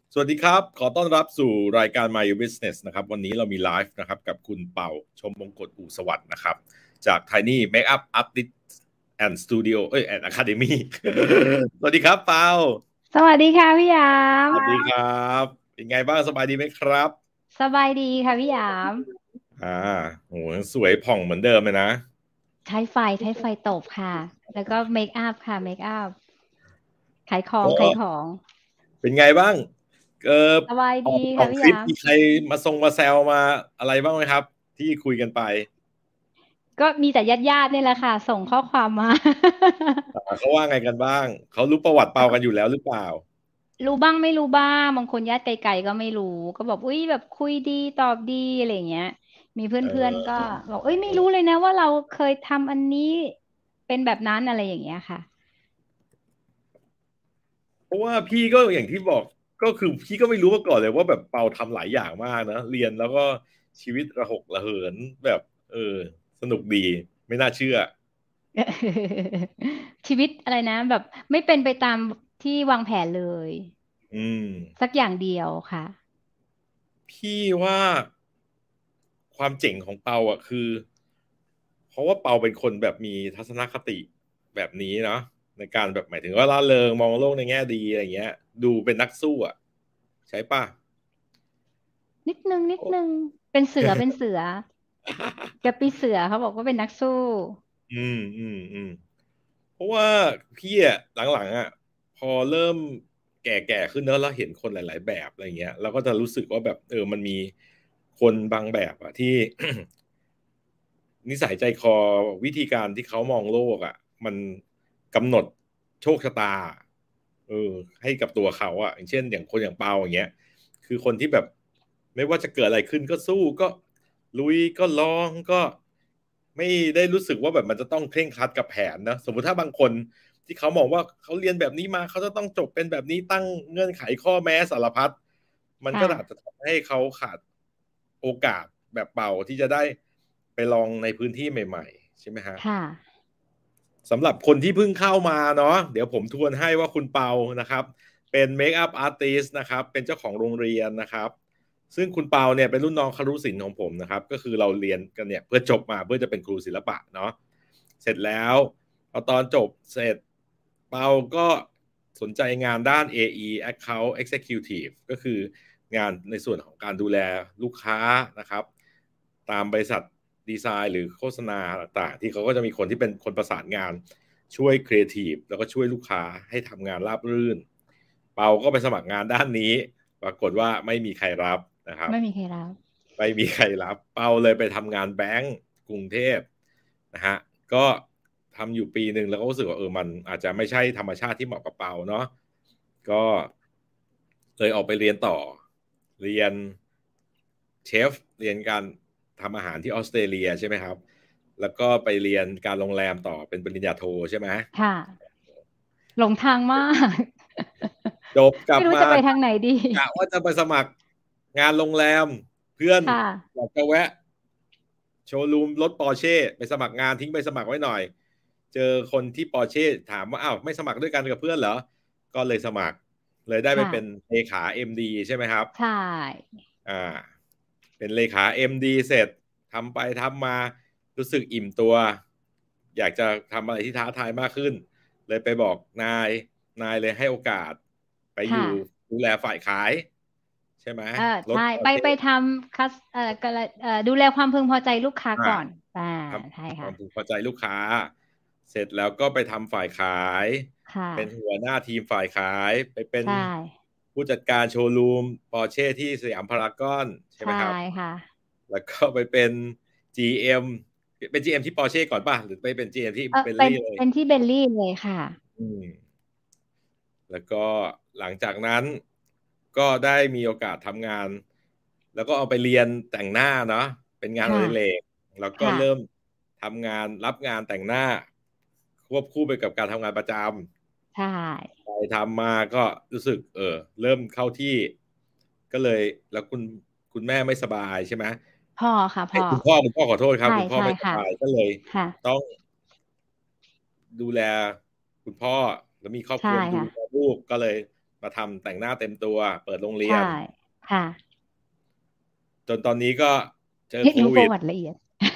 สวัสดีครับขอต้อนรับสู่รายการ My Business นะครับวันนี้เรามีไลฟ์นะครับกับคุณเป่าชมมงกตอู่สวัสดิ์นะครับจาก Tiny Makeup Artist and Studio and Academy สวัสดีครับเป่าสวัสดีค่ะพี่หยาสมวัสดีครับเป็นไงบ้างสบายดีไหมครับสบายดีค่ะพี่หยามอ่าโหสวยผ่องเหมือนเดิมเลยนะใช้ไฟตบค่ะแล้วก็เมคอัพค่ะเมคอัพขายของก็ขายของเป็นไงบ้างเออสบายออกดีออกทริปค่ะพี่หยามมีใครมาแซวมาอะไรบ้างไหมครับที่คุยกันไปก็มีแต่ญาตินี่แหละค่ะส่งข้อความมาเขาว่าไงกันบ้างเขารู้ประวัติเปากันอยู่แล้วหรือเปล่ารู้บ้างไม่รู้บ้างบางคนญาติไกลๆก็ไม่รู้ก็บอกอุ้ยแบบคุยดีตอบดีอะไรอย่างเงี้ยมีเพื่อนๆก็บอกเอ้ยไม่รู้เลยนะว่าเราเคยทำอันนี้เป็นแบบนั้นอะไรอย่างเงี้ยค่ะเพราะว่าพี่ก็อย่างที่บอกก็คือพี่ก็ไม่รู้มาก่อนเลยว่าแบบเปาทำหลายอย่างมากนะเรียนแล้วก็ชีวิตระหกระเหินแบบสนุกดีไม่น่าเชื่อชีวิตอะไรนะแบบไม่เป็นไปตามที่วางแผนเลยอืมสักอย่างเดียวค่ะพี่ว่าความเจ๋งของเปาอ่ะคือเพราะว่าเปาเป็นคนแบบมีทัศนคติแบบนี้เนาะในการแบบหมายถึงว่าร่าเริงมองโลกในแง่ดีอะไรเงี้ยดูเป็นนักสู้อ่ะใช่ป่ะนิดนึงเป็นเสือแกปีเสือเขาบอกว่าเป็นนักสู้อืมเพราะว่าพี่อะหลังๆอ่ะพอเริ่มแก่ขึ้นเนอะแล้วเห็นคนหลายๆแบบอะไรเงี้ยเราก็จะรู้สึกว่าแบบมันมีคนบางแบบอ่ะที่นิสัยใจคอวิธีการที่เขามองโลกอ่ะมันกำหนดโชคชะตาเออให้กับตัวเขาอ่ะอย่างเช่นอย่างคนอย่างเปาอย่างเงี้ยคือคนที่แบบไม่ว่าจะเกิดอะไรขึ้นก็สู้ก็ลุยก็ลองก็ไม่ได้รู้สึกว่าแบบมันจะต้องเคร่งครัดกับแผนนะสมมุติถ้าบางคนที่เขามองว่าเขาเรียนแบบนี้มาเขาจะต้องจบเป็นแบบนี้ตั้งเงื่อนไขข้อแม้สารพัดมันก็ค่ะอาจจะทำให้เขาขาดโอกาสแบบเป่าที่จะได้ไปลองในพื้นที่ใหม่ๆใช่ไหมฮะค่ะสำหรับคนที่เพิ่งเข้ามาเนาะเดี๋ยวผมทวนให้ว่าคุณเปานะครับเป็นเมคอัพอาร์ติสนะครับเป็นเจ้าของโรงเรียนนะครับซึ่งคุณเปาเนี่ยเป็นรุ่นน้องครุศิลป์ของผมนะครับก็คือเราเรียนกันเนี่ยเพื่อจบมาเพื่อจะเป็นครูศิลปะเนาะเสร็จแล้วพอตอนจบเสร็จเปาก็สนใจงานด้าน AE Account Executive ก็คืองานในส่วนของการดูแลลูกค้านะครับตามบริษัทดีไซน์หรือโฆษณาต่างๆที่เขาก็จะมีคนที่เป็นคนประสานงานช่วยครีเอทีฟแล้วก็ช่วยลูกค้าให้ทำงานราบรื่นเปาก็ไปสมัครงานด้านนี้ปรากฏว่าไม่มีใครรับนะครับไม่มีใครรับไม่มีใครรับเปาเลยไปทำงานแบงก์กรุงเทพนะฮะก็ทำอยู่ปีหนึ่งแล้วก็รู้สึกว่ามันอาจจะไม่ใช่ธรรมชาติที่เหมาะกับเปาเนาะก็เลยออกไปเรียนต่อเรียนเชฟเรียนการทำอาหารที่ออสเตรเลียใช่ไหมครับแล้วก็ไปเรียนการโรงแรมต่อเป็นปริญญาโทใช่ไหมค่ะหลงทางมากจบกไม่รู้ลับมาจะไปทางไหนดีกะว่าจะไปสมัครงานโรงแรมเพื่อนค่ะอยากจะแวะโชว์รูมรถปอร์เช่ไปสมัครงานทิ้งไปสมัครไว้หน่อยเจอคนที่ปอร์เช่ถามว่าอ้าวไม่สมัครด้วยกันกับเพื่อนเหรอก็เลยสมัครเลยได้ไปค่ะเป็นเลขาเอ็มดีใช่ไหมครับใช่อ่าเป็นเลขาเอ็มดีเสร็จทำไปทำมารู้สึกอิ่มตัวอยากจะทำอะไรที่ท้าทายมากขึ้นเลยไปบอกนายเลยให้โอกาสไปอยู่ค่ะดูแลฝ่ายขายใช่ไหมรถใช่ปอร์เช่ไปทำคัสก็ดูแลความพึงพอใจลูกค้าอ่าก่อนทใช่ำคค่ะวามพึงพอใจลูกค้าเสร็จแล้วก็ไปทำฝ่ายขายค่ะเป็นหัวหน้าทีมฝ่ายขายไปเป็นใช่ผู้จัดการโชว์รูมปอร์เช่ที่สยามพารากอนใช่ไหมใช่ครับค่ะแล้วก็ไปเป็น GM เป็น GM ที่ปอร์เช่ก่อนป่ะหรือไปเป็น GM ที่เบลเป็นลี่เลยเป็นที่เบลลี่เลยค่ะอืมแล้วก็หลังจากนั้นก็ได้มีโอกาสทำงานแล้วก็เอาไปเรียนแต่งหน้าเนาะเป็นงานอค่ะดิเรกแล้วก็ค่ะเริ่มทำงานรับงานแต่งหน้าควบคู่ไปกับการทำงานประจใช่ำไปทำมาก็รู้สึกเริ่มเข้าที่ก็เลยแล้วคุณแม่ไม่สบายใช่ไหมพ่อค่ะพ่อคุณพ่อขอโทษครับใช่คุณพ่อใช่ค่ะไม่สบายก็เลยค่ะต้องดูแลคุณพ่อแล้วมีครอบคใช่รัวดูค่ะแลลูกก็เลยมาทำแต่งหน้าเต็มตัวเปิดโรงเรียใช่นค่ะจนตอนนี้ก็เจอโครู้ปวิดระวัติละเอียด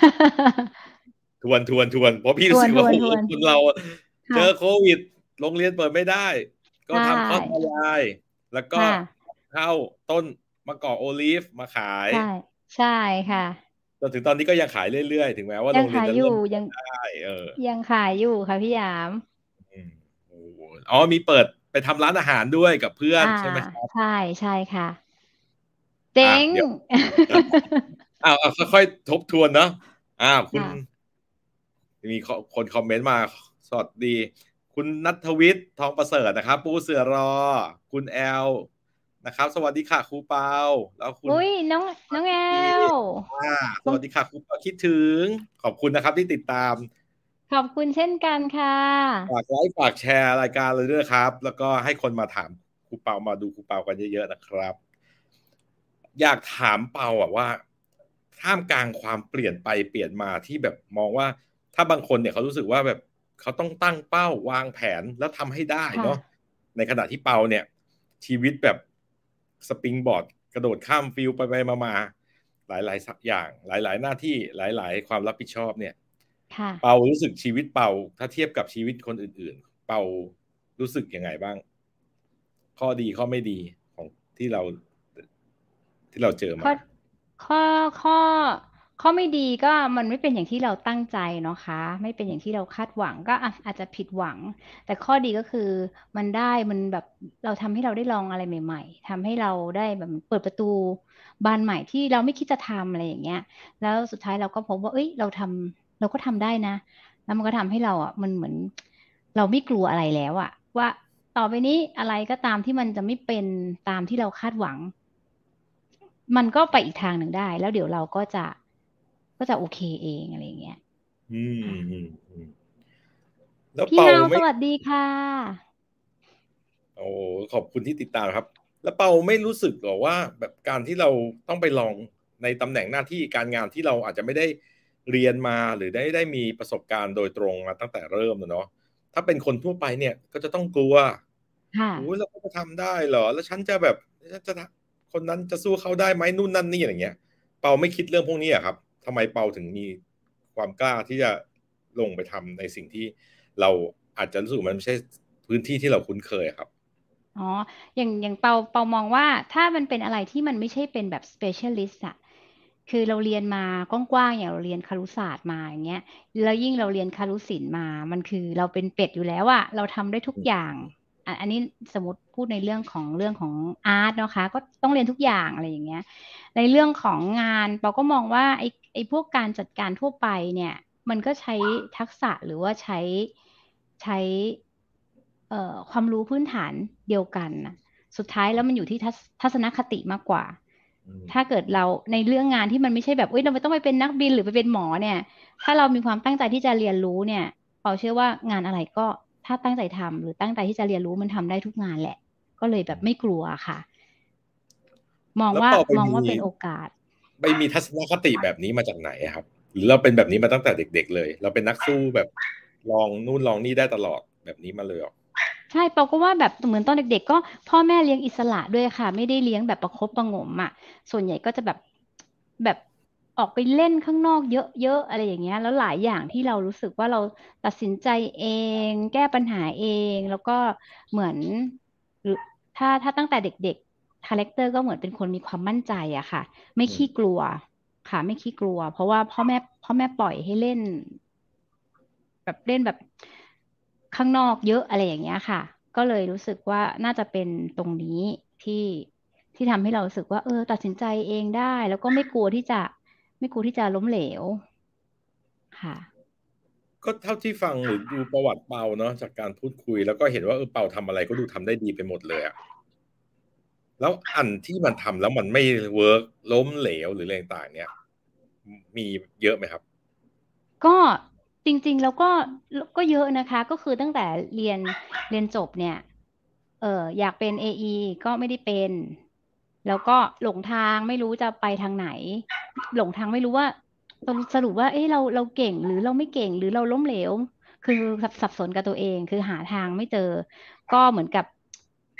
ทวนเพราะพี่ทวนรู้สึกว่าโอ้โหทวนทวนคนเราเจอโคค่ะวิดโรงเรียนเปิดไม่ได้ก็ใช่ทำคอร์สออนไลน์แล้วก็ค่ะเข้าต้นมะกอกโอลีฟมาขายใช่ใช่ค่ะจนถึงตอนนี้ก็ยังขายเรื่อยๆถึงแม้ว่าโรงเรียนยังขายอยู่จะเริ่มเปิยังดได้เออยังขายอยู่ค่ะพี่หยามอืมโอ้โหอ๋อมีเปิดไปทำร้านอาหารด้วยกับเพื่อนอ่าใช่ไหมครับใช่ใช่ค่ะเจ๊งเดี๋ยว เอาค่อยๆทบทวนเนาะคุณค่ะมีคนคอมเมนต์มาสวัสดีคุณนัทวิทย์ทองประเสริฐนะครับปูเสือรอคุณแอลนะครับสวัสดีค่ะครูเปาแล้วคุณอุ้ยน้องแอพีลอ่าสบังวัสดีค่ะครูเปาคิดถึงขอบคุณนะครับที่ติดตามขอบคุณเช่นกันค่ะฝากไลค์ฝากแชร์รายการเลยด้วยครับแล้วก็ให้คนมาถามครูเปามาดูครูเปากันเยอะๆนะครับอยากถามเปาว่าท่ามกลางความเปลี่ยนไปเปลี่ยนมาที่แบบมองว่าถ้าบางคนเนี่ยเขารู้สึกว่าแบบเขาต้องตั้งเป้าวางแผนแล้วทำให้ได้ค่ะเนาะในขณะที่เปาเนี่ยชีวิตแบบสปริงบอร์ดกระโดดข้ามฟิลไปมาหลายๆอย่างหลายๆหน้าที่หลายๆความรับผิดชอบเนี่ยค่ะเปารู้สึกชีวิตเปาถ้าเทียบกับชีวิตคนอื่นๆเปารู้สึกยังไงบ้างข้อดีข้อไม่ดีของที่เราเจอข้อมาข้อข้อข้อไม่ดีก็มันไม่เป็นอย่างที่เราตั้งใจเนาะคะไม่เป็นอย่างที่เราคาดหวังก็อาจจะผิดหวังแต่ข้อดีก็คือมันแบบเราทำให้เราได้ลองอะไรใหม่ๆทำให้เราได้แบบเปิดประตูบานใหม่ที่เราไม่คิดจะทำอะไรอย่างเงี้ยแล้วสุดท้ายเราก็พบว่าเอ้ยเราก็ทำได้นะแล้วมันก็ทำให้เรามันเหมือนเราไม่กลัวอะไรแล้วว่าต่อไปนี้อะไรก็ตามที่มันจะไม่เป็นตามที่เราคาดหวัง มันก็ไปอีกทางหนึ่งได้แล้วเดี๋ยวเราก็จะโอเคเองอะไรอย่างเงี้ยอืมค่ะอืมแล้วพี่เปาไม่ฮาวสวัสดีค่ะโอ้ขอบคุณที่ติดตามครับแล้วเปาไม่รู้สึกหรอว่าแบบการที่เราต้องไปลองในตำแหน่งหน้าที่การงานที่เราอาจจะไม่ได้เรียนมาหรือได้มีประสบการณ์โดยตรงมาตั้งแต่เริ่มเนาะถ้าเป็นคนทั่วไปเนี่ยก็จะต้องกลัวค่ะโอ้ยเราก็จะทำได้เหรอแล้วฉันจะแบบจะคนนั้นจะสู้เขาได้ไหมนู่นนั่นนี่อะไรเงี้ยเปาไม่คิดเรื่องพวกนี้อะครับทำไมเปาถึงมีความกล้าที่จะลงไปทำในสิ่งที่เราอาจจะรู้สึกมันไม่ใช่พื้นที่ที่เราคุ้นเคยครับอ๋ออย่างเปามองว่าถ้ามันเป็นอะไรที่มันไม่ใช่เป็นแบบ specialist คือเราเรียนมากว้างๆอย่างเราเรียนครุศาสตร์มาอย่างเงี้ยแล้วยิ่งเราเรียนครุศิลป์มามันคือเราเป็นเป็ดอยู่แล้วเราทำได้ทุกอย่างอันนี้สมมติพูดในเรื่องของอาร์ตนะคะก็ต้องเรียนทุกอย่างอะไรอย่างเงี้ยในเรื่องของงานเราก็มองว่าไอ้พวกการจัดการทั่วไปเนี่ยมันก็ใช้ทักษะหรือว่าใช้ความรู้พื้นฐานเดียวกันนะสุดท้ายแล้วมันอยู่ที่ทัศนคติมากกว่า ถ้าเกิดเราในเรื่องงานที่มันไม่ใช่แบบเอ้ยเราไม่ต้องไปเป็นนักบินหรือไปเป็นหมอเนี่ยถ้าเรามีความตั้งใจที่จะเรียนรู้เนี่ยเปาเชื่อว่างานอะไรก็ถ้าตั้งใจทำหรือตั้งใจที่จะเรียนรู้มันทำได้ทุกงานแหละก็เลยแบบไม่กลัวค่ะมองแล้วว่าเปาไปมีมองว่าเป็นโอกาสทัศนคติแบบนี้มาจากไหนครับหรือเราเป็นแบบนี้มาตั้งแต่เด็กๆเลยเราเป็นนักสู้แบบลองนู่นลองนี่ได้ตลอดแบบนี้มาเลยหรอใช่เปาก็ว่าแบบเหมือนตอนเด็กๆก็พ่อแม่เลี้ยงอิสระด้วยค่ะไม่ได้เลี้ยงแบบประคบประหงมส่วนใหญ่ก็จะแบบออกไปเล่นข้างนอกเยอะๆอะไรอย่างเงี้ยแล้วหลายอย่างที่เรารู้สึกว่าเราตัดสินใจเองแก้ปัญหาเองแล้วก็เหมือนหรือถ้าตั้งแต่เด็กๆคาแรคเตอร์ก็เหมือนเป็นคนมีความมั่นใจอะค่ะไม่อืมขี้กลัวค่ะไม่ขี้กลัวเพราะว่าพ่อแม่ปล่อยให้เล่น แบบเล่นแบบข้างนอกเยอะอะไรอย่างเงี้ยค่ะก็เลยรู้สึกว่าน่าจะเป็นตรงนี้ที่ที่ทำให้เรารู้สึกว่าตัดสินใจเองได้แล้วก็ไม่กลัวที่จะล้มเหลวค่ะก็เท่าที่ฟังหรือดูประวัติเปาเนาะจากการพูดคุยแล้วก็เห็นว่าเปาทำอะไรก็ดูทำได้ดีไปหมดเลยอะแล้วอันที่มันทำแล้วมันไม่เวิร์กล้มเหลวหรืออะไรต่างๆเนี่ยมีเยอะไหมครับก็จริงๆแล้วก็เยอะนะคะก็คือตั้งแต่เรียนเรียนจบเนี่ยอยากเป็น AE ก็ไม่ได้เป็นแล้วก็หลงทางไม่รู้จะไปทางไหนหลงทางไม่รู้ว่าสรุปว่าเอ้เราเก่งหรือเราไม่เก่งหรือเราล้มเหลวคือสับสนกับตัวเองคือหาทางไม่เจอก็เหมือนกับ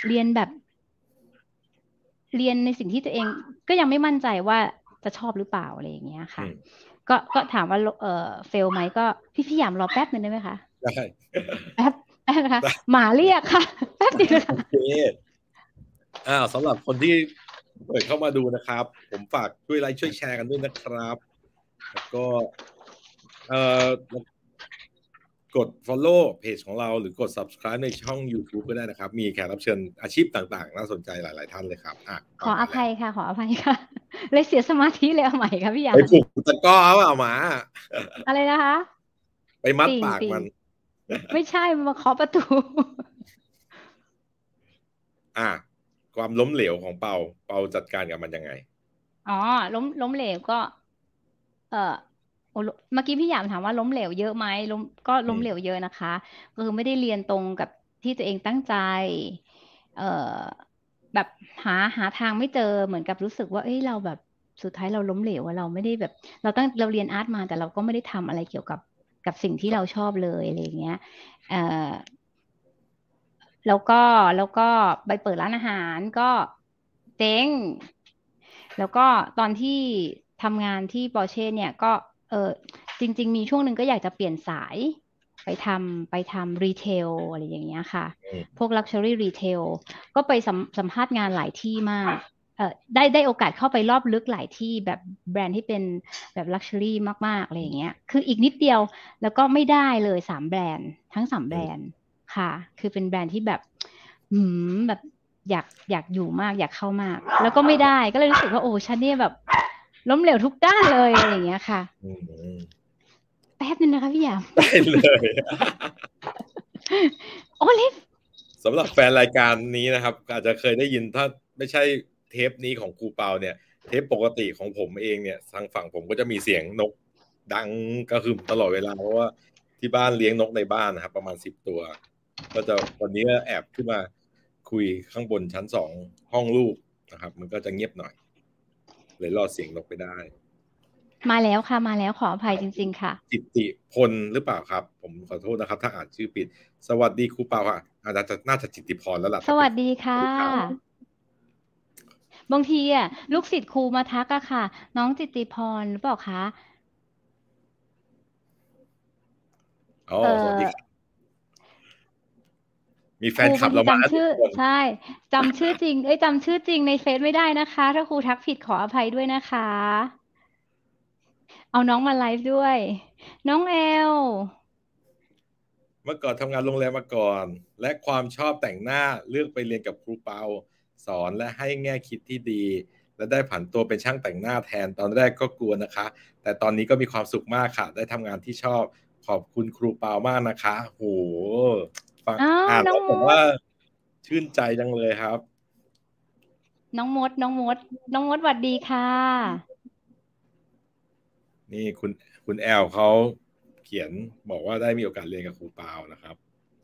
เรียนแบบเรียนในสิ่งที่ตัวเองก็ยังไม่มั่นใจว่าจะชอบหรือเปล่าอะไรอย่างเงี้ยค่ะก็ถามว่าเฟลไหมก็พี่ยามรอแป๊บนึงได้ไหมคะได้แป๊บนะคะหมาเรียกค่ะแป๊บนึงค่ะโอเคสำหรับคนที่เปิดเข้ามาดูนะครับ ผมฝากช่วยไลค์ช่วยแชร์กันด้วยนะครับแล้วก็กด follow เพจของเราหรือกด subscribe ในช่อง YouTube ก็ได้นะครับมีแขกรับเชิญอาชีพต่างๆน่าสนใจหลายๆท่านเลยครับขออภัยค่ะขออภัยค่ะเลยเสียสมาธิเลยเอาใหม่ค่ะพี่ยามไปปลุกตะก้อเอาหมาอะไรนะคะไปมัดปากมันไม่ใช่มาเคาะประตูความล้มเหลวของเปาจัดการกับมันยังไงอ๋อล้มเหลวก็เมื่อกี้พี่ยามถามว่าล้มเหลวเยอะไหมก็ล้มเหลวเยอะนะคะคือไม่ได้เรียนตรงกับที่ตัวเองตั้งใจเอ่อแบบหาทางไม่เจอเหมือนกับรู้สึกว่าเอ้ยเราแบบสุดท้ายเราล้มเหลวว่าเราไม่ได้แบบเราเรียนอาร์ตมาแต่เราก็ไม่ได้ทำอะไรเกี่ยวกับสิ่งที่เราชอบเลยอะไรอย่างเงี้ยแล้วก็ไปเปิดร้านอาหารก็เจ๊งแล้วก็ตอนที่ทำงานที่ปอร์เช่เนี่ยก็จริงๆมีช่วงหนึ่งก็อยากจะเปลี่ยนสายไปทำรีเทลอะไรอย่างเงี้ยค่ะพวก Luxury Retail ก็ไปสัมภาษณ์งานหลายที่มากได้โอกาสเข้าไปรอบลึกหลายที่แบบแบรนด์ที่เป็นแบบ Luxury มากๆอะไรอย่างเงี้ยคืออีกนิดเดียวแล้วก็ไม่ได้เลย3แบรนด์ทั้ง3แบรนด์ค่ะคือเป็นแบรนด์ที่แบบแบบอยากอยู่มากอยากเข้ามากแล้วก็ไม่ได้ก็เลยรู้สึกว่าโอ้ฉันเนี่ยแบบล้มเหลวทุกด้านเลยอะไรอย่างเงี้ยค่ะแป๊บนึงนะคะพี่ยามได้เลยโอลิฟสำหรับแฟนรายการนี้นะครับอาจจะเคยได้ยินถ้าไม่ใช่เทปนี้ของครูเปาเนี่ยเทปปกติของผมเองเนี่ยทางฝั่งผมก็จะมีเสียงนกดังกระหึ่มตลอดเวลาเพราะว่าที่บ้านเลี้ยงนกในบ้านนะครับประมาณ10 ตัวก็จะวันนี้แอบขึ้นมาคุยข้างบนชั้น2ห้องลูกนะครับมันก็จะเงียบหน่อยเลยรอดเสียงนกไปได้มาแล้วค่ะมาแล้วขออภัยจริงๆค่ะจิตติพลหรือเปล่าครับผมขอโทษนะครับถ้าอ่านชื่อผิดสวัสดีครูเปาค่ะน่าจะจิตติพรแล้วล่ะสวัสดีค่ะบางทีลูกศิษย์ครูมาทักอะค่ะน้องจิตติพรหรือเปล่าคะสวัสดีครับมีแฟนคลับเรามาจำชื่อใช่จำชื่อจริงจำชื่อจริงในเฟซไม่ได้นะคะถ้าครูทักผิดขออภัยด้วยนะคะเอาน้องมาไลฟ์ด้วยน้องแอลเมื่อก่อนทำงานโรงแรมมาก่อนและความชอบแต่งหน้าเลือกไปเรียนกับครูเปาสอนและให้แง่คิดที่ดีและได้ผันตัวเป็นช่างแต่งหน้าแทนตอนแรกก็กลัวนะคะแต่ตอนนี้ก็มีความสุขมากค่ะได้ทำงานที่ชอบขอบคุณครูเปามากนะคะโหฟังอ่านแล้วผมว่าชื่นใจจังเลยครับน้องมดสวัสดีค่ะนี่คุณแอลเขาเขียนบอกว่าได้มีโอกาสเรียนกับครูเปานะครับ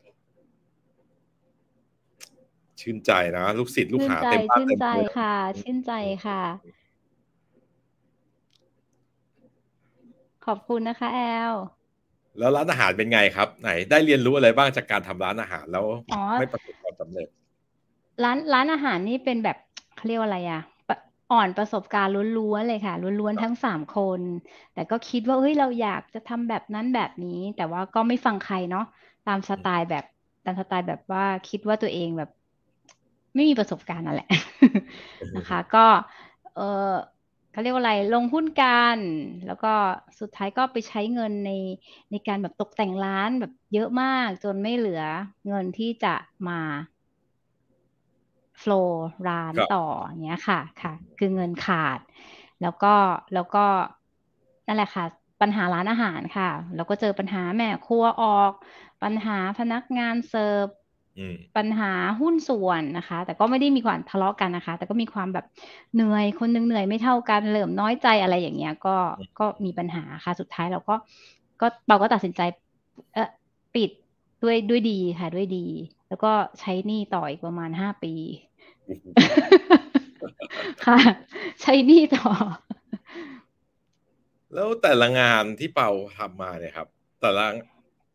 ชื่นใจนะลูกศิษย์ลูกหาเต็มบ้านเต็มเมืองค่ะชื่นใจค่ะขอบคุณนะคะแอลแล้วร้านอาหารเป็นไงครับไหนได้เรียนรู้อะไรบ้างจากการทำร้านอาหารแล้วไม่ประสบความสำเร็จร้านอาหารนี่เป็นแบบเขาเรียกว่าอะไรอ่อนประสบการณ์ล้วนๆเลยค่ะล้วนๆทั้ง3 คนแต่ก็คิดว่าเฮ้ยเราอยากจะทำแบบนั้นแบบนี้แต่ว่าก็ไม่ฟังใครเนาะตามสไตล์แบบตามสไตล์แบบว่าคิดว่าตัวเองแบบไม่มีประสบการณ์นั่นแหละนะคะก็เออเขาเรียกว่าอะไรลงหุ้นกันแล้วก็สุดท้ายก็ไปใช้เงินในการแบบตกแต่งร้านแบบเยอะมากจนไม่เหลือเงินที่จะมาโฟลร้านต่ออย่างเงี้ยค่ะคือเงินขาดแล้วก็นั่นแหละค่ะปัญหาร้านอาหารค่ะแล้วก็เจอปัญหาแม่ครัวออกปัญหาพนักงานเสิร์ฟปัญหาหุ้นส่วนนะคะแต่ก็ไม่ได้มีความทะเลาะกันนะคะแต่ก็มีความแบบเหนื่อยคนนึงเหนื่อยไม่เท่ากันเริ่มน้อยใจอะไรอย่างเงี้ยก็มีปัญหาค่ะสุดท้ายเราก็ตัดสินใจปิดด้วยดีค่ะด้วยดีแล้วก็ใช้หนี้ต่ออีกประมาณ5 ปีค่ะใช้หนี้ต่อแล้วแต่ละงานที่เปาทำมาเนี่ยครับแต่ละ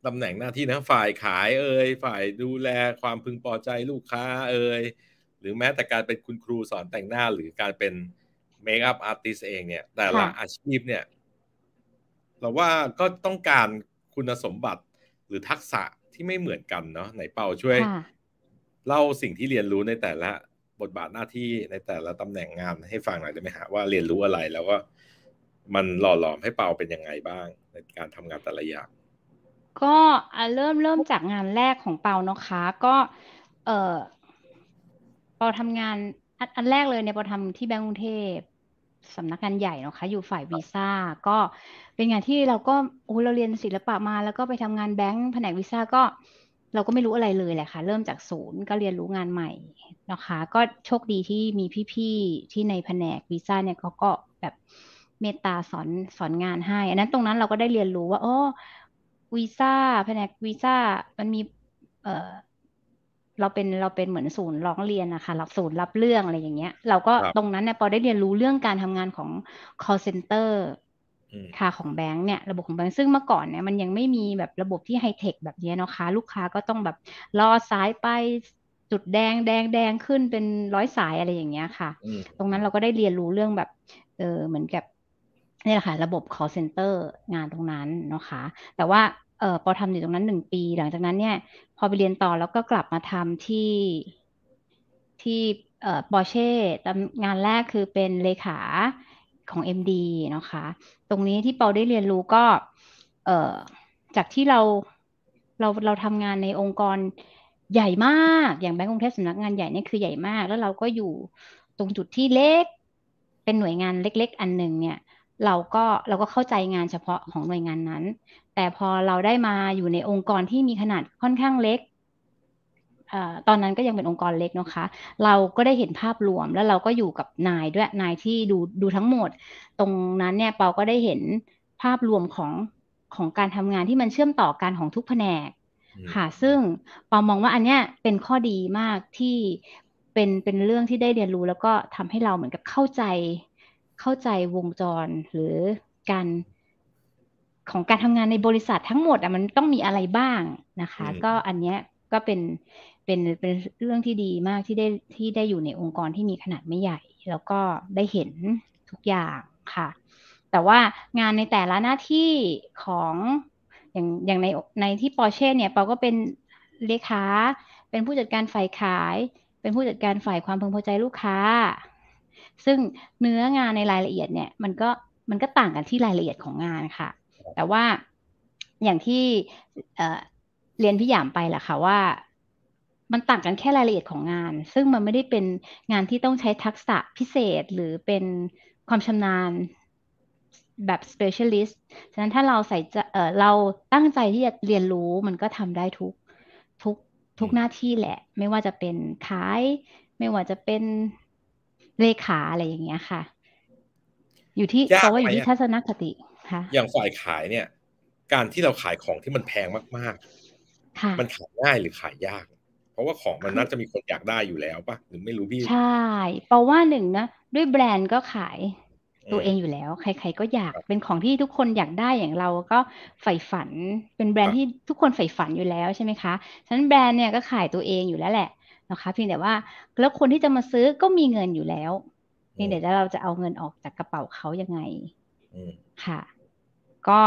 ตำแหน่งหน้าที่นะฝ่ายขายฝ่ายดูแลความพึงพอใจลูกค้าหรือแม้แต่การเป็นคุณครูสอนแต่งหน้าหรือการเป็นเมคอัพอาร์ติสเองเนี่ยแต่ละอาชีพเนี่ยเราว่าก็ต้องการคุณสมบัติหรือทักษะที่ไม่เหมือนกันเนาะไหนเป่าช่วยเล่าสิ่งที่เรียนรู้ในแต่ละบทบาทหน้าที่ในแต่ละตำแหน่งงานให้ฟังหน่อยได้ไหมฮะว่าเรียนรู้อะไรแล้วก็มันหล่อหลอมให้เป่าเป็นยังไงบ้างในการทำงานแต่ละอย่างก็เริ่มจากงานแรกของเปานะคะก็เออเปาทำงานอันแรกเลยเนี่ยเปาทำที่แบงก์กรุงเทพสำนักงานใหญ่นะคะอยู่ฝ่ายวีซ่าก็เป็นงานที่เราก็เราเรียนศิลปะมาแล้วก็ไปทำงานแบงก์แผนกวีซ่าก็เราก็ไม่รู้อะไรเลยแหละค่ะเริ่มจากศูนย์ก็เรียนรู้งานใหม่นะคะก็โชคดีที่มีพี่ๆที่ในแผนกวีซ่าเนี่ยเขาก็แบบเมตตาสอนงานให้อันนั้นตรงนั้นเราก็ได้เรียนรู้ว่าวีซ่าแผนกวีซ่ามันมีเออเราเป็นเหมือนศูนย์ร้องเรียนนะคะรับศูนย์รับเรื่องอะไรอย่างเงี้ยเราก็ตรงนั้นเนี่ยพอได้เรียนรู้เรื่องการทำงานของ call center ค่ะของแบงก์เนี่ยระบบของแบงก์ซึ่งเมื่อก่อนเนี่ยมันยังไม่มีแบบระบบที่ไฮเทคแบบนี้เนาะคะลูกค้าก็ต้องแบบรอสายไปจุดแดงแดงแดงขึ้นเป็น100 สายอะไรอย่างเงี้ยค่ะตรงนั้นเราก็ได้เรียนรู้เรื่องแบบเหมือนกับนี่แหละค่ะระบบ call center งานตรงนั้นเนาะคะแต่ว่าพอทำอยู่ตรงนั้น1 ปีหลังจากนั้นเนี่ยพอไปเรียนต่อแล้วก็กลับมาทำที่ปอร์เช่งานแรกคือเป็นเลขาของ MD นะคะตรงนี้ที่เปาได้เรียนรู้ก็เอ่อจากที่เราทำงานในองค์กรใหญ่มากอย่างแบงก์กรุงเทพสำนักงานใหญ่นี่คือใหญ่มากแล้วเราก็อยู่ตรงจุดที่เล็กเป็นหน่วยงานเล็กๆอันหนึ่งเนี่ยเราก็เข้าใจงานเฉพาะของหน่วยงานนั้นแต่พอเราได้มาอยู่ในองค์กรที่มีขนาดค่อนข้างเล็กตอนนั้นก็ยังเป็นองค์กรเล็กนะคะเราก็ได้เห็นภาพรวมแล้วเราก็อยู่กับนายด้วยนายที่ดูทั้งหมดตรงนั้นเนี่ยเปาก็ได้เห็นภาพรวมของการทำงานที่มันเชื่อมต่อกันของทุกแผนกค่ะซึ่งเปามองว่าอันเนี้ยเป็นข้อดีมากที่เป็นเรื่องที่ได้เรียนรู้แล้วก็ทำให้เราเหมือนกับเข้าใจวงจรหรือการของการทำงานในบริษัททั้งหมดมันต้องมีอะไรบ้างนะคะก็อันเนี้ยก็เป็นเรื่องที่ดีมากที่ได้อยู่ในองค์กรที่มีขนาดไม่ใหญ่แล้วก็ได้เห็นทุกอย่างค่ะแต่ว่างานในแต่ละหน้าที่ของอย่างในที่ปอร์เช่เนี่ยเปาก็เป็นเลขาเป็นผู้จัดการฝ่ายขายเป็นผู้จัดการฝ่ายความพึงพอใจลูกค้าซึ่งเนื้องานในรายละเอียดเนี่ยมันก็ต่างกันที่รายละเอียดของงานค่ะแต่ว่าอย่างที่เรียนพี่หยามไปแหละค่ะว่ามันต่างกันแค่รายละเอียดของงานซึ่งมันไม่ได้เป็นงานที่ต้องใช้ทักษะพิเศษหรือเป็นความชำนาญแบบ specialist ฉะนั้นถ้าเราใส่ใจเราตั้งใจที่จะเรียนรู้มันก็ทำได้ทุกทุกหน้าที่แหละ ไม่ว่าจะเป็นขายไม่ว่าจะเป็นเลขาอะไรอย่างเงี้ยค่ะอยู่ที่เพราะว่าอยู่ที่ทัศนคติค่ะอย่างฝ่ายขายเนี่ยการที่เราขายของที่มันแพงมากๆมันขายง่ายหรือขายยากเพราะว่าของมันน่าจะมีคนอยากได้อยู่แล้วป่ะหรือไม่รู้พี่ใช่เพราะว่าหนึ่งนะด้วยแบรนด์ก็ขายตัวเองอยู่แล้วใครๆก็อยากเป็นของที่ทุกคนอยากได้อย่างเราก็ใฝ่ฝันเป็นแบรนด์ที่ทุกคนใฝ่ฝันอยู่แล้วใช่ไหมคะฉะนั้นแบรนด์เนี่ยก็ขายตัวเองอยู่แล้วแหละนะคะเพียงแต่ว่าแล้วคนที่จะมาซื้อก็มีเงินอยู่แล้วเพียงแต่เราจะเอาเงินออกจากกระเป๋าเขายังไงค่ะก็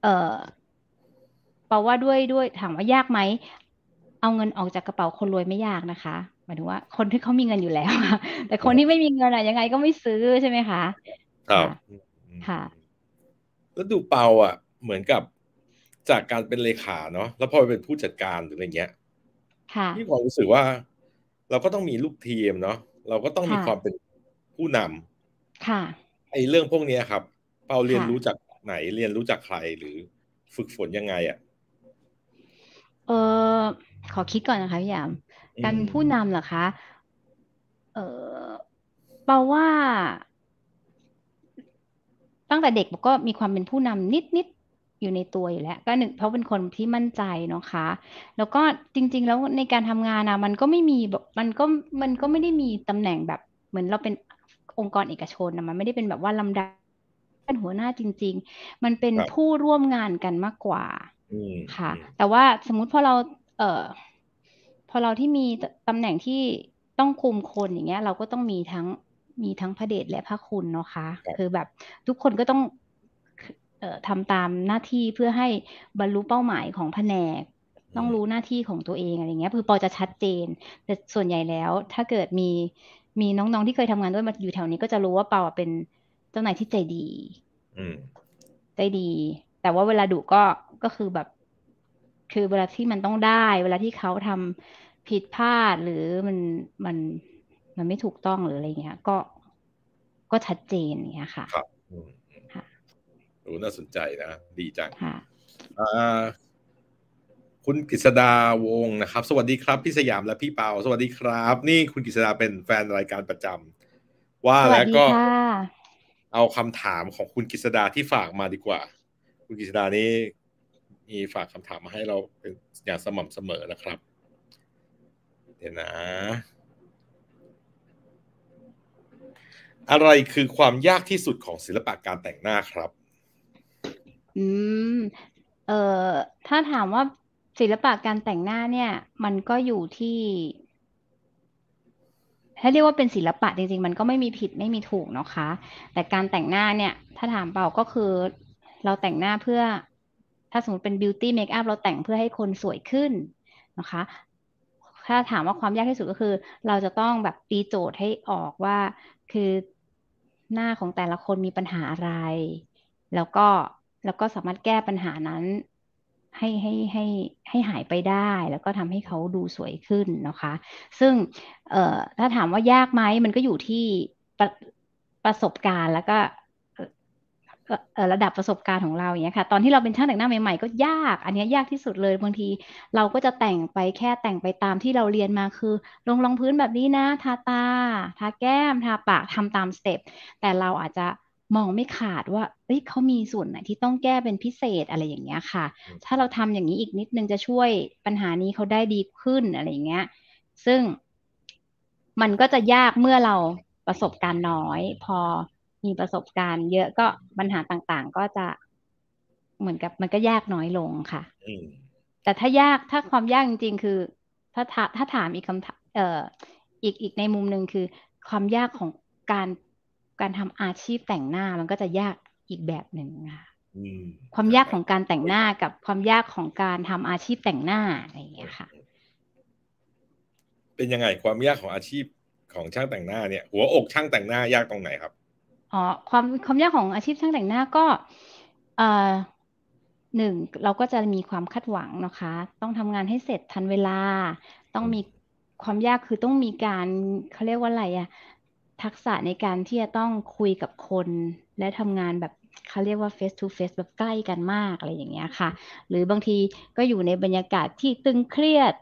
เพราะว่าด้วยถามว่ายากไหมเอาเงินออกจากกระเป๋าคนรวยไม่ยากนะคะหมายถึงว่าคนที่เขามีเงินอยู่แล้วแต่คนที่ไม่มีเงินยังไงก็ไม่ซื้อใช่ไหมคะครับค่ะแล้วดูเปาเหมือนกับจากการเป็นเลขาเนาะแล้วพอเป็นผู้จัดการหรืออะไรเงี้ยพี่ความรู้สึกว่าเราก็ต้องมีลูกทีมเนาะเราก็ต้องมีความเป็นผู้นำไอ้เรื่องพวกนี้ครับเปาเรียนรู้จากไหนเรียนรู้จากใครหรือฝึกฝนยังไงขอคิดก่อนนะคะพี่ยามการเป็นผู้นำเหรอคะเปาว่าตั้งแต่เด็กก็มีความเป็นผู้นำนิดอยู่ในตัวอยู่แล้วก็หนึ่งเพราะเป็นคนที่มั่นใจเนาะคะแล้วก็จริงๆแล้วในการทำงานมันก็ไม่มีแบบมันก็ไม่ได้มีตำแหน่งแบบเหมือนเราเป็นองค์กรเอกชนมันไม่ได้เป็นแบบว่าลำดับเป็นหัวหน้าจริงๆมันเป็นผู้ร่วมงานกันมากกว่าอืมค่ะอืมแต่ว่าสมมุติเอ่อพอเราที่มีตำแหน่งที่ต้องคุมคนอย่างเงี้ยเราก็ต้องมีทั้งพระเดชและพระคุณเนาะคะครับคือแบบทุกคนก็ต้องทำตามหน้าที่เพื่อให้บรรลุเป้าหมายของแผนกต้องอืมรู้หน้าที่ของตัวเองอะไรเงี้ยคือปอจะชัดเจนแต่ส่วนใหญ่แล้วถ้าเกิดมีน้องๆที่เคยทำงานด้วยมาอยู่แถวนี้ก็จะรู้ว่าเปาอะเป็นเจ้านายที่ใจดีอืมใจดีแต่ว่าเวลาดุก็คือแบบคือเวลาที่มันต้องได้เวลาที่เขาทำผิดพลาดหรือมันมันมันไม่ถูกต้องหรืออะไรเงี้ยก็ชัดเจนอย่างเงี้ยค่ะครับอืมค่ะโอ้น่าสนใจนะดีจังค่ะอ่าคุณกฤษดาวงศ์นะครับสวัสดีครับพี่สยามและพี่เปาสวัสดีครับนี่คุณกฤษดาเป็นแฟนรายการประจำว่าสวัสแล้วก็ดีค่ะเอาคำถามของคุณกฤษดาที่ฝากมาดีกว่าคุณกฤษดานี่มีฝากคำถามมาให้เราเป็นอย่างสม่ำเสมอนะครับเดี๋ยวนะอะไรคือความยากที่สุดของศิลปะการแต่งหน้าครับอืมเอ่อถ้าถามว่าศิลปะการแต่งหน้าเนี่ยมันก็อยู่ที่ ถ้าเรียกว่าเป็นศิลปะจริงๆมันก็ไม่มีผิดไม่มีถูกเนาะคะแต่การแต่งหน้าเนี่ยถ้าถามเปล่าก็คือเราแต่งหน้าเพื่อถ้าสมมติเป็นบิวตี้เมคอัพเราแต่งเพื่อให้คนสวยขึ้นนะคะถ้าถามว่าความยากที่สุดก็คือเราจะต้องแบบตีโจทย์ให้ออกว่าคือหน้าของแต่ละคนมีปัญหาอะไรแล้วก็แล้วก็สามารถแก้ปัญหานั้นให้หายไปได้แล้วก็ทำให้เขาดูสวยขึ้นนะคะซึ่ง ถ้าถามว่ายากไหมมันก็อยู่ที่ประประสบการณ์แล้วก็ระดับประสบการณ์ของเราอย่างเงี้ยค่ะตอนที่เราเป็นช่างแต่งหน้าใหม่ๆก็ยากอันเนี้ยยากที่สุดเลยบางทีเราก็จะแต่งไปแค่แต่งไปตามที่เราเรียนมาคือลงรองพื้นแบบนี้นะทาตาทาแก้มทาปากทำตามสเต็ปแต่เราอาจจะมองไม่ขาดว่าเอ้ยเขามีส่วนไหนที่ต้องแก้เป็นพิเศษอะไรอย่างเงี้ยค่ะถ้าเราทำอย่างนี้อีกนิดนึงจะช่วยปัญหานี้เขาได้ดีขึ้นอะไรอย่างเงี้ย ซึ่งมันก็จะยากเมื่อเราประสบการณ์น้อยพอมีประสบการณ์เยอะก็ปัญหาต่างๆก็จะเหมือนกับมันก็ยากน้อยลงค่ะอืมแต่ถ้าความยากจริงๆคือถ้าถามอีกคำถามอีกในมุมหนึ่งคือความยากของการการทำอาชีพแต่งหน้ามันก็จะยากอีกแบบหนึ่งค่ะอืมความยากของการแต่งหน้ากับความยากของการทำอาชีพแต่งหน้าอะไรอย่างเงี้ยค่ะเป็นยังไงความยากของอาชีพของช่างแต่งหน้าเนี่ยหัวอกช่างแต่งหน้ายากตรงไหนครับอ๋อความยากของอาชีพช่างแต่งหน้าก็เอ่อหนึ่งเราก็จะมีความคาดหวังนะคะต้องทำงานให้เสร็จทันเวลาต้องมีอืมความยากคือต้องมีการเขาเรียกว่าอะไรอะทักษะในการที่จะต้องคุยกับคนและทำงานแบบเขาเรียกว่า face to face แบบใกล้กันมากอะไรอย่างเงี้ยค่ะหรือบางทีก็อยู่ในบรรยากาศที่ตึงเครียด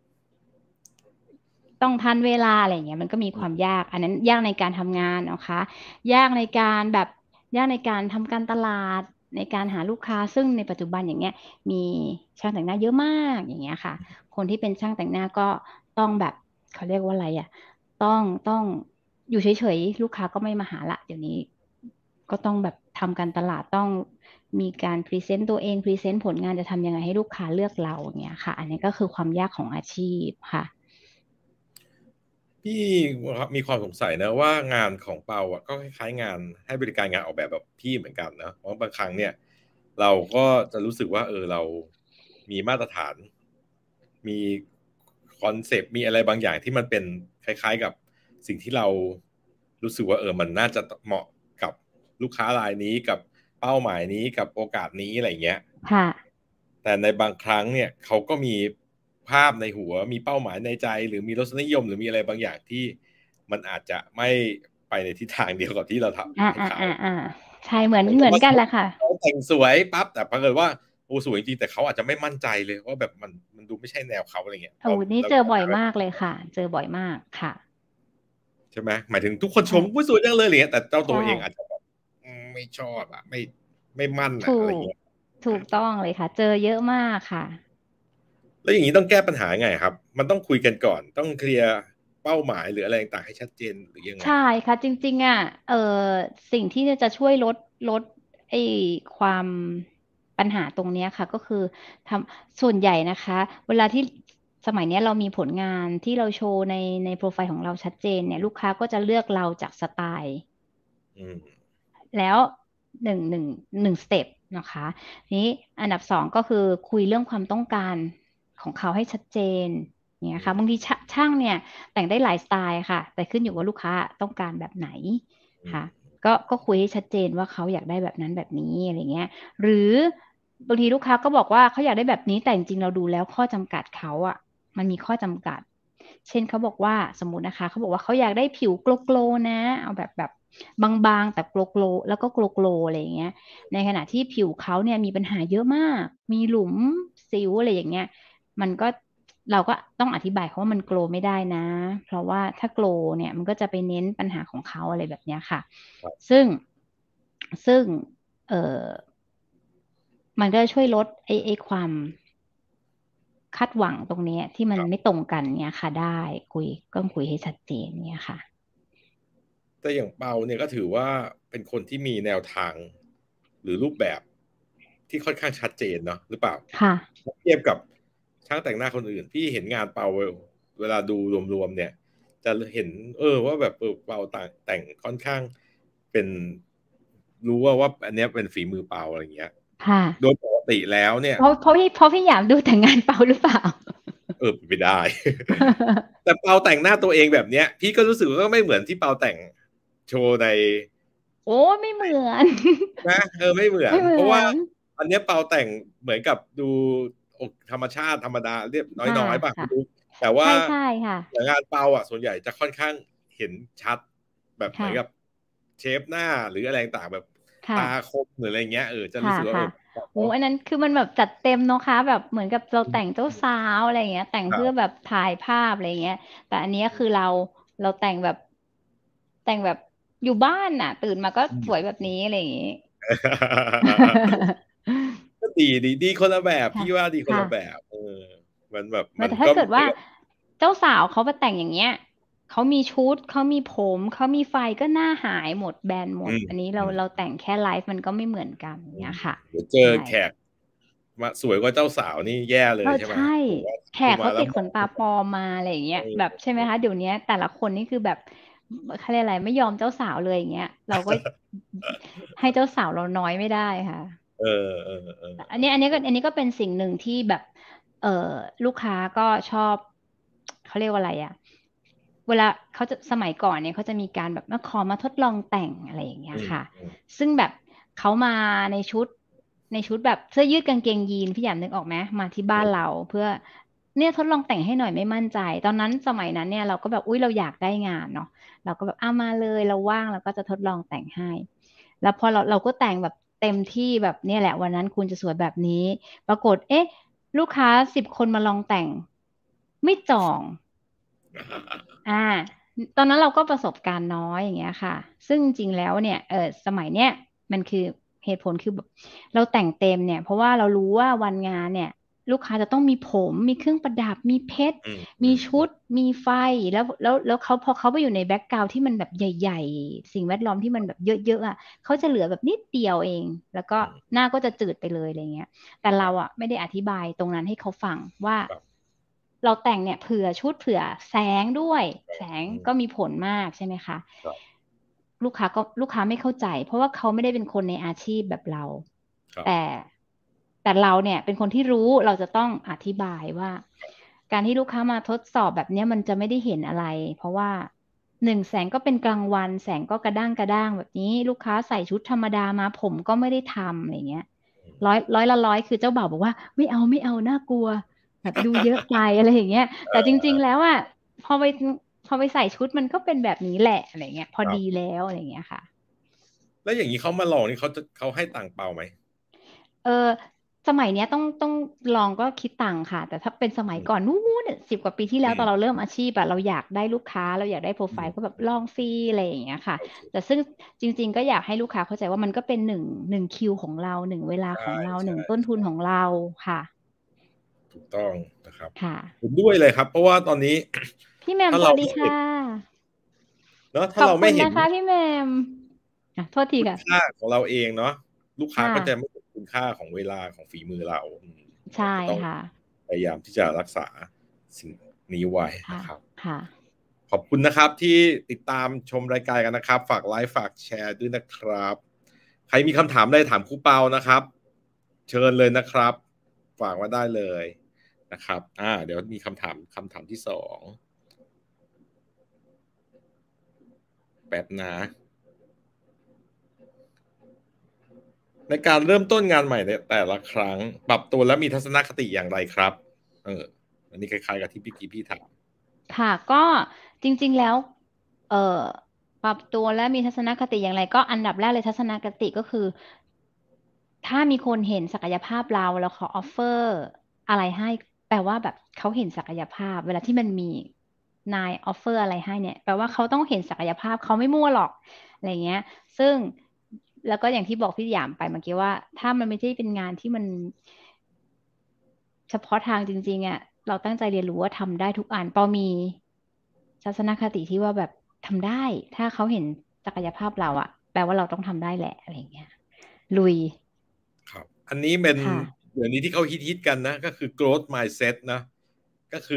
ต้องทันเวลาอะไรอย่างเงี้ยมันก็มีความยากอันนั้นยากในการทำงานนะคะยากในการแบบยากในการทำการตลาดในการหาลูกค้าซึ่งในปัจจุบันอย่างเงี้ยมีช่างแต่งหน้าเยอะมากอย่างเงี้ยค่ะคนที่เป็นช่างแต่งหน้าก็ต้องแบบเขาเรียกว่าอะไรอ่ะต้องอยู่เฉยๆลูกค้าก็ไม่มาหาละเดี๋ยวนี้ก็ต้องแบบทำการตลาดต้องมีการพรีเซนต์ตัวเองพรีเซนต์ผลงานจะทำยังไงให้ลูกค้าเลือกเราอย่างเงี้ยค่ะอันนี้ก็คือความยากของอาชีพค่ะพี่มีความสงสัยนะว่างานของเปาอ่ะก็คล้ายๆงานให้บริการงานออกแบบแบบพี่เหมือนกันนะเพราะบางครั้งเนี่ยเราก็จะรู้สึกว่าเรามีมาตรฐานมีคอนเซปต์มีอะไรบางอย่างที่มันเป็นคล้ายๆกับสิ่งที่เรารู้สึกว่ามันน่าจะเหมาะกับลูกค้ารายนี้กับเป้าหมายนี้กับโอกาสนี้อะไรเงี้ยค่ะแต่ในบางครั้งเนี่ยเขาก็มีภาพในหัวมีเป้าหมายในใจหรือมีรสนิยมหรือมีอะไรบางอย่างที่มันอาจจะไม่ไปในทิศทางเดียวกับที่เราทำให้เขาใช่เหมือนเหมือนเหมือนกับว่าเขากันแหละค่ะเขาแต่งสวยปั๊บแต่ปรากฏว่าโอ้สวยจริงแต่เขาอาจจะไม่มั่นใจเลยว่าแบบมันดูไม่ใช่แนวเขาอะไรเงี้ยโอ้นี่เราเจอบ่อยมากเลยค่ะเจอบ่อยมากค่ะใช่ไหมหมายถึงทุกคนชใช่มว่าสวยจังเลยอะไรเงี้ยแต่เจ้าตัใช่วเองอาจจะแบบไม่ชอบอ่ะไม่มั่นถูอ่ะอะไรกเงี้ยถูกต้องเลยค่ะเจอเยอะมากค่ะแล้วอย่างนี้ต้องแก้ปัญหาไงครับมันต้องคุยกันก่อนต้องเคลียร์เป้าหมายหรืออะไรต่างๆให้ชัดเจนหรือยังไงใช่ค่ะจริงๆอ่ะสิ่งที่จะช่วยลดไอ้ความปัญหาตรงเนี้ยค่ะก็คือส่วนใหญ่นะคะ เวลาที่สมัยนี้เรามีผลงานที่เราโชว์ในโปรไฟล์ของเราชัดเจนเนี่ยลูกค้าก็จะเลือกเราจากสไตล์ แล้วหนึ่งสเต็ปนะคะนี้อันดับ2ก็คือคุยเรื่องความต้องการของเขาให้ชัดเจนเนี่ยค่ะบางทีช่างเนี่ยแต่งได้หลายสไตล์ค่ะแต่ขึ้นอยู่ว่าลูกค้าต้องการแบบไหนค่ะก็คุยให้ชัดเจนว่าเขาอยากได้แบบนั้นแบบนี้อะไรเงี้ยหรือบางทีลูกค้าก็บอกว่าเขาอยากได้แบบนี้แต่จริงๆเราดูแล้วข้อจำกัดเขาอ่ะมันมีข้อจำกัด เช่นเขาบอกว่าสมมุตินะคะเขาบอกว่าเขาอยากได้ผิวโกลๆนะเอาแบบบางๆแต่โกลๆแล้วก็โกลๆอะไรอย่างเงี้ยในขณะที่ผิวเขาเนี่ยมีปัญหาเยอะมากมีหลุมสิวอะไรอย่างเงี้ยมันก็เราก็ต้องอธิบายเขาว่ามันโกลไม่ได้นะเพราะว่าถ้าโกลเนี่ยมันก็จะไปเน้นปัญหาของเขาอะไรแบบเนี้ยค่ะซึ่งซึ่งเอ่อมันก็ช่วยลดไอ้ความคาดหวังตรงนี้ที่มันไม่ตรงกันเนี่ยค่ะได้คุยให้ชัดเจนเนี่ยค่ะแต่อย่างเปาเนี่ยก็ถือว่าเป็นคนที่มีแนวทางหรือรูปแบบที่ค่อนข้างชัดเจนเนาะหรือเปล่าค่ะเทียบกับช่างแต่งหน้าคนอื่นพี่เห็นงานเปาเวลาดูรวมๆเนี่ยจะเห็นว่าแบบเปาแต่งค่อนข้างเป็นรู้ว่าอันนี้เป็นฝีมือเปาอะไรอย่างเงี้ยค่ะโดยปกติแล้วเนี่ยเพราะพี่อยากดูแต่งานเปาหรือเปล่าไม่ได้ แต่เปาแต่งหน้าตัวเองแบบเนี้ยพี่ก็รู้สึกว่าไม่เหมือนที่เปาแต่งโชว์ในโอ้ไม่เหมือนนะไม่เหมือนไม่เหมืเพราะว่าอนอันเนี้ยเปาแต่งเหมือนกับดูธรรมชาติธรรมดาเรียบค่ะน้อยป่ะค่ะไม่รู้แต่ว่าใช่ใช่ค่ะงานเปาอ่ะส่วนใหญ่จะค่อนข้างเห็นชัดแบบเหมือนกับค่ะเชฟหน้าหรืออะไรต่างแบบตาค่ะคมหรืออะไรเงี้ยจะรู้ค่ะสึกว่าค่ะโอ้เขาอันนั้นคือมันแบบจัดเต็มเนอะคะแบบเหมือนกับเราแต่งเจ้าสาวอะไรอย่างเงี้ยแต่งเพื่อแบบถ่ายภาพอะไรอย่างเงี้ยแต่อันนี้คือเราแต่งแบบอยู่บ้านน่ะตื่นมาก็สวยแบบนี้อะไรอย่างงี้ก็ดีคนละแบบค่ะพี่ว่าดีคนค่ะละแบบมันแบบแต่มันถ้าเกิดว่าก็เหมือนกับเจ้าสาวเขามาแต่งอย่างเงี้ยเขามีชุดเขามีผมเขามีไฟก็หน้าหายหมดแบนหมดอืมอันนี้เราอืมเราแต่งแค่ไลฟ์มันก็ไม่เหมือนกันเนี่ยค่ะเดี๋ยวเจอใช่แขกมาสวยกว่าเจ้าสาวนี่แย่เลยใช่ไหมใช่ผมว่าแขดูกเขาติดมาแล้วมองขนตาปลอมมาอะไรอย่างเงี้ยเอแบบใช่ไหมอคะเดี๋ยวนี้แต่ละคนนี่คือแบบเขาเรียกอะไรไม่ยอมเจ้าสาวเลยอย่างเงี้ยเราก็ให้เจ้าสาวเราน้อยไม่ได้ค่ะเออเออเอออันนี้ก็เป็นสิ่งหนึ่งที่แบบเออลูกค้าก็ชอบเขาเรียกว่าอะไรอะเวลาเขาจะสมัยก่อนเนี่ยเขาจะมีการแบบมาขอมาทดลองแต่งอะไรอย่างเงี้ยอืมค่ะอืมซึ่งแบบเขามาในชุดในชุดแบบเสื้อยืดกางเกงยีนพี่แยมนึกออกไหมมาที่บ้านเราเพื่อเนี่ยทดลองแต่งให้หน่อยไม่มั่นใจตอนนั้นสมัยนั้นเนี่ยเราก็แบบอุ้ยเราอยากได้งานเนาะเราก็แบบเอามาเลยเราว่างเราก็จะทดลองแต่งให้ แล้วพอเราก็แต่งแบบเต็มที่แบบเนี่ยแหละวันนั้นคุณจะสวยแบบนี้ปรากฏเอ๊ะลูกค้า10 คนมาลองแต่งไม่จองอ่าตอนนั้นเราก็ประสบการณ์น้อยอย่างเงี้ยค่ะซึ่งจริงๆแล้วเนี่ยสมัยเนี้ยมันคือเหตุผลคือแบบเราแต่งเต็มเนี่ยเพราะว่าเรารู้ว่าวันงานเนี่ยลูกค้าจะต้องมีผมมีเครื่องประดับมีเพชรอืมอืมีมอืมชุดมีไฟแล้วเขาพอเขาไปอยู่ในแบ็กกราวด์ที่มันแบบใหญ่ๆสิ่งแวดล้อมที่มันแบบเยอะๆอ่ะ เขาจะเหลือแบบนิดเดียวเอง แล้วก็หน้าก็จะจืดไปเลยอะไรเงี้ยแต่เราอ่ะไม่ได้อธิบายตรงนั้นให้เขาฟังว่าครับเราแต่งเนี่ยเผื่อชุดเผื่อแสงด้วยแสงอืมก็มีผลมากใช่ไหมคะครับลูกค้าไม่เข้าใจเพราะว่าเขาไม่ได้เป็นคนในอาชีพแบบเราครับแต่แต่เราเนี่ยเป็นคนที่รู้เราจะต้องอธิบายว่าการที่ลูกค้ามาทดสอบแบบเนี้ยมันจะไม่ได้เห็นอะไรเพราะว่าแสงก็เป็นกลางวันแสงก็กระด้างแบบนี้ลูกค้าใส่ชุดธรรมดามาผมก็ไม่ได้ทำอะไรเงี้ยร้อยละร้อยคือเจ้าบ่าวบอกว่าไม่เอาน่ากลัวแบบดูเยอะไปอะไรอย่างเงี้ยแต่จริงๆแล้วอ่ะพอไป พอไปใส่ชุดมันก็เป็นแบบนี้แหละอะไรเงี้ยพอดีครับแล้วอะไรเงี้ยค่ะแล้วอย่างนี้เขามาลองนี่เขาให้ตังค์เปาไหมเออสมัยเนี้ยต้องลองก็คิดตังค่ะแต่ถ้าเป็นสมัยอืมก่อนนู้นเนี่ย10 กว่าปีที่แล้วตอนเราอืมเริ่มอาชีพอะเราอยากได้ลูกค้าเราอยากได้โปรไฟล์ก็แบบลองฟรีอะไรอย่างเงี้ยค่ะโอเคแต่ซึ่งจริงๆก็อยากให้ลูกค้าเข้าใจว่ามันก็เป็นหนึ่งคิวของเราหนึ่งเวลาขใช่องเราหนึ่งใช่ต้นทุนของเราค่ะถูกต้องนะครับค่ะผมด้วยเลยครับเพราะว่าตอนนี้พี่แหมถ้ามสวัสดีค่ะเราไม่เห็นเนาะถ้าขอบคุณเราไม่เห็นนะคะพี่แหมมอ่ะโทษทีคุณค่ะค่าของเราเองเนาะลูกค้าค่ะก็จะไม่เห็นคุคุณค่าของเวลาของฝีมือเราใช่ต้องค่ะพยายามที่จะรักษาสิ่งนี้ไว้ค่ะนะครับค่ะขอบคุณนะครับที่ติดตามชมรายการกันนะครับฝากไลค์ฝากแชร์ด้วยนะครับใครมีคำถามอะไรถามครูเปานะครับเชิญเลยนะครับฝากมาได้เลยนะครับเดี๋ยวมีคำถามที่2แป๊บนะในการเริ่มต้นงานใหม่ในแต่ละครั้งปรับตัวและมีทัศนคติอย่างไรครับอันนี้คล้ายๆกับที่พี่ถามค่ะก็จริงๆแล้วเอ่อปรับตัวและมีทัศนคติอย่างไรก็อันดับแรกเลยทัศนคติก็คือถ้ามีคนเห็นศักยภาพเราแล้วเขาออฟเฟอร์อะไรให้แปลว่าแบบเขาเห็นศักยภาพเวลาที่มันมีนายออฟเฟอร์อะไรให้เนี่ยแปลว่าเขาต้องเห็นศักยภาพเขาไม่มั่วหรอกอะไรเงี้ยซึ่งแล้วก็อย่างที่บอกพี่หยามไปเมื่อกี้ว่าถ้ามันไม่ใช่เป็นงานที่มันเฉพาะทางจริงๆอ่ะเราตั้งใจเรียนรู้ว่าทำได้ทุกอันปอมีทัศนคติที่ว่าแบบทำได้ถ้าเขาเห็นศักยภาพเราอ่ะแปลว่าเราต้องทำได้แหละอะไรเงี้ยลุยครับอันนี้เป็นค่ะเดี๋ยวนี้ที่เขาฮิตกันนะก็คือ growth mindset นะก็คือ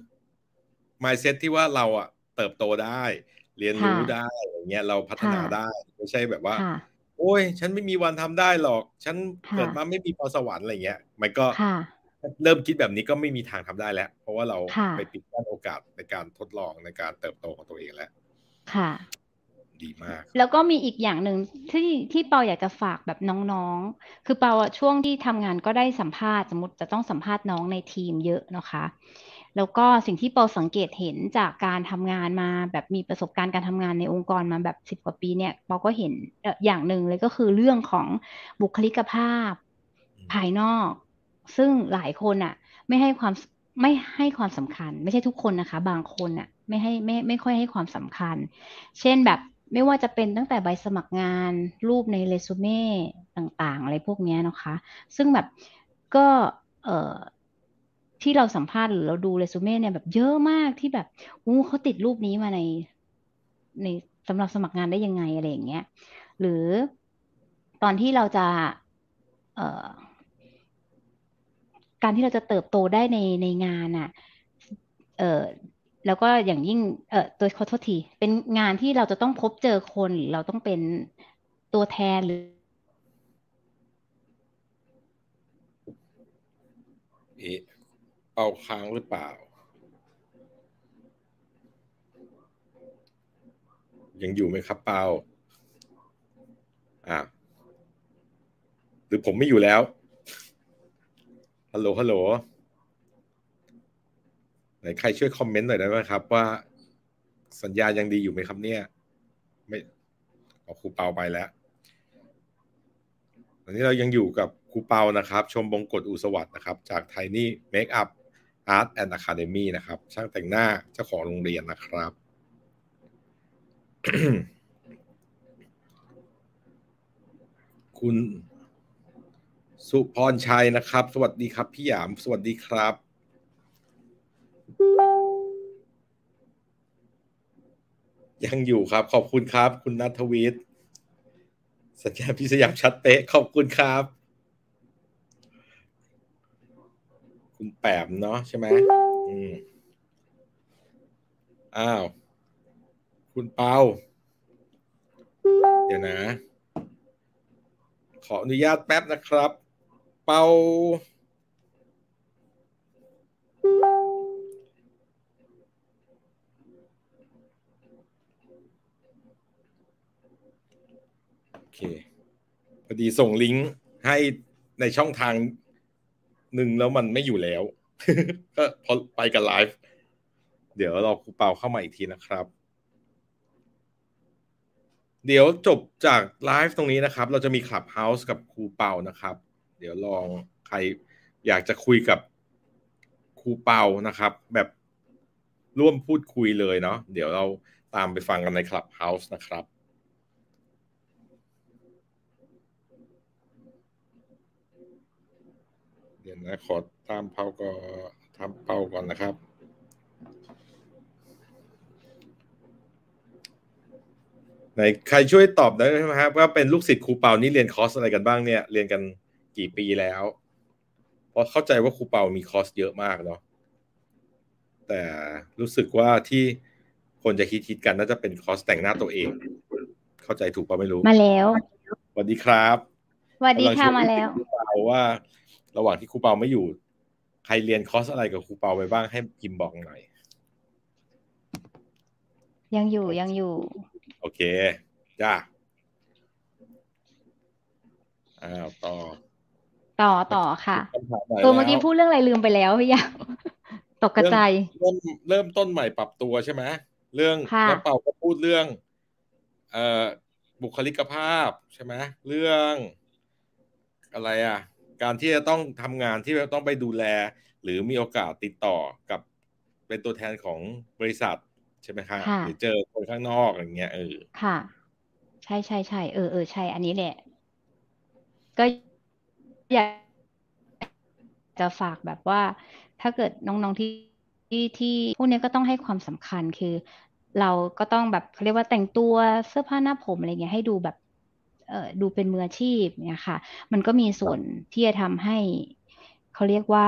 mindset ที่ว่าเราเติบโตได้เรียนค่ะรู้ได้อย่างเงี้ยเราพัฒค่ะนาได้ไม่ใช่แบบว่าค่ะโอ้ยฉันไม่มีวันทำได้หรอกฉันเกิค่ะดมาไม่มีพรสวรรค์อะไรเงี้ยมันก็ค่ะเริ่มคิดแบบนี้ก็ไม่มีทางทำได้แล้วเพราะว่าเราค่ะไปปิดกั้นโอกาสในการทดลองในการเติบโตของตัวเองแล้วค่ะดีมากครับแล้วก็มีอีกอย่างหนึ่งที่เปาอยากจะฝากแบบน้องๆคือเปาอะช่วงที่ทำงานก็ได้สัมภาษณ์สมมติจะต้องสัมภาษณ์น้องในทีมเยอะนะคะแล้วก็สิ่งที่เปาสังเกตเห็นจากการทำงานมาแบบมีประสบการณ์การทำงานในองค์กรมาแบบ10 กว่าปีเนี่ยเปาก็เห็นอย่างหนึ่งเลยก็คือเรื่องของบุคลิกภาพภายนอกซึ่งหลายคนอ่ะไม่ให้ความไม่ให้ความสำคัญไม่ใช่ทุกคนนะคะบางคนอ่ะไม่ค่อยให้ความสำคัญ เช่นแบบไม่ว่าจะเป็นตั้งแต่ใบสมัครงานรูปในเรซูเม่ต่างๆอะไรพวกเนี้ยนะคะซึ่งแบบก็เอ่อที่เราสัมภาษณ์หรือเราดูเรซูเม่เนี่ยแบบเยอะมากที่แบบอู้เขาติดรูปนี้มาในสำหรับสมัครงานได้ยังไงอะไรอย่างเงี้ยหรือตอนที่เราจะเอ่อ การที่เราจะเติบโตได้ในงานอ่ะเออแล้วก็อย่างยิ่งตัวขอโทษทีเป็นงานที่เราจะต้องพบเจอคนหรือเราต้องเป็นตัวแทนหรือเอ๊ะเป้าค้างหรือเปล่ายังอยู่ไหมครับเปาอ่าหรือผมไม่อยู่แล้วฮัลโหลฮัลโหลไหนใครช่วยคอมเมนต์หน่อยได้ไหมครับว่าสัญญายังดีอยู่ไหมครับเนี่ยไม่ครูเปาไปแล้วตอนนี้เรายังอยู่กับครูเปานะครับชมบงกฎอุสวัสดิ์นะครับจากไทนี่เมคอัพอาร์ตแอนด์อะคาเดมี่นะครับช่างแต่งหน้าเจ้าของโรงเรียนนะครับ คุณสุพรชัยนะครับสวัสดีครับพี่หยามสวัสดีครับยังอยู่ครับขอบคุณครับคุณณัฐวิทย์สัญญาณพี่สยามชัดเป๊ะขอบคุณครับคุณแปมเนาะใช่ไหมอืมอ้าวคุณเปาเดี๋ยวนะขออนุญาตแป๊บนะครับเปาโอเคพอดีส่งลิงก์ให้ในช่องทางหนึ่งแล้วมันไม่อยู่แล้วก็พอไปกับไลฟ์เดี๋ยวรอครูเปาเข้ามาอีกทีนะครับเดี๋ยวจบจากไลฟ์ตรงนี้นะครับเราจะมี Clubhouse กับครูเปานะครับเดี๋ยวลองใครอยากจะคุยกับครูเปานะครับแบบร่วมพูดคุยเลยเนาะเดี๋ยวเราตามไปฟังกันใน Clubhouse นะครับเดี๋ยวนะขอตามเปาก็ทำเปาก่อนนะครับไหนใครช่วยตอบได้ไหมครับว่าเป็นลูกศิษย์ครูเปานี่เรียนคอร์สอะไรกันบ้างเนี่ยเรียนกันกี่ปีแล้วเพราะเข้าใจว่าครูเปามีคอร์สเยอะมากเนาะแต่รู้สึกว่าที่คนจะฮิตกันน่าจะเป็นคอร์สแต่งหน้าตัวเองเข้าใจถูกป่ะไม่รู้มาแล้วสวัสดีครับสวัสดีกำลังชวนค่ะมาแล้วครูเปาว่าระหว่างที่ครูเปาไม่อยู่ใครเรียนคอร์สอะไรกับครูเปาไปบ้างให้พิมพ์บอกหน่อยยังอยู่โอเคจ้าต่อค่ะคำถามไหนเมื่อแล้วกี้พูดเรื่องอะไรลืมไปแล้วพี่ยาวตกกระเรื่องจายเริ่มต้นใหม่ปรับตัวใช่ไหมเรื่องค่ะแล้วเปาก็พูดเรื่องเอ่อบุคลิกภาพใช่ไหมเรื่องอะไรอ่ะการที่จะต้องทำงานที่ต้องไปดูแลหรือมีโอกาสติดต่อกับเป็นตัวแทนของบริษัทใช่ไหมคะค่ะหรือเจอคนข้างนอกอย่างเงี้ยค่ะใช่ใช่อันนี้แหละก็อยากจะฝากแบบว่าถ้าเกิดน้องๆที่พวกนี้ก็ต้องให้ความสำคัญคือเราก็ต้องแบบเขาเรียกว่าแต่งตัวเสื้อผ้าหน้าผมอะไรเงี้ยให้ดูแบบดูเป็นมืออาชีพเนี่ยค่ะมันก็มีส่วนที่จะทำให้เขาเรียกว่า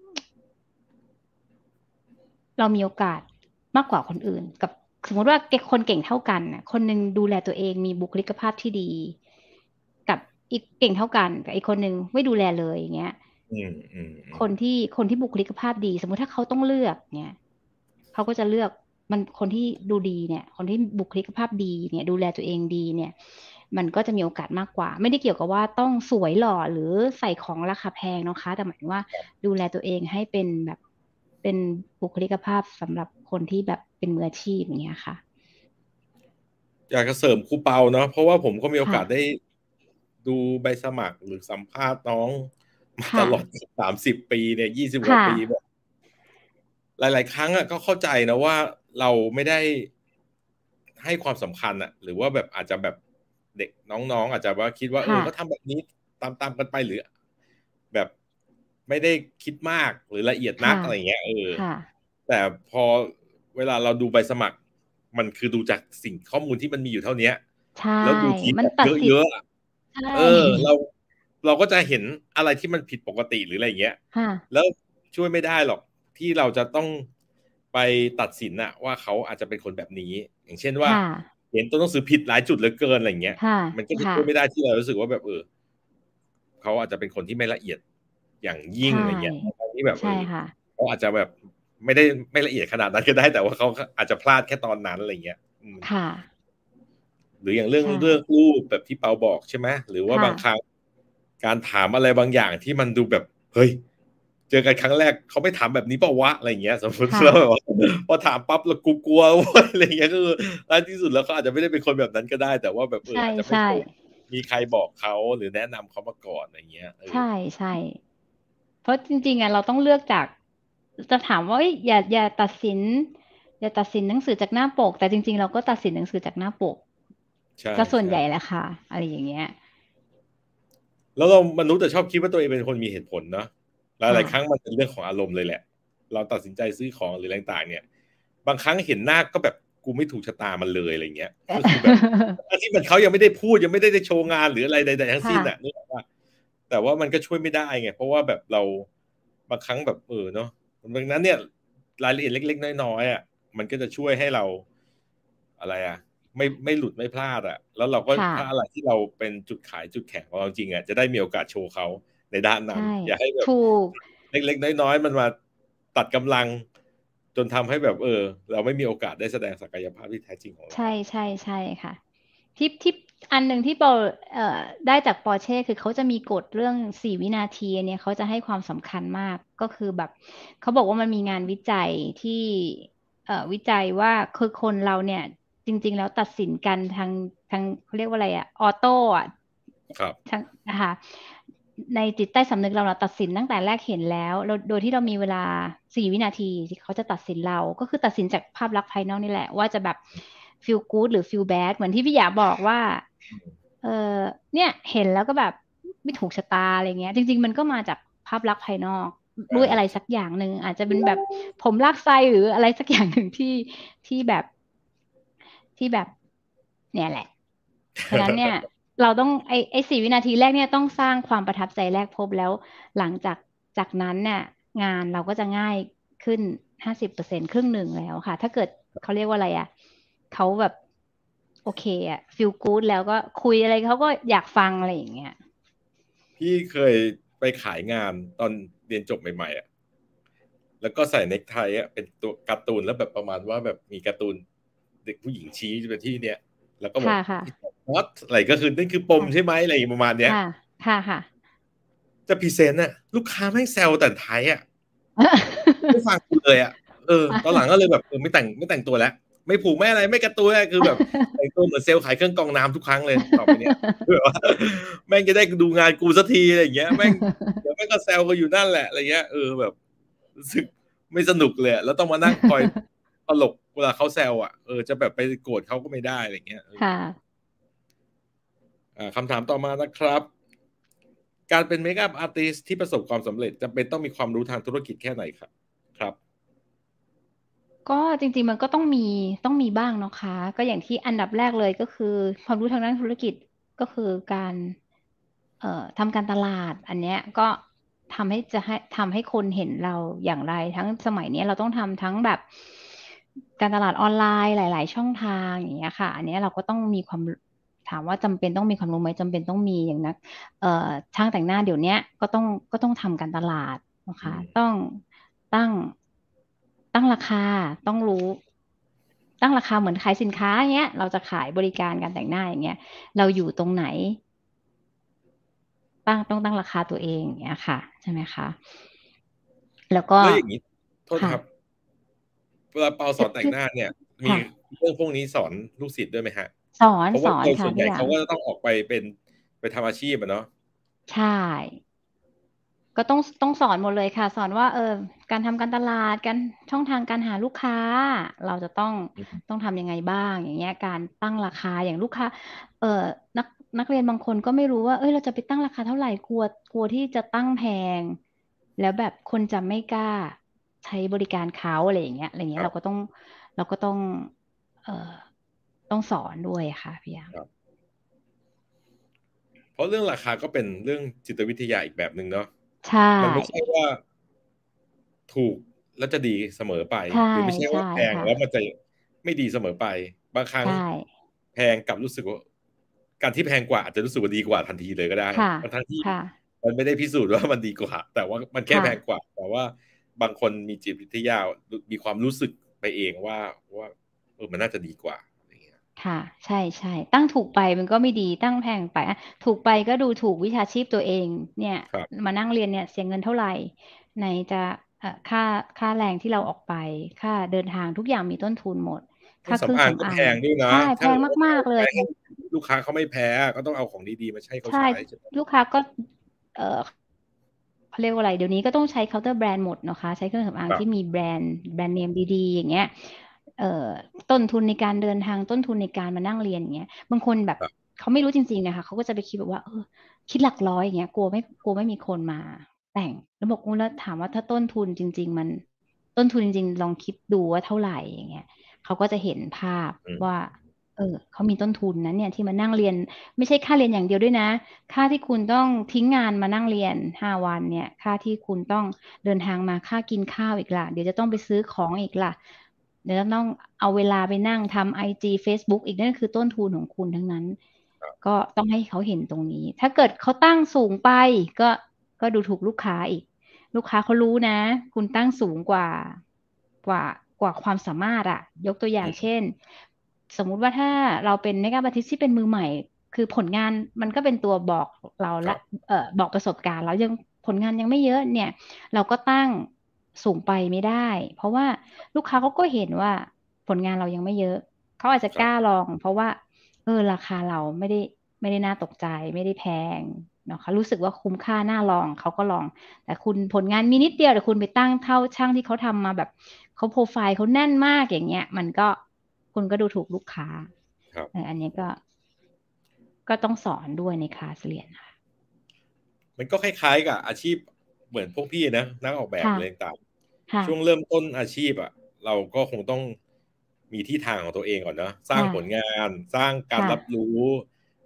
เรามีโอกาสมากกว่าคนอื่นกับสมมติว่าคนเก่งเท่ากันน่ะคนหนึ่งดูแลตัวเองมีบุคลิกภาพที่ดีกับอีกเก่งเท่ากันกับอีกคนหนึ่งไม่ดูแลเลยอย่างเงี้ย คนที่บุคลิกภาพดีสมมุติถ้าเขาต้องเลือกเนี่ยเขาก็จะเลือกมันคนที่ดูดีเนี่ยคนที่บุคลิกภาพดีเนี่ยดูแลตัวเองดีเนี่ยมันก็จะมีโอกาสมากกว่าไม่ได้เกี่ยวกับว่าต้องสวยหล่อหรือใส่ของราคาแพงนะคะแต่หมายถึงว่าดูแลตัวเองให้เป็นแบบเป็นบุคลิกภาพสำหรับคนที่แบบเป็นมืออาชีพอย่างเงี้ยค่ะอยากจะเสริมครูเปาเนาะเพราะว่าผมก็มีโอกาสได้ค่ะดูใบสมัครหรือสัมภาษณ์น้องมาตค่ะลอด30 ปีเนี่ย20 กว่าค่ะปีแบบหลายๆครั้งอ่ะก็เข้าใจนะว่าเราไม่ได้ให้ความสำคัญอ่ะหรือว่าแบบอาจจะแบบเด็กน้องๆอาจจะว่าคิดว่าค่ะก็ทำแบบนี้ตามกันไปหรือแบบไม่ได้คิดมากหรือละเอียดนักค่ะอะไรเงี้ยค่ะแต่พอเวลาเราดูใบสมัครมันคือดูจากสิ่งข้อมูลที่มันมีอยู่เท่านี้ใช่แล้วดูทีมันแบบตัดสินเยอะๆอะใช่เราก็จะเห็นอะไรที่มันผิดปกติหรืออะไรเงี้ยค่ะแล้วช่วยไม่ได้หรอกที่เราจะต้องไปตัดสินอะว่าเขาอาจจะเป็นคนแบบนี้อย่างเช่นว่าค่ะเห็นตัวหนังสือผิดหลายจุดเหลือเกินอะไรเงี้ยค่ะมันก็จะค่ะช่วยไม่ได้ที่เรารู้สึกว่าแบบเขาอาจจะเป็นคนที่ไม่ละเอียดอย่างยิ่งใช่อะไรเงี้ยทั้งที่แบบใช่ค่ะเขาอาจจะแบบไม่ละเอียดขนาดนั้นก็ได้แต่ว่าเขาอาจจะพลาดแค่ตอนนั้นอะไรเงี้ยค่ะหรืออย่างเรื่องใช่เลือกรูปแบบที่เปาบอกใช่ไหมหรือว่าค่ะบางครั้งการถามอะไรบางอย่างที่มันดูแบบเฮ้ยเจอกันครั้งแรกเขาไม่ถามแบบนี้เปล่าวะอะไรเงี้ยสมมติค่ะแล้วแบบว่าพอถามปั๊บเรากลัวเว้ยอะไรเงี้ยคือท้ายที่สุดแล้วเขาอาจจะไม่ได้เป็นคนแบบนั้นก็ได้แต่ว่าแบบใช่อาจจะไม่ใช่เคยมีใครบอกเขาหรือแนะนำเขามาก่อนอะไรเงี้ยใช่ใช่เพราะจริงๆอ่ะเราต้องเลือกจากจะถามว่าเอ้ยอย่าตัดสินหนังสือจากหน้าปกแต่จริงๆเราก็ตัดสินหนังสือจากหน้าปกใช่ก็ส่วนใช่ใหญ่แหละค่ะอะไรอย่างเงี้ยแล้วเรามนุษย์จะชอบคิดว่าตัวเองเป็นคนมีเหตุผลเนาะหค่ะลายๆครั้งมันเป็นเรื่องของอารมณ์เลยแหละเราตัดสินใจซื้อของหรืออะไรต่างๆเนี่ยบางครั้งเห็นหน้าก็แบบกูไม่ถูกชะตามันเลยอะไรเงี้ยก็คือแบบที่มันเขายังไม่ได้พูดยังไม่ได้โชว์งานหรืออะไรใดๆทั้งสิ้ค่ะนอ่ะนึกออกปะแต่ว่ามันก็ช่วยไม่ได้ไงเพราะว่าแบบเราบางครั้งแบบเนาะดังนั้นเนี่ยรายละเอียดเล็กๆน้อยๆอ่ะมันก็จะช่วยให้เราอะไรอ่ะไม่หลุดไม่พลาดอ่ะแล้วเราก็ค่ะถ้าอะไรที่เราเป็นจุดขายจุดแข็งของเราจริงอ่ะจะได้มีโอกาสโชว์เขาในด้านนั้นใช่อย่าให้แบบถูกเล็กๆน้อยๆมันมาตัดกำลังจนทำให้แบบเราไม่มีโอกาสได้แสดงศักยภาพที่แท้จริงของเราใช่ค่ะที่อันหนึ่งที่ปอได้จากปอร์เช่คือเขาจะมีกฎเรื่อง4 วินาทีอันเนี่ยเขาจะให้ความสำคัญมากก็คือแบบเขาบอกว่ามันมีงานวิจัยที่วิจัยว่าคือคนเราเนี่ยจริงๆแล้วตัดสินกันทางเขาเรียกว่าอะไรอะออโต้อะครับทางนะคะในจิตใต้สำนึกเราตัดสินตั้งแต่แรกเห็นแล้วโดยที่เรามีเวลา4 วินาทีที่เขาจะตัดสินเราก็คือตัดสินจากภาพลักษณ์ภายนอกนี่แหละว่าจะแบบ feel good หรือ feel bad เหมือนที่พี่หยาบอกว่าเออเนี่ยเห็นแล้วก็แบบไม่ถูกชะตาอะไรเงี้ยจริงๆมันก็มาจากภาพลักษณ์ภายนอกด้วยอะไรสักอย่างหนึ่งอาจจะเป็นแบบผมลากไส้หรืออะไรสักอย่างหนึ่งที่แบบที่แบบเนี่ยแหละฉะนั้นเนี่ยเราต้องไอ้4 วินาทีแรกเนี่ยต้องสร้างความประทับใจแรกพบแล้วหลังจากนั้นเนี่ยงานเราก็จะง่ายขึ้น50%ครึ่งหนึ่งแล้วค่ะถ้าเกิดเขาเรียกว่าอะไรอ่ะเขาแบบโอเคอ่ะฟีลกู๊ดแล้วก็คุยอะไรเขาก็อยากฟังอะไรอย่างเงี้ยพี่เคยไปขายงานตอนเรียนจบใหม่ๆอ่ะแล้วก็ใส่เนคไทอ่ะเป็นตัวการ์ตูนแล้วแบบประมาณว่าแบบมีการ์ตูนเด็กผู้หญิงชี้ไปที่เนี้ยแล้วก็บอกค่ะค่ะวอตอะไรก็คือนั่นคือปมค่ะใช่ไหมอะไรประมาณเนี้ยค่ะค่ะค่ะจะพรีเซนต์อ่ะลูกค้าไม่แซวแต่ไทยอ่ะไม่ฟังกูเลยอ่ะตอนหลังก็เลยแบบไม่แต่งตัวแล้วไม่ผูกไม่อะไรไม่การ์ตูนคือแบบแต่งตัวเหมือนเซลล์ขายเครื่องกรองน้ำทุกครั้งเลยต่อไปเนี้ยแบบว่าแม่งจะได้ดูงานกูสักทีอะไรอย่างเงี้ยแม่งเดี๋ยวแม่งก็แซวกันอยู่นั่นแหละอะไรเงี้ยแบบรู้สึกไม่สนุกเลยแล้วต้องมานั่งคอยตลกเวลาเขาแซวอ่ะจะแบบไปโกรธเขาก็ไม่ได้อะไรเงี้ยค่ะคำถามต่อมานะครับการเป็นเมคอัพอาร์ติสที่ประสบความสำเร็จจำเป็นต้องมีความรู้ทางธุรกิจแค่ไหนครับก็จริงๆมันก็ต้องมีบ้างเนาะคะก็อย่างที่อันดับแรกเลยก็คือความรู้ทางด้านธุรกิจก็คือการทำการตลาดอันเนี้ยก็ทำให้คนเห็นเราอย่างไรทั้งสมัยนี้เราต้องทำทั้งแบบการตลาดออนไลน์หลายๆช่องทางอย่างเงี้ยค่ะอันเนี้ยเราก็ต้องมีความถามว่าจำเป็นต้องมีความรู้ไหมจำเป็นต้องมีอย่างนักช่างแต่งหน้าเดี๋ยวเนี้ยก็ต้องทำการตลาดนะอืคะมต้องตั้งตั้งราคาต้องรู้ตั้งราคาเหมือนขายสินค้าอย่างเงี้ยเราจะขายบริการการแต่งหน้าอย่างเงี้ยเราอยู่ตรงไหน ต้องตั้งราคาตัวเองอย่างเงี้ยค่ะใช่ไหมคะแล้วก็แล้วอย่างนี้โทษค่ะครับเวลาเปาสอนแต่งคือหน้าเนี่ยมีค่ะเรื่องพวกนี้สอนลูกศิษย์ด้วยไหมฮะสอนเพราะสอนว่าคนส่วนใหญ่ค่ะพี่หยางเขาก็จะต้องออกไปไปทำอาชีพอะเนาะใช่ก็ต้องสอนหมดเลยค่ะสอนว่าการทำการตลาดการช่องทางการหาลูกค้าเราจะต้องทำยังไงบ้างอย่างเงี้ยการตั้งราคาอย่างลูกค้าเออนักนักเรียนบางคนก็ไม่รู้ว่าเราจะไปตั้งราคาเท่าไหร่กลัวที่จะตั้งแพงแล้วแบบคนจะไม่กล้าใช้บริการเขาอะไรเงี้ยครับเราก็ต้องเอ่อต้องสอนด้วยค่ะพี่ยามครับเพราะเรื่องราคาก็เป็นเรื่องจิตวิทยาอีกแบบหนึ่งเนาะใชมันไม่ใช่่ว่าถูกแล้วจะดีเสมอไปใช่หรือไม่ใช่ใช่ว่าแพงค่ะแล้วมันจะไม่ดีเสมอไปบางครั้งใช่แพงกลับรู้สึกว่าการที่แพงกว่าอาจจะรู้สึกว่าดีกว่าทันทีเลยก็ได้ค่ะทั้งที่ค่ะมันไม่ได้พิสูจน์ว่ามันดีกว่าแต่ว่ามันแค่ค่ะแพงกว่าแต่ว่าบางคนมีจิตวิทยามีความรู้สึกไปเองว่ามันน่าจะดีกว่าอย่างเงี้ยค่ะใช่ใช่ตั้งถูกไปมันก็ไม่ดีตั้งแพงไปอ่ะถูกไปก็ดูถูกวิชาชีพตัวเองเนี่ยครับมานั่งเรียนเนี่ยเสียเงินเท่าไหร่ไหนจะค่าแรงที่เราออกไปค่าเดินทางทุกอย่างมีต้นทุนหมดเครื่องค่าเครื่องสำอางก็แพสำอางงด้วยนะใช่แพงถ้าเกิดว่ามากๆเลยไปให้ลูกค้าเขาไม่แพ้ก็ต้องเอาของดีๆมาให้เขาใช่ใช้ใช่ไหมลูกค้าก็เออ เขาเรียกว่าอะไรเดี๋ยวนี้ก็ต้องใช้เคาน์เตอร์แบรนด์หมดนะคะใช้เครื่องสำอางที่มีครับแบรนด์เนมดีๆอย่างเงี้ยเอ่อต้นทุนในการเดินทางต้นทุนในการมานั่งเรียนอย่างเงี้ยบางคนแบบครับเขาไม่รู้จริงๆนะคะเขาก็จะไปคิดแบบว่าคิดหลักร้อยอย่างเงี้ยกลัวไม่มีคนมาแต่งแล้วบอกแล้วถามว่าถ้าต้นทุนจริงๆมันต้นทุนจริงๆลองคิดดูว่าเท่าไหร่อย่างเงี้ยเขาก็จะเห็นภาพอืมว่าเขามีต้นทุนนะเนี่ยที่มานั่งเรียนไม่ใช่ค่าเรียนอย่างเดียวด้วยนะ ค่าที่คุณต้องทิ้งงานมานั่งเรียน5 วันเนี่ยค่าที่คุณต้องเดินทางมาค่ากินข้าวอีกล่ะเดี๋ยวจะต้องไปซื้อของอีกล่ะเดี๋ยวจะต้องเอาเวลาไปนั่งทำIG Facebook อีกนั่นคือต้นทุนของคุณทั้งนั้นก็ต้องให้เขาเห็นตรงนี้ถ้าเกิดเขาตั้งสูงไปก็ก็ดูถูกลูกค้าอีกลูกค้าเขารู้นะคุณตั้งสูงกว่ากว่าความสามารถอะยกตัวอย่างเช่นสมมุติว่าถ้าเราเป็นเมคอัพอาร์ติสที่เป็นมือใหม่ คือผลงานมันก็เป็นตัวบอกเราละครับบอกประสบการณ์เรายังผลงานยังไม่เยอะเนี่ยเราก็ตั้งสูงไปไม่ได้เพราะว่าลูกค้าเขาก็เห็นว่าผลงานเรายังไม่เยอะเขาอาจจะกล้าครับลองเพราะว่าราคาเราไม่ได้น่าตกใจไม่ได้แพงเนาะเขารู้สึกว่าคุ้มค่าน่าลองเขาก็ลองแต่คุณผลงานมีนิดเดียวแต่คุณไปตั้งเท่าช่างที่เขาทำมาแบบเขาโปรไฟล์เขาแน่นมากอย่างเงี้ยมันก็คุณก็ดูถูกลูกค้าครับอันนี้ก็ต้องสอนด้วยในคลาสเรียนค่ะมันก็คล้ายๆกับอาชีพเหมือนพวกพี่นะนักออกแบบค่ะอะไรต่างค่ะๆช่วงเริ่มต้นอาชีพเราก็คงต้องมีที่ทางของตัวเองก่อนเนาะสร้างค่ะผลงานสร้างการรับค่ะรู้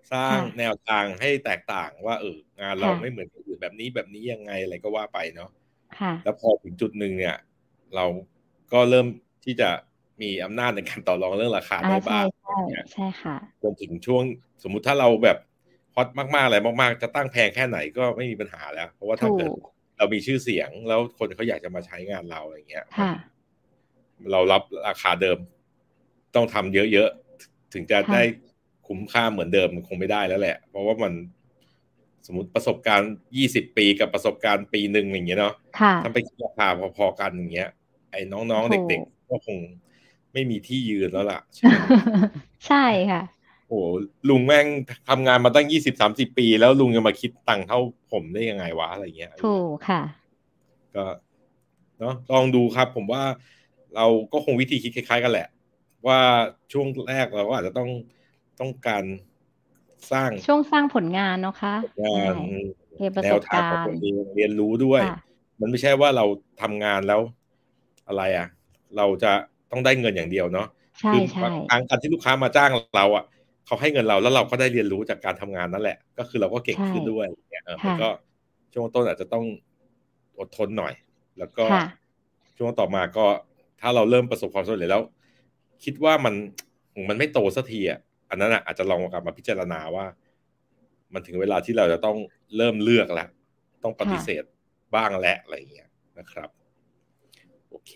สร้างค่ะแนวทางให้แตกต่างว่างานเราค่ะไม่เหมือนคนอื่นแบบนี้ยังไงอะไรก็ว่าไปเนาะค่ะแล้วพอถึงจุดหนึ่งเนี่ยเราก็เริ่มที่จะมีอำนาจในการต่อรองเรื่องราคาได้ใช่บ้างใช่ใช่ค่ะจนถึงช่วงสมมุติถ้าเราแบบฮอตมากๆอะไรมากๆจะตั้งแพงแค่ไหนก็ไม่มีปัญหาแล้วเพราะว่าถ้าถูเกิดกเรามีชื่อเสียงแล้วคนเขาอยากจะมาใช้งานเราอย่างเงี้ยค่ะเรารับราคาเดิมต้องทำเยอะๆถึงจะค่ะได้คุ้มค่าเหมือนเดิมมันคงไม่ได้แล้วแหละเพราะว่ามันสมมติประสบการณ์20 ปีกับประสบการณ์ปีหนึ่งอย่างเงี้ยเนาะค่ะถ้าไปคิดราคาพอๆกันอย่างเงี้ยไอ้น้องๆถูเด็กกๆก็คงไม่มีที่ยืนแล้วล่ะใช่ไหมใช่ค่ะโอ้ลุงแม่งทำงานมาตั้ง20-30 ปีแล้วลุงจะมาคิดตังค์เท่าผมได้ยังไงวะอะไรเงี้ยถูกค่ะก็เนาะลองดูครับผมว่าเราก็คงวิธีคิดคล้ายๆกันแหละว่าช่วงแรกเราก็อาจจะต้องการสร้างช่วงสร้างผลงานเนาะคะงาใช่นเก็บประแนวทางสบการณ์ของตัวเองเรียนรู้ด้วยค่ะมันไม่ใช่ว่าเราทำงานแล้วอะไรเราจะต้องได้เงินอย่างเดียวเนาะใช่คือใช่บางครั้งการที่ลูกค้ามาจ้างเราเขาให้เงินเราแล้วเราก็ได้เรียนรู้จากการทำงานนั่นแหละก็คือเราก็เก่งใช่ขึ้นด้วยเนี่ยมันค่ะก็ช่วงต้นอาจจะต้องอดทนหน่อยแล้วก็ค่ะช่วงต่อมาก็ถ้าเราเริ่มประสบความสำเร็จแล้วคิดว่ามันไม่โตสักทีอันนั้นอาจจะลองกลับมาพิจารณาว่ามันถึงเวลาที่เราจะต้องเริ่มเลือกแล้วต้องปฏิค่ะเสธบ้างและอะไรอย่างเงี้ยนะครับโอเค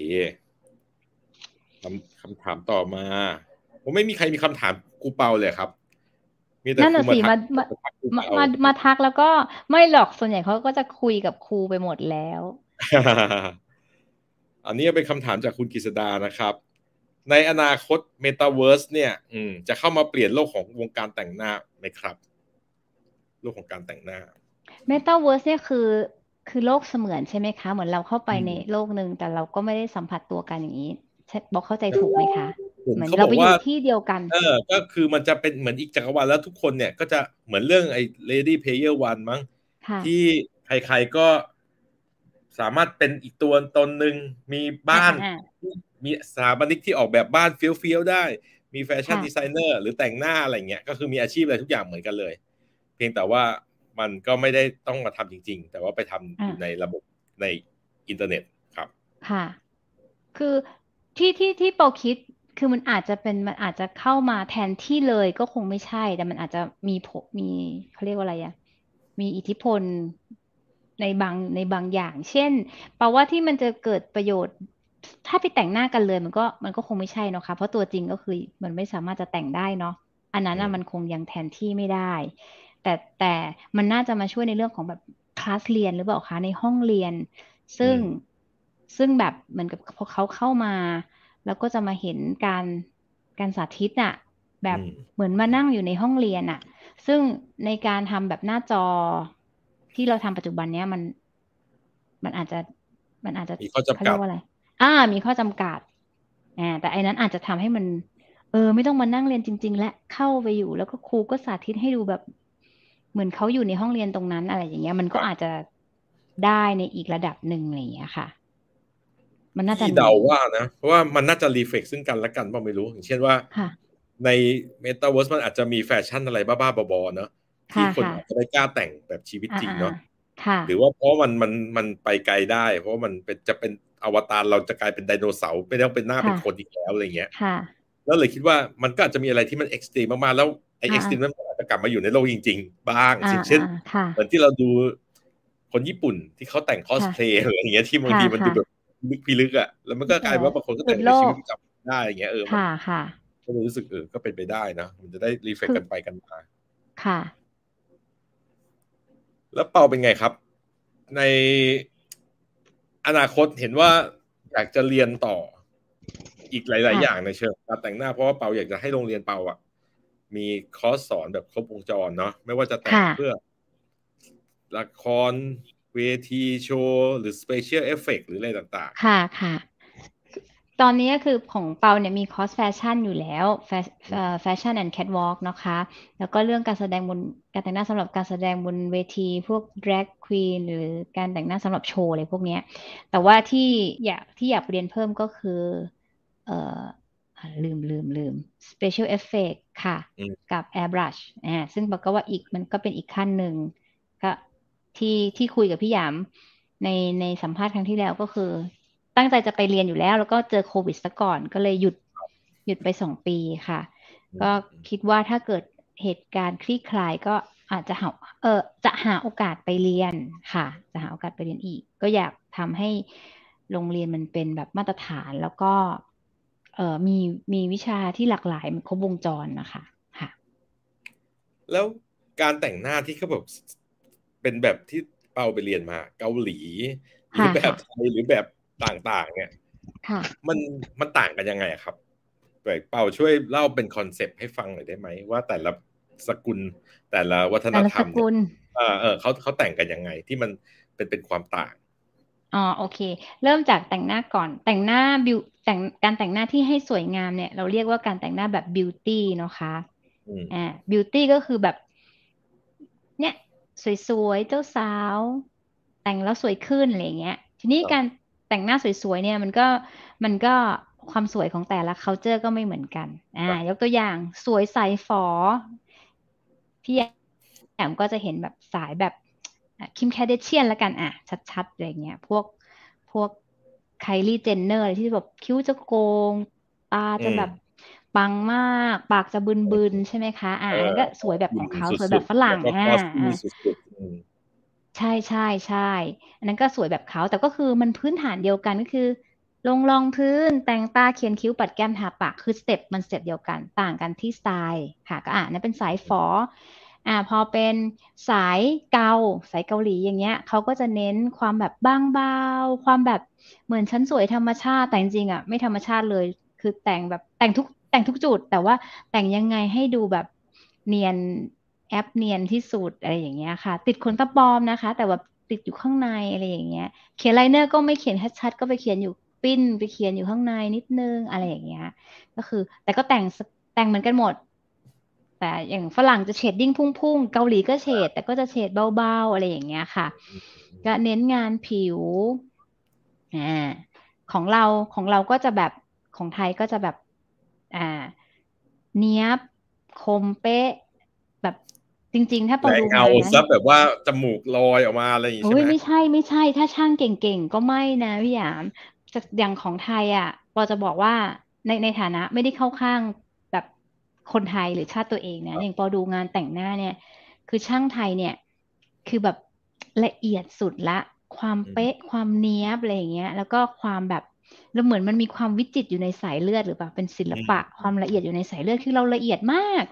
คำถามต่อมาผมไม่มีใครมีคำถามครูเปาเลยครับมีแต่นั่นครูมาทักน่ะสิครูเปามาทักแล้วก็ไม่หรอกส่วนใหญ่เขาก็จะคุยกับครูไปหมดแล้วอันนี้เป็นคำถามจากคุณกฤษดานะครับในอนาคตเมตาเวิร์สเนี่ยจะเข้ามาเปลี่ยนโลกของวงการแต่งหน้าไหมครับโลกของการแต่งหน้า Metaverse เนี่ยคือโลกเสมือนใช่ไหมคะเหมือนเราเข้าไปอืในมโลกหนึ่งแต่เราก็ไม่ได้สัมผัสตัวกันอย่างนี้ใช่บอกเข้าใจถูกไหมคะเหมือนเหมือนเขาบอกว่าเราไปอยู่ที่เดียวกันก็คือมันจะเป็นเหมือนอีกจักรวาลแล้วทุกคนเนี่ยก็จะเหมือนเรื่องไอ้ Lady Player One มั้งค่ะที่ใครๆก็สามารถเป็นอีกตัวตนหนึ่งมีบ้านอ่ามีสถาปนิกที่ออกแบบบ้านเฟี้ยวๆได้มีแฟชั่นค่ะดีไซเนอร์หรือแต่งหน้าอะไรเงี้ยก็คือมีอาชีพอะไรทุกอย่างเหมือนกันเลยเพียงแต่ว่ามันก็ไม่ได้ต้องมาทำจริงๆแต่ว่าไปทำอยู่ในระบบในอินเทอร์เน็ตครับค่ะคือที่ปอคิดคือมันอาจจะเข้ามาแทนที่เลยก็คงไม่ใช่แต่มันอาจจะมีเขาเรียกว่าอะไรอะมีอิทธิพลในบางอย่างเช่นแปลว่าที่มันจะเกิดประโยชน์ถ้าไปแต่งหน้ากันเลยมันก็คงไม่ใช่เนอะคะเพราะตัวจริงก็คือมันไม่สามารถจะแต่งได้เนาะอันนั้นอืมมันคงยังแทนที่ไม่ได้แต่มันน่าจะมาช่วยในเรื่องของแบบคลาสเรียนหรือเปล่าคะในห้องเรียน ซึ่งอืมแบบเหมือนกับพอเขาเข้ามาแล้วก็จะมาเห็นการสาธิตน่ะแบบอืมเหมือนมานั่งอยู่ในห้องเรียนน่ะซึ่งในการทำแบบหน้าจอที่เราทำปัจจุบันเนี้ยมันอาจจะมันอาจจะมีข้อจำกัดเขาเรียกว่าอะไรมีข้อจำกัดแต่อันนั้นอาจจะทำให้มันไม่ต้องมานั่งเรียนจริงๆและเข้าไปอยู่แล้วก็ครูก็สาธิตให้ดูแบบเหมือนเขาอยู่ในห้องเรียนตรงนั้นอะไรอย่างเงี้ยมันก็อาจจะได้ในอีกระดับหนึ่งอะไรอย่างเงี้ยค่ะมันน่าจะมีพี่เดาว่านะเพราะว่ามันน่าจะรีเฟกซึ่งกันและกันเปล่าไม่รู้อย่างเช่นว่าค่ะในเมตาเวิร์สมันอาจจะมีแฟชั่นอะไรบ้าๆบอๆเนอะที่ค่ะค่ะคนอาจจะไม่กล้าแต่งแบบชีวิตจริงเนาะค่ะหรือว่าเพราะมันไปไกลได้เพราะมันเป็นจะเป็นอวตารเราจะกลายเป็นไดโนเสาร์ไม่ต้องเป็นหน้าเป็นค่ะคนอีกแล้วอะไรเงี้ยค่ะแล้วเลยคิดว่ามันก็อาจจะมีอะไรที่มันเอ็กซ์ตรีมมากๆแล้วไอ้เอ็กซ์ตรีมนั้นค่ะมันอาจจะกลับมาอยู่ในโลกจริงๆบ้างอ่าอย่างเช่นค่ะเหมือนที่เราดูคนญี่ปุ่นที่เขาแต่งคอสค่ะเพลย์อะไรอย่างเงี้ยที่บางค่ะทีมันดูแบบค่ะลึกพิลึกแล้วมันก็กเออลายเป็นว่าบางคนก็หลุดโลแต่งในชีวิตกประจำวันได้อย่างเงี้ยมันค่ะค่ะก็เลยรู้สึกก็เป็นไปได้นะมันจะได้รีเฟกคือกันไปกันมาค่ะแล้วเปาเป็นไงครับในอนาคตเห็นว่าอยากจะเรียนต่ออีกหลายๆอย่างค่ะในเชิงการแต่งหน้าเพราะว่าเปาอยากจะให้โรงเรียนเปามีคอร์สสอนแบบครบวงจรเนาะไม่ว่าจะแต่งค่ะเพื่อละครเวทีโชว์หรือสเปเชียลเอฟเฟกต์หรืออะไรต่างค่ะค่ะตอนนี้ก็คือของเปาเนี่ยมีคอร์สแฟชั่นอยู่แล้วแฟชั่นแอนด์แคทวอล์กนะคะแล้วก็เรื่องการแต่งหน้าสำหรับการแสดงบนเวทีพวก drag queen หรือการแต่งหน้าสำหรับโชว์อะไรพวกเนี้ยแต่ว่าที่อยากเรียนเพิ่มก็คือเอ่ออะไรลืม Special Effect ค่ะอืมกับ Airbrush ซึ่งบอกก็ว่าอีกมันก็เป็นอีกขั้นหนึ่งก็ที่คุยกับพี่หยามในสัมภาษณ์ครั้งที่แล้วก็คือตั้งใจจะไปเรียนอยู่แล้วก็เจอโควิดซะก่อนก็เลยหยุดไป2 ปีค่ะก็คิดว่าถ้าเกิดเหตุการณ์คลี่คลายก็อาจจะจะหาโอกาสไปเรียนค่ะจะหาโอกาสไปเรียนอีกก็อยากทำให้โรงเรียนมันเป็นแบบมาตรฐานแล้วก็มีวิชาที่หลากหลายมันครบวงจรนะคะค่ะแล้วการแต่งหน้าที่เขาแบบเป็นแบบที่เปาไปเรียนมาเกาหลีหรือค่ะแบบไทยหรือแบบต่างๆเนี่ยค่ะมันมันต่างกันยังไงครับแบบเปาช่วยเล่าเป็นคอนเซปต์ให้ฟังหน่อยได้ไหมว่าแต่ละสกุลแต่ละวัฒนแต่ละธรรมเนี่ยสกุลเขาแต่งกันยังไงที่มันเป็นความต่างโอเคเริ่มจากแต่งหน้าก่อนแต่งหน้าบิวแต่งการแต่งหน้าที่ให้สวยงามเนี่ยเราเรียกว่าการแต่งหน้าแบบบิวตี้เนาะคะอืมบิวตี้ก็คือแบบเนี่ยสวยๆเจ้าสาวแต่งแล้วสวยขึ้นอะไรอย่างเงี้ยทีนี้การครับแต่งหน้าสวยๆเนี่ยมันก็ความสวยของแต่ละ culture ก็ไม่เหมือนกันยกตัวอย่างสวยใสฝอพี่แอมก็จะเห็นแบบสายแบบคิมแคเดเชียนละกันชัดๆอะไรเงี้ยพวกไคลี่เจนเนอร์อะไรที่แบบคิ้วจะโกงตาอืมจะแบบปังมากปากจะบึนๆใช่ไหมคะเออันนั้นก็สวยแบบอของเขาสสวยแบุบฝดๆแล้วก็รั่งกลอสซี่อ่าสุดๆอืมใช่อันนั้นก็สวยแบบเขาแต่ก็คือมันพื้นฐานเดียวกันก็คือลงรองพื้นแต่งตาเขียนคิ้วปัดแก้มทาปากคือสเต็ปมันสเต็ปเดียวกันต่างกันที่สไตล์ค่ะก็นั่นเป็นสายฝอพอเป็นสายเกาสายเกาหลีอย่างเงี้ยเขาก็จะเน้นความแบบบางเบาความแบบเหมือนฉันสวยธรรมชาติแต่จริงๆไม่ธรรมชาติเลยคือแต่งแบบแต่งทุกจุดแต่ว่าแต่งยังไงให้ดูแบบเนียน แอปเนียนที่สุดอะไรอย่างเงี้ยค่ะติดขนตาปลอมนะคะแต่ว่าติดอยู่ข้างในอะไรอย่างเงี้ยเขียนไลเนอร์ก็ไม่เขียนชัดๆก็ไปเขียนอยู่ปิ้นไปเขียนอยู่ข้างในนิดนึงอะไรอย่างเงี้ยก็คือแต่ก็แต่งเหมือนกันหมดแต่อย่างฝรั่งจะเชดดิ้งพุ่งๆเกาหลีก็เฉดแต่ก็จะเฉดเบาๆอะไรอย่างเงี้ยค่ะก็เน้นงานผิวอ่าของเราของเราก็จะแบบของไทยก็จะแบบอ่าเนี้ยบคมเป๊ะแบบจริงๆถ้าพอดูและเงางานนะซะแบบว่าจมูกลอยออกมาอะไรอย่างงี้โอ้ใช่ไหมยไม่ใช่ถ้าช่างเก่งๆก็ไม่นะพี่หยามจากอย่างของไทยปอจะบอกว่าในฐานะไม่ได้เข้าข้างแบบคนไทยหรือชาติตัวเองนะอย่างปอดูงานแต่งหน้าเนี่ยคือช่างไทยเนี่ยคือแบบละเอียดสุดละความอืมเป๊ะความเนี้ยบอะไรอย่างเงี้ยแล้วก็ความแบบแล้วเหมือนมันมีความวิจิตรอยู่ในสายเลือดหรือเปล่าเป็นศิลอืปะคมวามละเอียดอยู่ในสายเลือดคือเราละเอียดมาก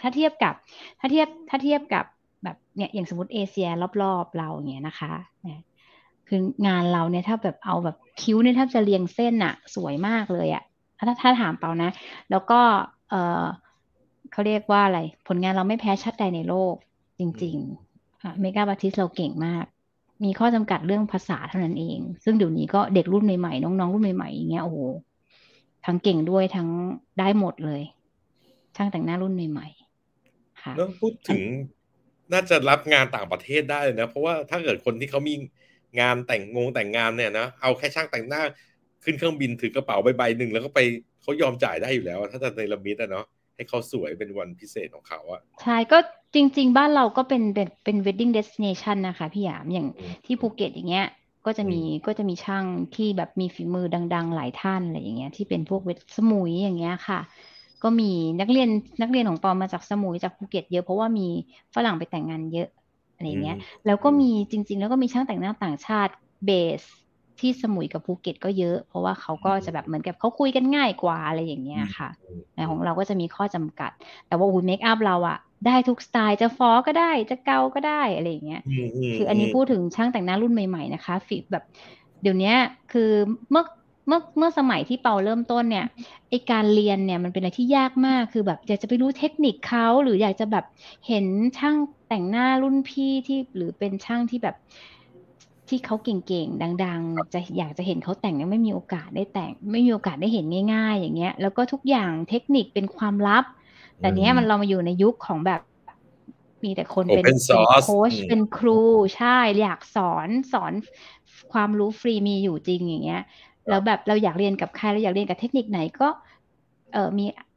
ถ้าเทียบกับแบบเนี่ยอย่างสมมติเอเชียรอบๆเราอย่างเงี้ยนะคะเนี่ยคืองานเราเนี่ยถ้าแบบเอาแบบคิ้วเนี่ยถ้าจะเรียงเส้นสวยมากเลยถ้าถามเปานะแล้วก็เออเขาเรียกว่าอะไรผลงานเราไม่แพ้ชาติใดในโลกจอืริงมๆเมกาบาทิสเราเก่งมากมีข้อจำกัดเรื่องภาษาเท่านั้นเองซึ่งเดี๋ยวนี้ก็เด็กรุ่นใหม่ๆน้องๆรุ่นใหม่ๆอย่างเงี้ยโอ้โหทั้งเก่งด้วยทั้งได้หมดเลยช่างแต่งหน้ารุ่นใหม่ๆค่ะแล้วพูดถึงน่าจะรับงานต่างประเทศได้เลยนะเพราะว่าถ้าเกิดคนที่เขามีงานแต่งงานเนี่ยนะเอาแค่ช่างแต่งหน้าขึ้นเครื่องบินถือกระเป๋าใบหนึ่งแล้วก็ไปเขายอมจ่ายได้อยู่แล้วถ้าจะในละมิดอะเนาะให้เขาสวยเป็นวันพิเศษของเขาอะใช่ก็จริงๆบ้านเราก็เป็น wedding destination นะคะพี่หยามอย่างอืมที่ภูเก็ตอย่างเงี้ยก็จะมีอืมก็จะมีช่างที่แบบมีฝีมือดังๆหลายท่านอะไรอย่างเงี้ยที่เป็นพวกเวทสมุยอย่างเงี้ยค่ะก็มีนักเรียนของปอมาจากสมุยจากภูเก็ตเยอะเพราะว่ามีฝรั่งไปแต่งงานเยอะอะไรอืมอย่างเงี้ยแล้วอืมก็มีจริงๆแล้วก็มีช่างแต่งหน้าต่างชาติเบสที่สมุยกับภูเก็ตก็เยอะเพราะว่าเขาก็จะแบบเหมือนกับเขาคุยกันง่ายกว่าอะไรอย่างเงี้อืมยค่ะอืมแต่อืมของเราก็จะมีข้อจำกัด แต่ว่าเมคอัพเราได้ทุกสไตล์จะฟอก็ได้จะเกาก็ได้อะไรอย่างเงี้ยอืมอืมคืออันอืมนี้พูดถึงช่างแต่งหน้ารุ่นใหม่ๆนะคะฝีแบบเดี๋ยวเนี้ยคือเมื่อเมื่อสมัยที่เปาเริ่มต้นเนี่ยไอการเรียนเนี่ยมันเป็นอะไรที่ยากมากคือแบบอยากจะไปรู้เทคนิคเขาหรืออยากจะแบบเห็นช่างแต่งหน้ารุ่นพี่ที่หรือเป็นช่างที่แบบที่เขาเก่งๆดังๆจะอยากจะเห็นเขาแต่งเนี่ยไม่มีโอกาสได้แต่งไม่มีโอกาสได้เห็นง่ายๆอย่างเงี้ยแล้วก็ทุกอย่างเทคนิคเป็นความลับอืแต่เนี้ยมันเรามมาอยู่ในยุคของแบบมีแต่คนเป็นโอเพนซเป็นอร์สโค้ชเป็นครูใช่อยากสอนความรู้ฟรีมีอยู่จริงอย่างเงี้ยแล้วแบบเราอยากเรียนกับใครเราอยากเรียนกับเทคนิคไหนก็มี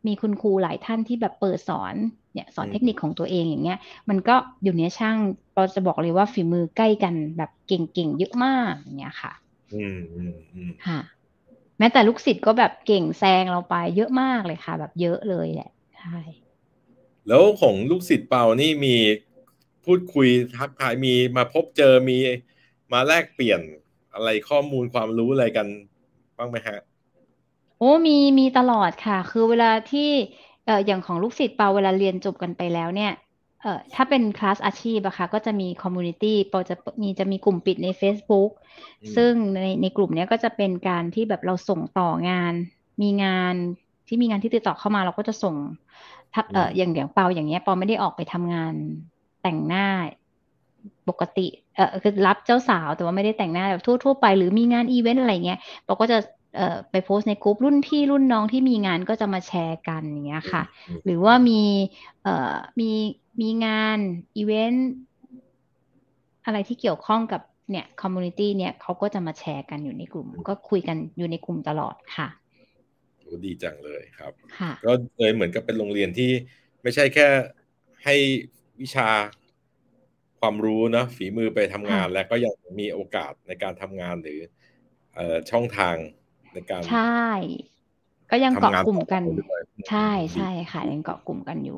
มีคุณครูหลายท่านที่แบบเปิดสอนเนี่ยสอนเทคนิคของตัวเองอย่างเงี้ยมันก็เดี๋ยวนี้ช่างเราจะบอกเลยว่าฝีมือใกล้กันแบบเก่งๆเยอะมากอย่างเงี้ยค่ะค่ะแม้แต่ลูกศิษย์ก็แบบเก่งแซงเราไปเยอะมากเลยค่ะแบบเยอะเลยแหละใช่แล้วของลูกศิษย์เปานี่มีพูดคุยทักทายมีมาพบเจอมีมาแลกเปลี่ยนอะไรข้อมูลความรู้อะไรกันบ้างไหมฮะโอ้มีตลอดค่ะคือเวลาที่อย่างของลูกศิษย์เปาเวลาเรียนจบกันไปแล้วเนี่ยถ้าเป็นคลาสอาชีพอะค่ะก็จะมีคอมมูนิตี้เปาจะมีกลุ่มปิดใน Facebook ซึ่งในกลุ่มเนี้ยก็จะเป็นการที่แบบเราส่งต่องานมีงานมีงานที่ติดต่อเข้ามาเราก็จะส่งอย่างเปาอย่างเงี้ยเปาไม่ได้ออกไปทำงานแต่งหน้าปกติคือรับเจ้าสาวแต่ว่าไม่ได้แต่งหน้าแบบทั่วๆไปหรือมีงานอีเวนต์อะไรเงี้ยเราก็จะไปโพสต์ในกลุ่มรุ่นพี่รุ่นน้องที่มีงานก็จะมาแชร์กันอย่างเงี้ยค่ะหรือว่าเอ่อมีมีงานอีเวนต์อะไรที่เกี่ยวข้องกับเนี่ยคอมมูนิตี้เนี่ยเขาก็จะมาแชร์กันอยู่ในกลุ่มก็คุยกันอยู่ในกลุ่มตลอดค่ะโอ้ดีจังเลยครับค่ะก็เลยเหมือนกับเป็นโรงเรียนที่ไม่ใช่แค่ให้วิชาความรู้นะฝีมือไปทำงานค่ะแล้วก็ยังมีโอกาสในการทำงานหรือช่องทางในการใช่ก็ยังเกาะทำงานต่อไปกลุ่มกันด้วยใช่ดีใช่ค่ะยังเกาะกลุ่มกันอยู่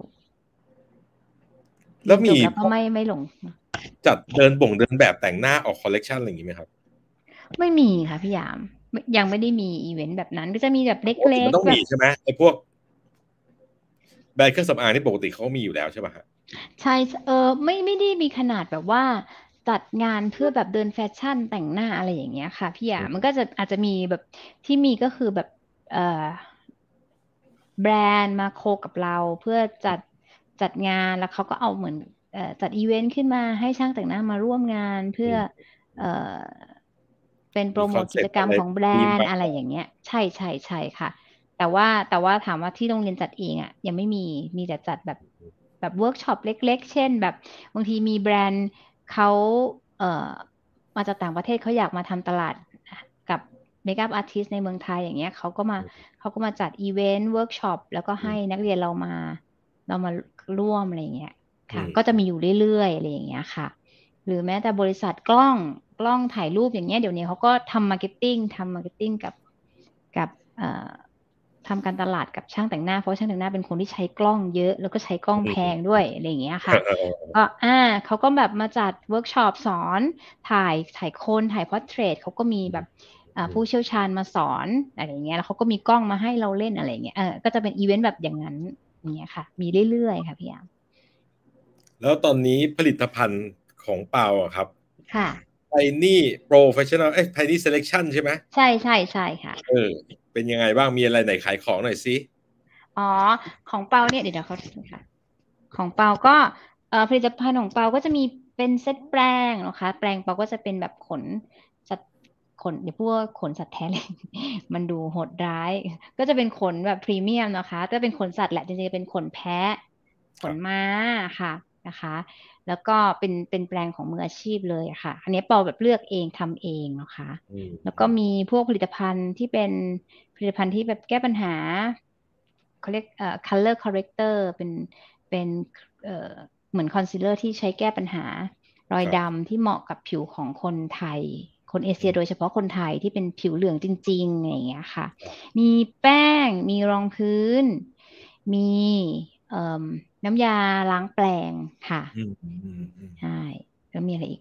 เรีแล้วมียนจบแล้วก็ไม่หลงจัดเดินแบบแต่งหน้าออกคอลเลกชันอะไรอย่างนี้ไหมครับไม่มีค่ะพี่ยามยังไม่ได้มีอีเวนต์แบบนั้นก็จะมีแบบปกเล็ติมันต้องกๆแบบมีใช่ไหมไอ้พวกแบรนด์เครื่องสำอางที่ปกติเขามีอยู่แล้วใช่ป่ะฮะใช่ไม่ได้มีขนาดแบบว่าจัดงานเพื่อแบบเดินแฟชั่นแต่งหน้าอะไรอย่างเงี้ยค่ะพี่ยามมันก็จะอาจจะมีแบบที่มีก็คือแบบเอ่อแบรนด์มาโคกับเราเพื่อจัดงานแล้วเขาก็เอาเหมือนจัดอีเวนต์ขึ้นมาให้ช่างแต่งหน้ามาร่วมงานเพื่อเอ่อเป็นโปรมีคโมทกิจอนเซ็ปต์อะไรกรรมของแบรธีมนด์อะไรบางอย่างอย่างเงี้ยใช่ค่ะแต่ว่าถามว่าที่โรงเรียนจัดเองอ่ะยังไม่มีแต่จัดแบบเวิร์กช็อปเล็กๆเช่นแบบบางทีมีแบรนด์เขาเอ่อมาจากต่างประเทศเขาอยากมาทำตลาดกับเมคอัพอาร์ติสในเมืองไทยอย่างเงี้ยเขาก็มาจัดอีเวนต์เวิร์กช็อปแล้วก็ให้นักเรียนเรามาร่วมอะไรอย่างเงี้ยค่ะก็จะมีอยู่เรื่อยๆอะไรอย่างเงี้ยค่ะหรือแม้แต่บริษัทกล้องถ่ายรูปอย่างเงี้ยเดี๋ยวนี้เขาก็ทำมาร์เก็ตติ้งกับทำการตลาดกับช่างแต่งหน้าเพราะช่างแต่งหน้าเป็นคนที่ใช้กล้องเยอะแล้วก็ใช้กล้องแพงด้วยอะไรอย่างเงี้ยค่ะก็เขาก็แบบมาจัดเวิร์กช็อปสอนถ่ายคนถ่ายพอร์เทรตเขาก็มีแบบผู้เชี่ยวชาญมาสอนอะไรอย่างเงี้ยแล้วเขาก็มีกล้องมาให้เราเล่นอะไรอย่างเงี้ยก็จะเป็นอีเวนต์แบบอย่างนั้นอย่างเงี้ยค่ะมีเรื่อยๆค่ะพี่ยามแล้วตอนนี้ผลิตภัณฑ์ของเปาอะครับค่ะไทนี่โปรเฟชชั่นอลไทนี่เซเลคชั่นใช่ไหมใช่ค่ะเออเป็นยังไงบ้างมีอะไรไหนขายของหน่อยสิอ๋อของเปาเนี่ยเดี๋ยวเขาค่ะ ของเปาก็ผลิตภัณฑ์ของเปาก็จะมีเป็นเซตแปรงนะคะแปรงเปาก็จะเป็นแบบสัตว์อย่าพูดว่าขนสัตว์แท้เลยมันดูโหดร้ายก็จะเป็นขนแบบพรีเมียมนะคะก็เป็นขนสัตว์แหละจริงๆเป็นขนแพะขครับนม้าค่ะนะคะแล้วก็เป็นแปรงของมืออาชีพเลยอะค่ะอันนี้เปาแบบเลือกเองทำเองนะคะอืมแล้วก็มีพวกผลิตภัณฑ์ที่เป็นผลิตภัณฑ์ที่แบบแก้ปัญหาเขาเรียกcolor corrector เป็นเอ่อเหมือนคอนซีลเลอร์ที่ใช้แก้ปัญหารอยครับดำที่เหมาะกับผิวของคนไทยคนเอเชีอืมยโดยเฉพาะคนไทยที่เป็นผิวเหลืองจริงๆอย่างเงี้ยค่ะครับมีแป้งมีรองพื้นมีเอ่มน้ำยาล้างแปรงค่ะใช่แล้วมีอะไรอีก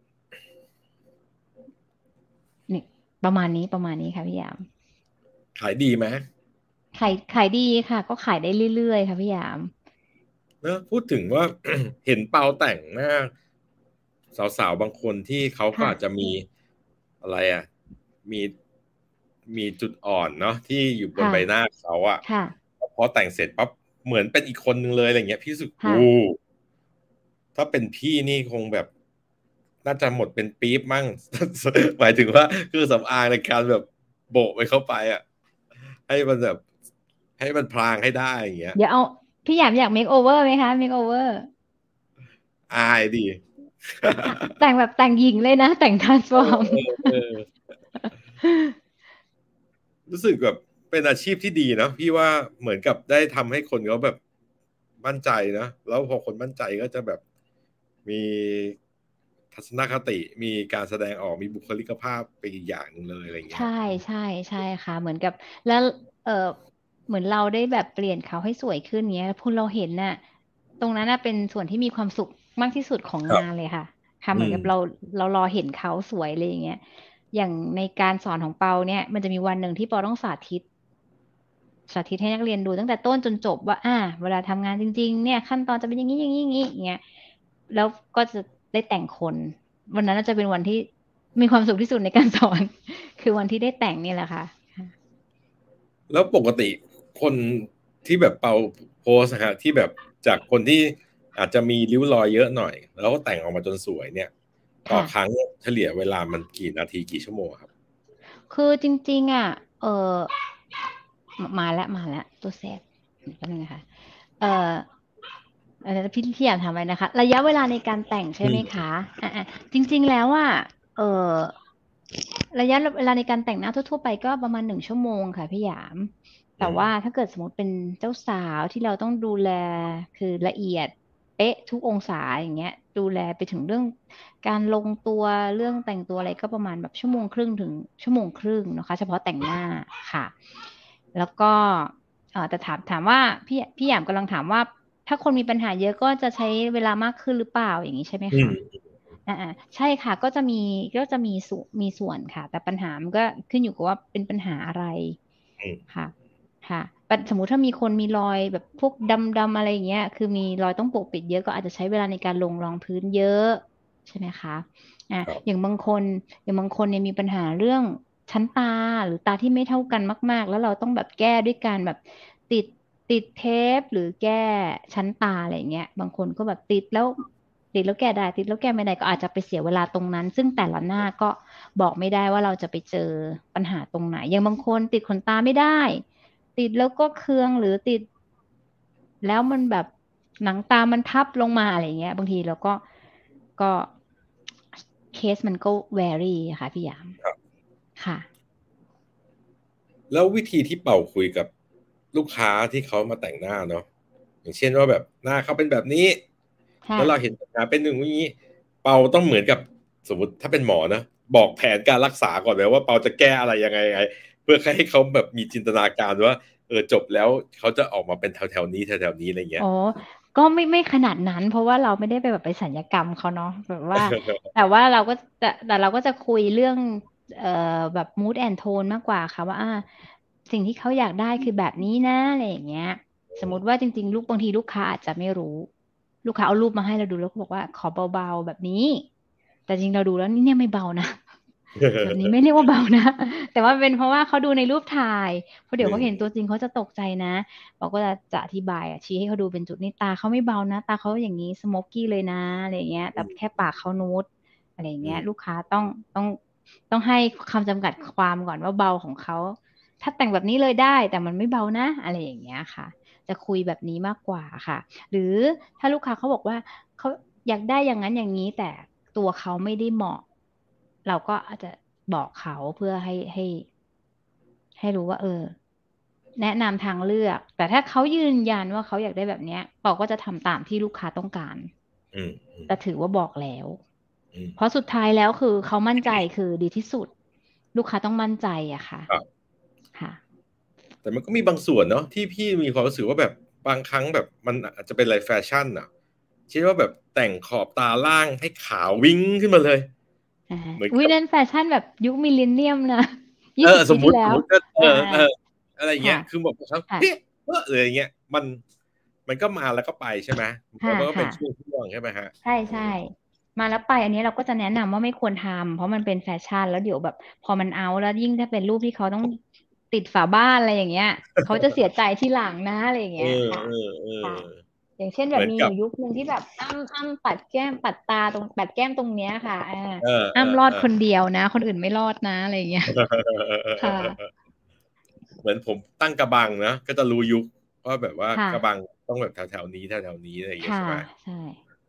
นี่ประมาณนี้ค่ะพี่ยามขายดีไหมขายดีค่ะก็ขายได้เรื่อยๆค่ะพี่ยามเนอะพูดถึงว่าเห็นเปาแต่งหน้าสาวๆบางคนที่เขาก็ค่ะอาจจะมีอะไรอ่ะมีมีจุดอ่อนเนาะที่อยู่บนค่ะใบหน้าเขาอ่ะค่ะพอแต่งเสร็จปั๊บเหมือนเป็นอีกคนนึงเลยอะไรเงี้ยพี่รู้สึกโอ้ค่ะถ้าเป็นพี่นี่คงแบบน่าจะหมดเป็นปี๊บมั่งหมายถึงว่าเครื่องสำอางในการแบบโบะไปเข้าไปอ่ะให้มันแบบให้มันพรางให้ได้อย่างเงี้ยเดี๋ยวเอาพี่ยามอยากเมคโอเวอร์ไหมคะเมคโอเวอร์อายดีแต่งแบบแต่งหญิงเลยนะแต่งทรานส์ฟเอออร์มเออเออรู้สึกแบบเป็นอาชีพที่ดีนะพี่ว่าเหมือนกับได้ทำให้คนเขาแบบมั่นใจนะแล้วพอคนมั่นใจก็จะแบบมีทัศนคติมีการแสดงออกมีบุคลิกภาพเป็นอีกอย่างหนึงเลยอะไรเงี้ใช่ยใช่ใช่ค่ะเหมือนกับแล้วเออเหมือนเราได้แบบเปลี่ยนเขาให้สวยขึ้นเงี้ยพอเราเห็นน่ะตรงนั้นน่ะเป็นส่วนที่มีความสุขมากที่สุดของครับงานเลยค่ะค่ะเหอืมมือนกับเรารอเห็นเขาสวยเลยอย่างเงี้ยอย่างในการสอนของเปาเนี่ยมันจะมีวันหนึ่งที่เปาต้องสาธิตให้นักเรียนดูตั้งแต่ต้นจนจบว่าเวลาทำงานจริงๆเนี่ยขั้นตอนจะเป็นอย่างนี้อย่างนี้อย่างนี้อย่างเงี้ยแล้วก็จะได้แต่งคนวันนั้นน่าจะเป็นวันที่มีความสุขที่สุดในการสอน คือวันที่ได้แต่งนี่แหละค่ะแล้วปกติคนที่แบบเป่าโพสนะฮะที่แบบจากคนที่อาจจะมีริ้วรอยเยอะหน่อยแล้วก็แต่งออกมาจนสวยเนี่ยต่อค่ะครั้งเฉลี่ยเวลามันกี่นาทีกี่ชั่วโมงครับคือจริงๆเออมาแล้วตัวแสบแป๊บนึงนะคะเออพี่อยากถามไว้นะคะระยะเวลาในการแต่งใช่อืมไหมคะจริงๆแล้วเออระยะเวลาในการแต่งหน้าทั่วๆไปก็ประมาณ1 ชั่วโมงค่ะพี่หยามอืแต่มว่าถ้าเกิดสมมติเป็นเจ้าสาวที่เราต้องดูแลคือละเอียดเป๊ะทุกองศาอย่างเงี้ยดูแลไปถึงเรื่องการลงตัวเรื่องแต่งตัวอะไรก็ประมาณแบบ1 ชั่วโมงครึ่งถึง1 ชั่วโมงครึ่งนะคะเฉพาะแต่งหน้าค่ะแล้วก็แต่ถามว่าพี่หยามกำลังถามว่าถ้าคนมีปัญหาเยอะก็จะใช้เวลามากขึ้นหรือเปล่าอย่างนี้ใช่ไหมคะอืมใช่ค่ะก็จะมีส่วนค่ะแต่ปัญหามันก็ขึ้นอยู่กับว่าเป็นปัญหาอะไรอืมค่ะค่ะสมมุติถ้ามีคนมีรอยแบบพวกดำอะไรอย่างเงี้ยคือมีรอยต้องปกปิดเยอะก็อาจจะใช้เวลาในการลงรองพื้นเยอะใช่ไหมคะอ่าอย่างครับบางคนเนี่ยมีปัญหาเรื่องชั้นตาหรือตาที่ไม่เท่ากันมากๆแล้วเราต้องแบบแก้ด้วยการแบบติดติดเทปหรือแก้ชั้นตาอะไรอย่างเงี้ยบางคนก็แบบติดแล้วแก้ได้ติดแล้วแก้ไม่ได้ก็อาจจะไปเสียเวลาตรงนั้นซึ่งแต่ละหน้าก็บอกไม่ได้ว่าเราจะไปเจอปัญหาตรงไหนอย่างบางคนติดขนตาไม่ได้ติดแล้วก็เคืองหรือติดแล้วมันแบบหนังตามันทับลงมาอะไรเงี้ยบางทีเราก็เคสมันก็แวรี่ค่ะพี่ยามครับค่ะแล้ววิธีที่เป่าคุยกับลูกค้าที่เขามาแต่งหน้าเนาะอย่างเช่นว่าแบบหน้าเขาเป็นแบบนี้ค่ะแล้วเราเห็นปัญหาเป็นอย่างนี้เปาต้องเหมือนกับสมมติถ้าเป็นหมอนะบอกแผนการรักษาก่อนเลยว่าเปาจะแก้อะไรยังไงเพื่อให้เขาแบบมีจินตนาการว่าจบแล้วเขาจะออกมาเป็นแถวนี้แถวนี้อะไรเงี้อ๋อยก็ไม่ขนาดนั้นเพราะว่าเราไม่ได้ไปแบบไปสัญญกรรมเขาเนาะแบบว่าแต่ว่าเราก็จะคุยเรื่องเอ่อแบบ mood and tone มากกว่าค่ะว่าสิ่งที่เขาอยากได้คือแบบนี้นะอะไรอย่างเงี้ยสมมติว่าจริงๆบางทีลูกค้าอาจจะไม่รู้ลูกค้าเอารูปมาให้เราดูแล้วก็บอกว่าขอเบาๆแบบนี้แต่จริงเราดูแล้วนี่เนี่ยไม่เบานะแบบนี้ไม่เรียกว่าเบานะแต่ว่าเป็นเพราะว่าเขาดูในรูปถ่ายเพราะเดี๋ยวเขาเห็นตัวจริงเขาจะตกใจนะ เราก็จะอธิบายชี้ให้เขาดูเป็นจุดนี่ตาเขาไม่เบานะตาเขาอย่างนี้สโมกกี้เลยนะอะไรเงี้ยแต่แค่ปากเขานูดอะไรเงี้ยลูกค้าต้องต้องให้คำจำกัดความก่อนว่าเบาของเขาถ้าแต่งแบบนี้เลยได้แต่มันไม่เบานะอะไรอย่างเงี้ยค่ะจะคุยแบบนี้มากกว่าค่ะหรือถ้าลูกค้าเขาบอกว่าเขาอยากได้อย่างนั้นอย่างนี้แต่ตัวเขาไม่ได้เหมาะเราก็อาจจะบอกเขาเพื่อให้รู้ว่าแนะนำทางเลือกแต่ถ้าเขายืนยันว่าเขาอยากได้แบบเนี้ยเราก็จะทำตามที่ลูกค้าต้องการอืมแต่ถือว่าบอกแล้วอืมเพราะสุดท้ายแล้วคือเขามั่นใจคือดีที่สุดลูกค้าต้องมั่นใจอะค่ะครับค่ะแต่มันก็มีบางส่วนเนาะที่พี่มีความรู้สึกว่าแบบบางครั้งแบบมันอาจจะเป็นอะไรแฟชั่นอ่ะเช่นว่าแบบแต่งขอบตาล่างให้ขาววิ้งขึ้นมาเลยอ่าเหมือนกับอุ้ยนั่นแฟชั่นแบบยุคมิลเลนเนียมนะ20 สปีที่แล้วมมติก็อะไรเงี้ค่ะยคือบอกเขาค่ะเฮ้ยเลยอย่างเงี้ยมันก็มาแล้วก็ไปใช่ไหมค่ะมันก็เป็นค่ะช่วงใช่ไหมฮะใช่ใช่มาแล้วไปอันนี้เราก็จะแนะนำว่าไม่ควรทำเพราะมันเป็นแฟชั่นแล้วเดี๋ยวแบบพอมันเอาแล้วยิ่งถ้าเป็นรูปที่เขาต้องติดฝาบ้านอะไรอย่างเงี้ยเขาจะเสียใจที่หลังนะอะไรอย่างเออเงี้ยค่ะเออเออค่ะอย่างเช่นแบบมีอยู่เหมือนกับยุคหนึ่งที่แบบอ้ำปัดแก้มปัดตาตรงปัดแก้มตรงเนี้ยค่ะเออเออ้ำรอดอคนเดียวนะคนอื่นไม่รอดนะอะไรอย่างเงี้ยค่ะเหมือนผมตั้งกระบังนะก็จะรู้ยุคว่าแบบว่าค่ะกระบังต้องแบบแถวนี้แถวนี้อะไรอย่างเงี้ยค่ะใช่ไหมใช่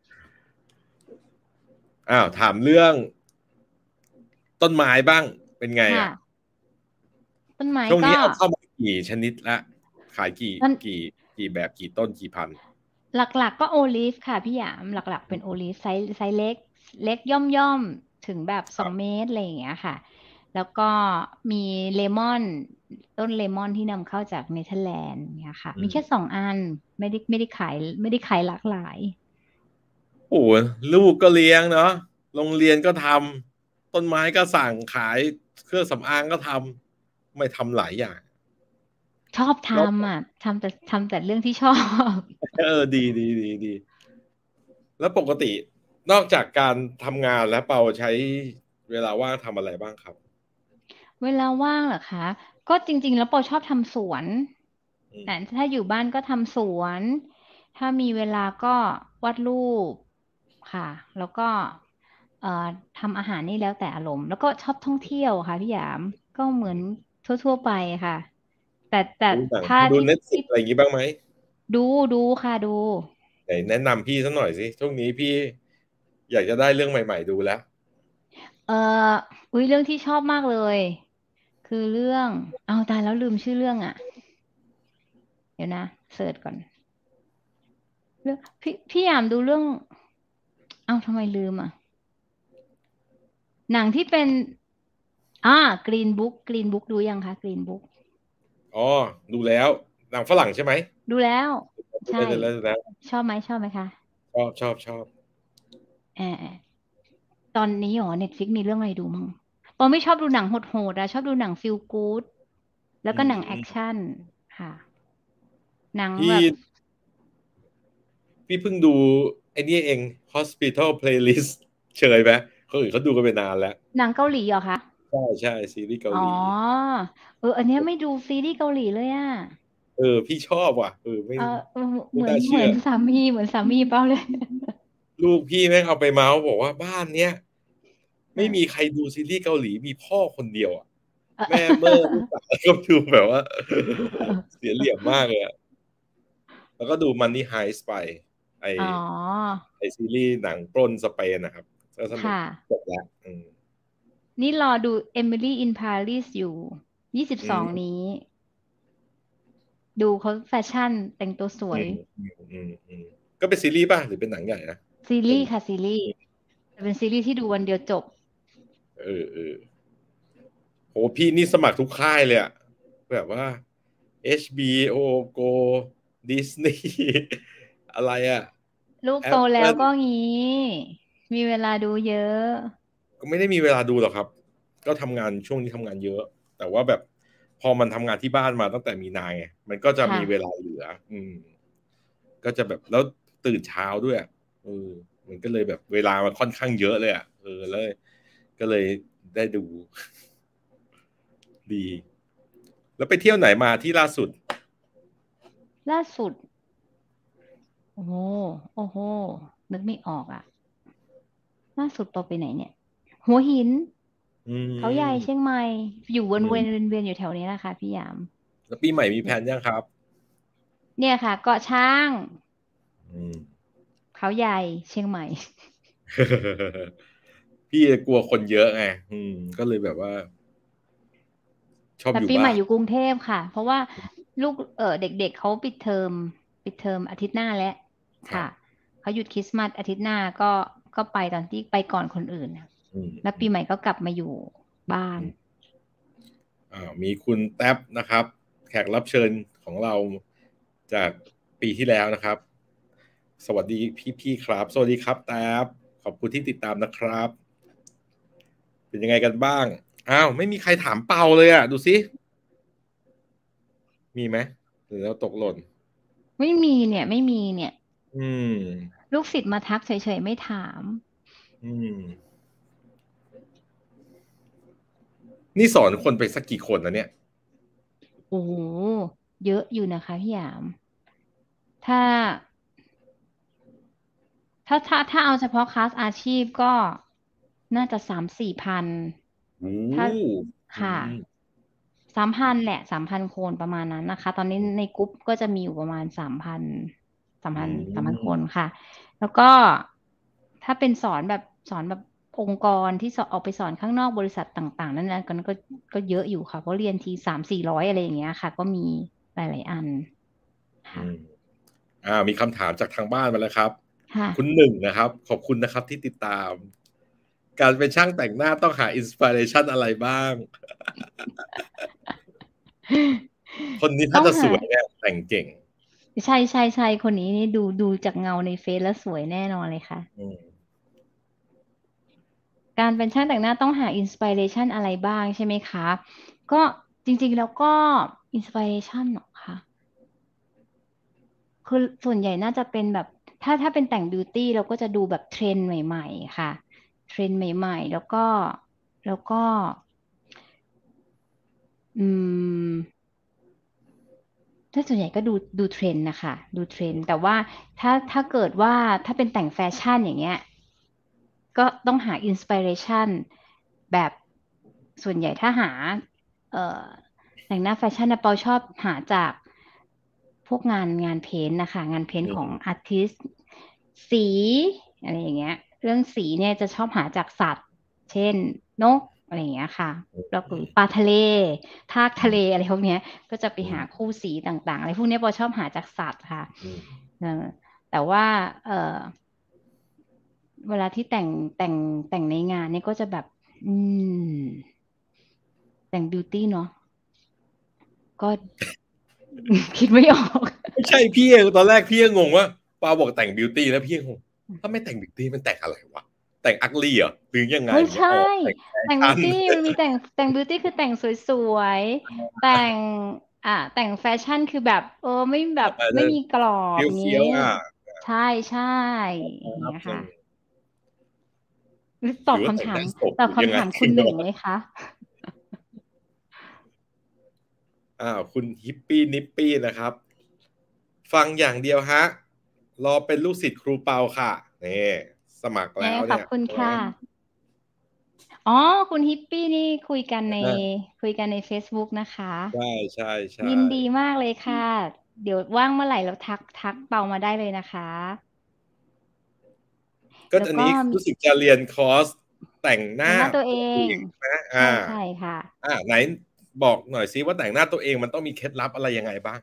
ถามเรื่องต้นไม้บ้างเป็นไงค่ะอ่ะต้นไม้ช่วงก็นี้เอาเข้ามากี่ชนิดละขายมันกี่แบบกี่ต้นกี่พันหลักๆก็โอลิฟค่ะพี่หยามหลักๆเป็นโอลิฟไซส์เล็กเล็กย่อมถึงแบบ2 เมตรอะไรอย่างเงี้ยค่ะแล้วก็มีเลมอนต้นเลมอนที่นำเข้าจากเนเธอร์แลนด์เนี่ยค่ะมีแค่2 อันไม่ได้ขายหลากหลายโอ้โหลูกก็เลี้ยงเนาะโรงเรียนก็ทำต้นไม้ก็สั่งขายเครื่องสำอางก็ทำไม่ทำหลายอย่างชอบแล้วทำอ่ะทำแต่เรื่องที่ชอบดีแล้วปกตินอกจากการทำงานแล้วเปาใช้เวลาว่างทำอะไรบ้างครับเวลาว่างเหรอคะก็จริงๆแล้วปอชอบทำสวนแต่อืมถ้าอยู่บ้านก็ทำสวนถ้ามีเวลาก็วาดรูปค่ะแล้วก็เอ่อทำอาหารนี่แล้วแต่อารมณ์แล้วก็ชอบท่องเที่ยวค่ะพี่หยามก็เหมือนทั่วๆไปค่ะแต่ดูหนังถ้าดูที่ที่เน็ตฟลิกอะไรอย่างงี้บ้างไหมดูค่ะดูไหนแนะนำพี่สักหน่อยสิช่วงนี้พี่อยากจะได้เรื่องใหม่ๆดูแล้วเอ่ออุ้ยเรื่องที่ชอบมากเลยคือเรื่องเอาตายแล้วลืมชื่อเรื่องอ่ะเดี๋ยวนะเสิร์ชก่อน เรื่องพี่ยามดูเรื่องเอ้าทำไมลืมอ่ะหนังที่เป็นกรีนบุ๊กดูยังคะกรีนบุ๊กอ๋อดูแล้วหนังฝรั่งใช่ไหมดูแล้วดูใช่แล้วชอบไหมคะชอบแอบตอนนี้หรอเน็ตฟลิกมีเรื่องอะไรดูมั้งปอไม่ชอบดูหนังโหดๆอะชอบดูหนังฟีลกู๊ดแล้วอืก็หนังแอคมชั่นค่ะหนังพี่แบบพี่เพิ่งดูไอ้นี่เอง Hospital Playlist เชยไหมคนอื่นเขาดูกันไปนานแล้วหนังเกาหลีเหรอคะใช่ซีรีส์เกาอ๋อหลีอันเนี้ยไม่ดูซีรีส์เกาหลีเลยอะพี่ชอบว่ะไม่เออเออไม่เหมือนน่าเชื่อเหมือนสามีเหมือนสามีเปล่าเลยลูกพี่แม่งเอาไปเมาส์บอกว่าบ้านเนี้ยอ่ะไม่มีใครดูซีรีส์เกาหลีมีพ่อคนเดียวอ่ะเออแม่เมื่อลูกสาวก็ดูแบบว่าเสียเหลี่ยมมากเลยอะแล้วก็ดู Money Heist ไปไออ๋อไอซีรีส์หนังปล้นสเปนนะครับก็สนุกค่ะจบแล้วนี่รอดู Emily in Paris อยู่22 มนี้ดูเขาแฟชั่นแต่งตัวสวยก็เป็นซีรีส์ป่ะหรือเป็นหนังใหญ่นะซีเป็นรีส์ค่ะซีรีส์แต่เป็นซีรีส์ที่ดูวันเดียวจบเออโหพี่นี่สมัครทุกค่ายเลยอะแบบว่า HBO Go Disney อะไรอะลูกโตแล้ว Apple ก็งี้มีเวลาดูเยอะก็ไม่ได้มีเวลาดูหรอกครับก็ทำงานช่วงนี้ทำงานเยอะแต่ว่าแบบพอมันทำงานที่บ้านมาตั้งแต่มีนาไงมันก็จะมีเวค่ะลาเหลือก็จะแบบแล้วตื่นเช้าด้วยอะเออมันก็เลยแบบเวลามันค่อนข้างเยอะเลยอ่ะแล้วก็เลยได้ดูดีแล้วไปเที่ยวไหนมาที่ล่าสุดล่าสุดโอ้โหโอ้โหนึกไม่ออกอ่ะล่าสุดปอไปไหนเนี่ยหัวหินอืเขาใหญ่เชียงมใหม่อยู่อืเวียนอยู่แถวนี้นะคะพี่ยามแล้วปีใหม่มีแผนยังครับเนี่ยค่ะเกาะช้างอืมเขาใหญ่เชียงใหม่พี่กลัวคนเยอะไงก็เลยแบบว่าชอบแต่ปีใหม่อยู่บ้านอยู่กรุงเทพค่ะเพราะว่าลูกเด็กๆเขาปิดเทอมอาทิตย์หน้าแล้วค่ะครับเขาหยุดคริสต์มาสอาทิตย์หน้าก็ไปตอนที่ไปก่อนคนอื่นอืมแล้วปีใหม่ก็กลับมาอยู่บ้านอืม มีคุณแท็บนะครับแขกรับเชิญของเราจากปีที่แล้วนะครับสวัสดีพี่ๆครับสวัสดีครับแท็บขอบคุณที่ติดตามนะครับเป็นยังไงกันบ้างอ้าวไม่มีใครถามเปาเลยอ่ะดูสิมีไหมหรือเราตกหล่นไม่มีเนี่ยอืมลูกศิษย์มาทักเฉยๆไม่ถามอืมนี่สอนคนไปสักกี่คนนะเนี่ยโอ้โหเยอะอยู่นะคะพี่หยามถ้าถ้าเอาเฉพาะคลาสอาชีพก็น่าจะ3-4 พันโอ้ถ้าอืค่ะม 3,000แหละ3,000 คนประมาณนั้นนะคะตอนนี้ในกรุ๊ปก็จะมีอยู่ประมาณสามอืพันคนมค่ะแล้วก็ถ้าเป็นสอนแบบองค์กรที่ออกไปสอนข้างนอกบริษัทต่างๆนั่นแหละก็เยอะอยู่ค่ะเพราะเรียนที300-400อะไรอย่างเงี้ยค่ะก็มีหลายๆอันค่ะมีคำถามจากทางบ้านมาแล้วครับค่ะคุณหนึ่งนะครับขอบคุณนะครับที่ติดตาม การเป็นช่างแต่งหน้าต้องหาอินสปิเรชันอะไรบ้าง คนนี้ถ้าจะสวยเนี่ยแต่งเก่งใช่ใช่ใช่คนนี้นี่ดูจากเงาในเฟซแล้วสวยแน่นอนเลยค่ะการเป็นช่างแต่งหน้าต้องหาอินสปิเรชันอะไรบ้างใช่ไหมคะก็จริงๆแล้วก็อินสปิเรชันหรอคะคือส่วนใหญ่น่าจะเป็นแบบถ้าเป็นแต่งบิวตี้เราก็จะดูแบบเทรนด์ใหม่ๆค่ะเทรนด์ใหม่ๆแล้วก็อืมถ้าส่วนใหญ่ก็ดูเทรนด์นะคะดูเทรนด์แต่ว่าถ้าเกิดว่าถ้าเป็นแต่งแฟชั่นอย่างเงี้ย ก็ต้องหาอินสปิเรชันแบบส่วนใหญ่ถ้าหาเอ่อแต่งหน้าแฟชั่นนะเปาชอบหาจากพวกงานเพ้นท์นะคะงานเพ้นท์ของอาร์ติสสีอะไรอย่างเงี้ยเรื่องสีเนี่ยจะชอบหาจากสัตว์เช่นนกอะไรอย่างเงี้ยค่ะแล้วหรือปลาทะเลทากทะเลอะไรพวกเนี้ยก็จะไปหาคู่สีต่างๆอะไรพวกนี้ปอชอบหาจากสัตว์ค่ะเออแต่ว่าเวลาที่แต่งในงานเนี่ยก็จะแบบ อืม แต่งบิวตี้เนาะก็ คิดไม่ออกไม่ใช่พี่ตอนแรกพี่ก็งงว่าปาบอกแต่งบิวตี้แล้วพี่งงถ้าไม่แต่งบิวตี้มันแต่งอะไรวะแต่งอักลี่เหรอหรือยังไงไม่ใช่ แต่งบิแต่งแฟชั่นวตี้มันมีแต่งบิวตี้คือแต่งสวยๆแต่งแต่งแฟชั่นคือแบบไม่แบบไม่มีกรอบเฟี้งี้ยวใช่ใช่อย่างเงี้ยค่ะตหรือว่าแต่งอบคำถามหน้าศพหรือยังไงคุณหนึ่งไหมคะคุณฮิปปี้นิปปี้นะครับฟังอย่างเดียวฮะรอเป็นลูกศิษย์ครูเปาค่ะนี่สมัครแล้วขอเนี่ยบคุณค่ะ อ๋อคุณฮิปปี้นี่คุยกันใน Facebook นะคะใช่ใช่ใช่ยินดีมากเลยค่ะ เดี๋ยวว่างเมื่อไหร่เราทักเปามาได้เลยนะคะก็แล้วก็อันนี้รู้สึกจะเรียนคอร์สแต่งหน้าแต่งหน้าตัวเอตัวเองงนะใช่ใช่ค่ะไหนบอกหน่อยซิว่าแต่งหน้าตัวเองมันต้องมีเคล็ดลับอะไรยังไงบ้าง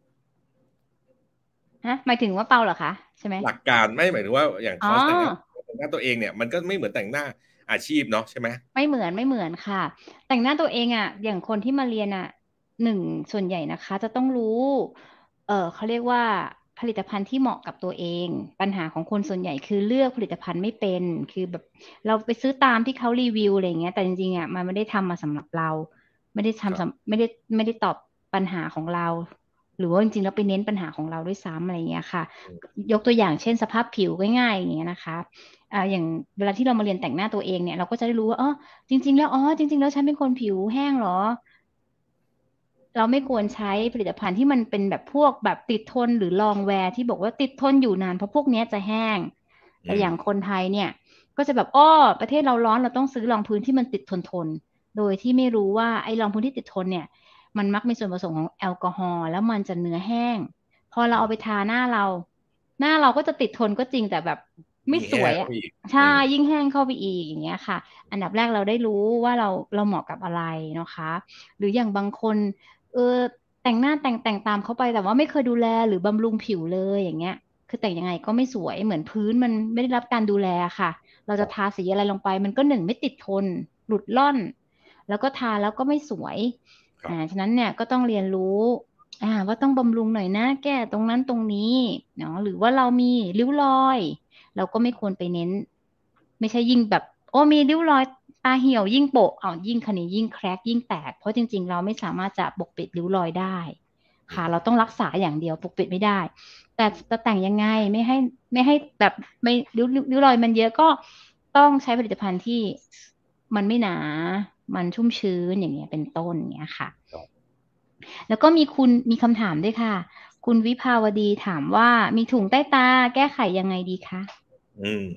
ฮะหมายถึงว่าเปาเหรอคะใช่ไหมหลักการไม่หมายถึงว่าอย่างอ๋อคอร์สแต่งหน้าตัวเองเนี่ยมันก็ไม่เหมือนแต่งหน้าอาชีพเนาะใช่ไหมไม่เหมือนค่ะแต่งหน้าตัวเองอย่างคนที่มาเรียนหนึ่งส่วนใหญ่นะคะจะต้องรู้เขาเรียกว่าผลิตภัณฑ์ที่เหมาะกับตัวเองปัญหาของคนส่วนใหญ่คือเลือกผลิตภัณฑ์ไม่เป็นคือแบบเราไปซื้อตามที่เขารีวิวอะไรอย่างเงี้ยแต่จริงๆมันไม่ได้ทำมาสำหรับเราไม่ได้ครัทำบไม่ได้ตอบปัญหาของเราหรือว่าจริงๆแล้วไปเน้นปัญหาของเราด้วยซ้ำอะไรอย่างเงี้ยค่ะยกตัวอย่างเช่นสภาพผิวง่ายๆอย่างเงี้ยนะคะ อย่างเวลาที่เรามาเรียนแต่งหน้าตัวเองเนี่ยเราก็จะได้รู้ว่าจริงๆแล้วจริงๆแล้วฉันเป็นคนผิวแห้งเหรอเราไม่ควรใช้ผลิตภัณฑ์ที่มันเป็นแบบพวกแบบติดทนหรือลองแวร์ที่บอกว่าติดทนอยู่นานเพราะพวกเนี้ยจะแห้งแต่อย่างคนไทยเนี่ยก็จะแบบประเทศเราร้อนเราต้องซื้อรองพื้นที่มันติดทนโดยที่ไม่รู้ว่าไอ้รองพื้นที่ติดทนเนี่ยมันมักมีส่วนผสมของแอลกอฮอล์แล้วมันจะเนื้อแห้งพอเราเอาไปทาหน้าเราก็จะติดทนก็จริงแต่แบบไม่ยิ่งแห้สวยอ่ะงอีกใช่ยิ่งแห้งเข้าไปอีกอย่างเงี้ยค่ะอันดับแรกเราได้รู้ว่าเราเหมาะกับอะไรเนาะคะหรืออย่างบางคนเออแต่งหน้าแต่งตามเขาไปแต่ว่าไม่เคยดูแลหรือบำรุงผิวเลยอย่างเงี้ยคือแต่งยังไงก็ไม่สวยเหมือนพื้นมันไม่ได้รับการดูแลค่ะเราจะทาสีอะไรลงไปมันก็หนึ่งไม่ติดทนหลุดร่อนแล้วก็ทาแล้วก็ไม่สวยครับฉะนั้นเนี่ยก็ต้องเรียนรู้ว่าต้องบำรุงหน่อยนะแก้ตรงนั้นตรงนี้เนาะหรือว่าเรามีริ้วรอยเราก็ไม่ควรไปเน้น ไม่ใช่ยิ่งแบบมีริ้วรอยตาเหี่ยวยิ่งโปะยิ่งคันนี้ยิ่งแครกยิ่งแตกเพราะจริงๆเราไม่สามารถจะปกปิดริ้วรอยได้ค่ะเราต้องรักษาอย่างเดียวปกปิดไม่ได้แต่จะแต่งยังไงไม่ให้แบบไม่ริ้วรอยมันเยอะก็ต้องใช้ผลิตภัณฑ์ที่มันไม่หนามันชุ่มชื้นอย่างเงี้ยเป็นต้นอย่างเงี้ยค่ะแล้วก็มีคำถามด้วยค่ะคุณวิภาวดีถามว่ามีถุงใต้ตาแก้ไขยังไงดีคะอืม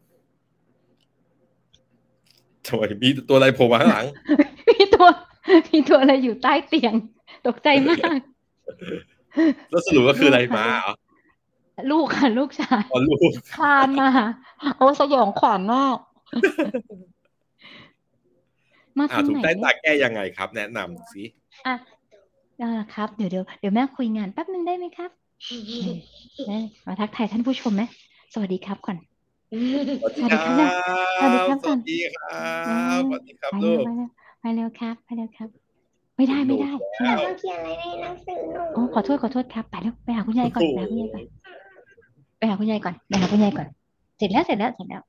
ทำไมมีตัวอะไรโผล่มาข้างหลังมีตัวมีตัวอะไรอยู่ใต้เตียงตกใจมากแล้วสรุปก็คืออะไรลูกค่ะมาเหรอลูกค่ะลูกชายลูกคลานมาโอ้สยองขวัญมากมาทางถุไหนงใต้ตาเนี่ยแก้ยังไงครับ แนะนำสิอ่ะครับเดี๋ยวแม่คุยงานแป๊บนึงได้ไหมครับมาทักทายท่านผู้ชมไหมสวัสดีครับก่อนสวัสดีครัสวัสดีครับเนี่ยสวัสดีคบรับก่อนสวัสดีครัอ่าบสวัสดีครับไปลูกเร็วไปเร็วไปเร็วครับไปเร็วครับไม่ได้คุณหนูไม่ได้แล้ไม่ได้วต้องเขียนอะไรในหนังสือหนูอ๋อขอโทษครับไปเร็วไปหาคุณยายก่อนโอ้โหไปหาคุณยายก่อนไปหาคุณยายก่อนไปหาคุณยายก่อนเสร็จแล้วเสร็จแล้วเสร็จแล้ว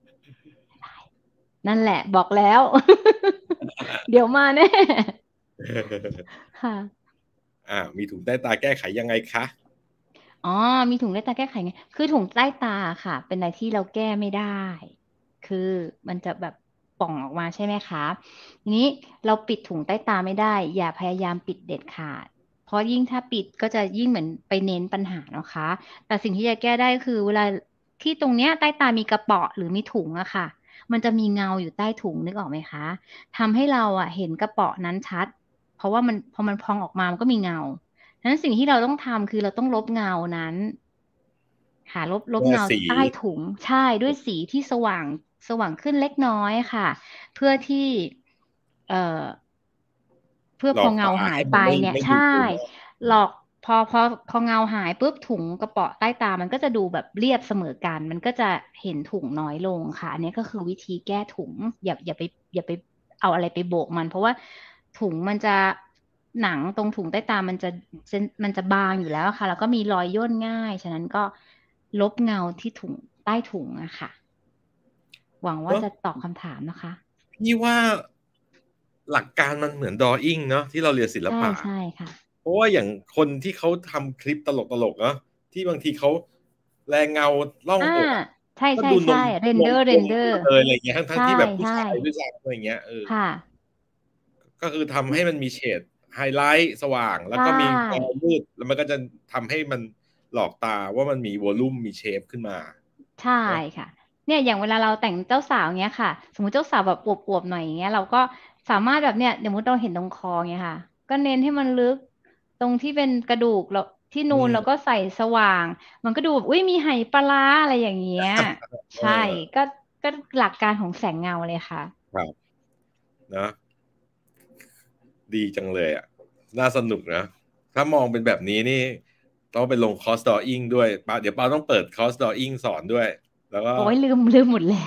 นั่นแหละบอกแล้ว เดี๋ยวมาแน่ค่ะมีถุงใต้ตาแก้ไขยังไงคะอ๋อมีถุงใต้ตาแก้ไขไงคือถุงใต้ตาค่ะเป็นอะไรที่เราแก้ไม่ได้คือมันจะแบบป่องออกมาใช่ไหมคะทีนี้เราปิดถุงใต้ตาไม่ได้อย่าพยายามปิดเด็ดขาดเพราะยิ่งถ้าปิดก็จะยิ่งเหมือนไปเน้นปัญหานะคะแต่สิ่งที่จะแก้ได้คือเวลาที่ตรงเนี้ยใต้ตามีกระเปาะหรือมีถุงอะค่ะมันจะมีเงาอยู่ใต้ถุงนึกออกไหมคะทำให้เราอะเห็นกระเปาะนั้นชัดเพราะว่ามันพอมันพองออกมามันก็มีเงา ฉะนั้นสิ่งที่เราต้องทำคือเราต้องลบเงานั้นหาลบเงาเมื่อสีใต้ถุงใช่ด้วยสีที่สว่างขึ้นเล็กน้อยค่ะเพื่อที่เอ่อเพื่อหลอกตาพอเงาหายไปให้มันไม่ดูเนี่ยใช่มากหลอกพอเงาหายปุ๊บถุงกระเปาะใต้ตามันก็จะดูแบบเรียบเสมอกันมันก็จะเห็นถุงน้อยลงค่ะอันนี้ก็คือวิธีแก้ถุงอย่าไปเอาอะไรไปโบกมันเพราะว่าถุงมันจะหนังตรงถุงใต้ตามันจะบางอยู่แล้วค่ะแล้วก็มีรอยย่นง่ายฉะนั้นก็ลบเงาที่ถุงใต้ถุงอะค่ะหวังว่าเนาะจะตอบคำถามนะคะพี่ว่าหลักการมันเหมือนดรออิ่งเนาะที่เราเรียนศิลใช่ปะใช่ค่ะเพราะว่าอย่างคนที่เขาทำคลิปตลกๆเนาะที่บางทีเขาแรงเงาล่องอ่าอกใช่ก็ดูนใช่ใช่มเรนเดอร์เรนมนเดอร์เลยอะไรเงี้ยทั้งใช่ที่แบบผู้ใช่ชายด้วยซ้ำอะไรเงี้ยค่ะก็คือทำให้มันมีเฉดไฮไลท์สว่างแล้ใชวก็มีแกน่มืดแล้วมันก็จะทำให้มันหลอกตาว่ามันมีวอลลุ่มมีเชฟขึ้นมาใช่เนาะค่ะเนี่ยอย่างเวลาเราแต่งเจ้าสาวเงี้ยค่ะสมมติเจ้าสาวแบบอวบๆหน่อยอย่างเงี้ยเราก็สามารถแบบเนี้ยสมมติเราเห็นตรงคอเงี้ยค่ะก็เน้นให้มันลึกตรงที่เป็นกระดูกเราที่นูนเราก็อืมใส่สว่างมันก็ดูแบบอุ้ยมีไหปลาร้าอะไรอย่างเงี้ยเอใช่อก็ก็หลักการของแสงเงาเลยค่ะครับนะดีจังเลยอ่ะน่าสนุกนะถ้ามองเป็นแบบนี้นี่ต้องไปลงคอร์สดออิ่งด้วยปาเดี๋ยวปาต้องเปิดคอร์สดออิ่งสอนด้วยแล้วก็โอ้ยลืมหมดแล้ว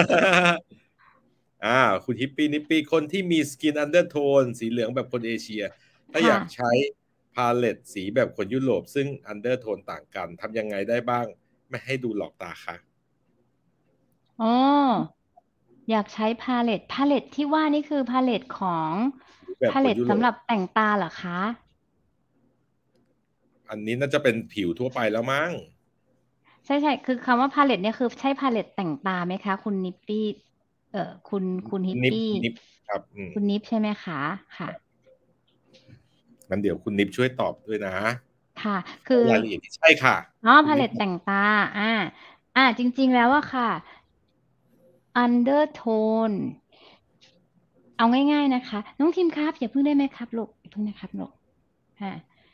คุณฮิปปี้นิปปี้คนที่มีสกินอันเดอร์โทนสีเหลืองแบบคนเอเชียถ้าอค่ะยากใช้พาเลตสีแบบคนยุโรปซึ่งอันเดอร์โทนต่างกันทำยังไงได้บ้างไม่ให้ดูหลอกตาค่ะอ๋ออยากใช้พาเลตที่ว่านี่คือพาเลตของแบบพาเลตคนยุโรปสำหรับแต่งตาเหรอคะอันนี้น่าจะเป็นผิวทั่วไปแล้วมั้งใช่ใช่คือคำว่าพาเลตเนี่ยคือใช่พาเลตแต่งตาไหมคะคุณนิปปี้คุณฮิปนิบปี้นิบครับคุณนิปใช่ไหมคะค่ะงั้นเดี๋ยวคุณนิบช่วยตอบด้วยนะค่ะคือรายละเอียดที่ใช่ค่ะคุณนิบพาเลตแต่งตาอ่าจริงๆแล้วอะค่ะอันเดอร์โทนเอาง่ายๆนะคะน้องทีมครับอย่าเพิ่งได้ไหมครับลูกอย่าเพิ่งนะครับลูกค่ะ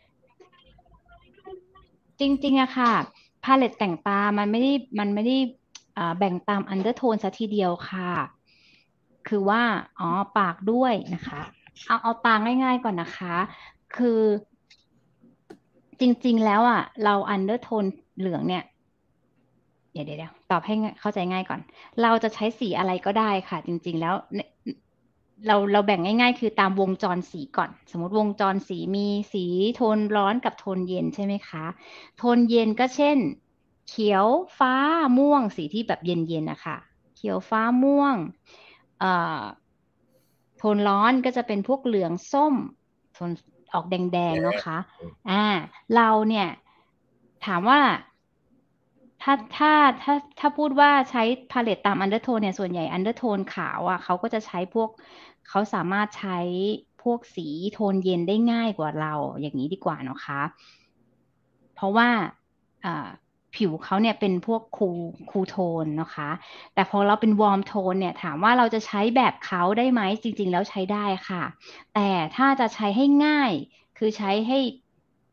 จริงๆอะค่ะพาเลตแต่งตามันไม่ได้แบ่งตามอันเดอร์โทนซะทีเดียวค่ะคือว่าปากด้วยนะคะเอาตาง่ายๆก่อนนะคะคือจริงๆแล้วอะเราอันเดอร์โทนเหลืองเนี่ยเดี๋ยวตอบให้เข้าใจง่ายก่อนเราจะใช้สีอะไรก็ได้ค่ะจริงๆแล้วเนี่ยเราแบ่งง่ายๆคือตามวงจรสีก่อนสมมติวงจรสีมีสีโทนร้อนกับโทนเย็นใช่ไหมคะ โทนเย็นก็เช่นเขียวฟ้าม่วงสีที่แบบเย็นๆนะคะเขียวฟ้าม่วงเอ่อโทนร้อนก็จะเป็นพวกเหลืองส้มโทนออกแดงๆเนาะคะอ่าเราเนี่ยถามว่าถ้าถ้าถ้าพูดว่าใช้พาเลตตามอันเดอร์โทนเนี่ยส่วนใหญ่อันเดอร์โทนขาวอ่ะเขาก็จะใช้พวกเขาสามารถใช้พวกสีโทนเย็นได้ง่ายกว่าเราอย่างนี้ดีกว่าเนาะคะ เพราะว่าอ่าผิวเขาเนี่ยเป็นพวกคูลโทนนะคะแต่พอเราเป็นวอร์มโทนเนี่ยถามว่าเราจะใช้แบบเขาได้ไหมจริงๆแล้วใช้ได้ค่ะแต่ถ้าจะใช้ให้ง่ายคือใช้ให้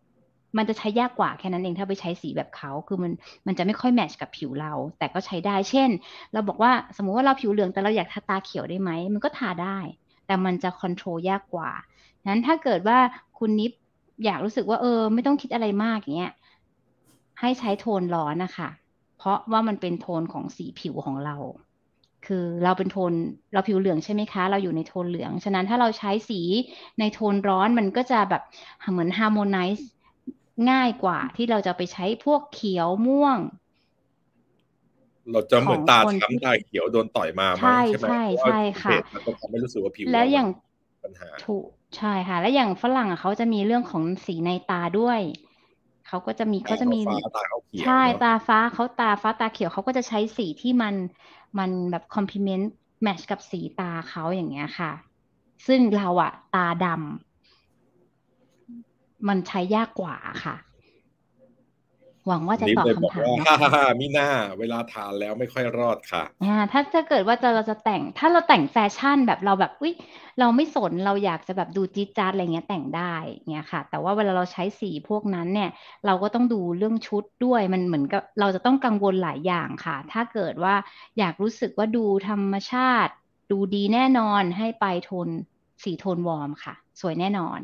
มันจะใช้ยากกว่าแค่นั้นเองถ้าไปใช้สีแบบเขาคือมันจะไม่ค่อยแมทช์กับผิวเราแต่ก็ใช้ได้เช่นเราบอกว่าสมมุติว่าเราผิวเหลืองแต่เราอยากทาตาเขียวได้ไหมมันก็ทาได้แต่มันจะคอนโทรลยากกว่านั้นถ้าเกิดว่าคุณนิฟอยากรู้สึกว่าไม่ต้องคิดอะไรมากอย่างเงี้ยให้ใช้โทนร้อนนะคะเพราะว่ามันเป็นโทนของสีผิวของเราคือเราเป็นโทนเราผิวเหลืองใช่ไหมคะเราอยู่ในโทนเหลืองฉะนั้นถ้าเราใช้สีในโทนร้อนมันก็จะแบบเหมือนฮาร์โมไนซ์ง่ายกว่าที่เราจะไปใช้พวกเขียวม่วงเราจะของเหมือนตาคนที่ช้ำตาเขียวโดนต่อยมามั้งใช่ใช่ไหมใช่เพราะว่าใช่เหค่ะตุมันจะทำให้รู้สึกว่าผิวเรามันแล้วอย่างปัญหาถูกใช่ค่ะแล้วอย่างฝรั่งเขาจะมีเรื่องของสีในตาด้วยเขาตาจะมีฟ้าตาเขียใช่วเนาะตาฟ้าเขาตาฟ้าตาเขียวเขาก็จะใช้สีที่มันแบบคอมพลีเมนต์แมทช์กับสีตาเขาอย่างเงี้ยค่ะซึ่งเราอะตาดำมันใช้ยากกว่าค่ะหวังว่าอันนี้จะตอบเลยบอกว่าคำถามฮ่านะคะฮ่าฮ่ามิน่าเวลาทานแล้วไม่ค่อยรอดค่ะถ้าเกิดว่าเราจะแต่งถ้าเราแต่งแฟชั่นแบบเราแบบอุ๊ยเราไม่สนเราอยากจะแบบดูจี๊ดจ๊าดอะไรเงี้ยแต่งได้เงี้ยค่ะแต่ว่าเวลาเราใช้สีพวกนั้นเนี่ยเราก็ต้องดูเรื่องชุดด้วยมันเหมือนกับเราจะต้องกังวลหลายอย่างค่ะถ้าเกิดว่าอยากรู้สึกว่าดูธรรมชาติดูดีแน่นอนให้ไปโทนสีโทนวอร์มค่ะสวยแน่นอน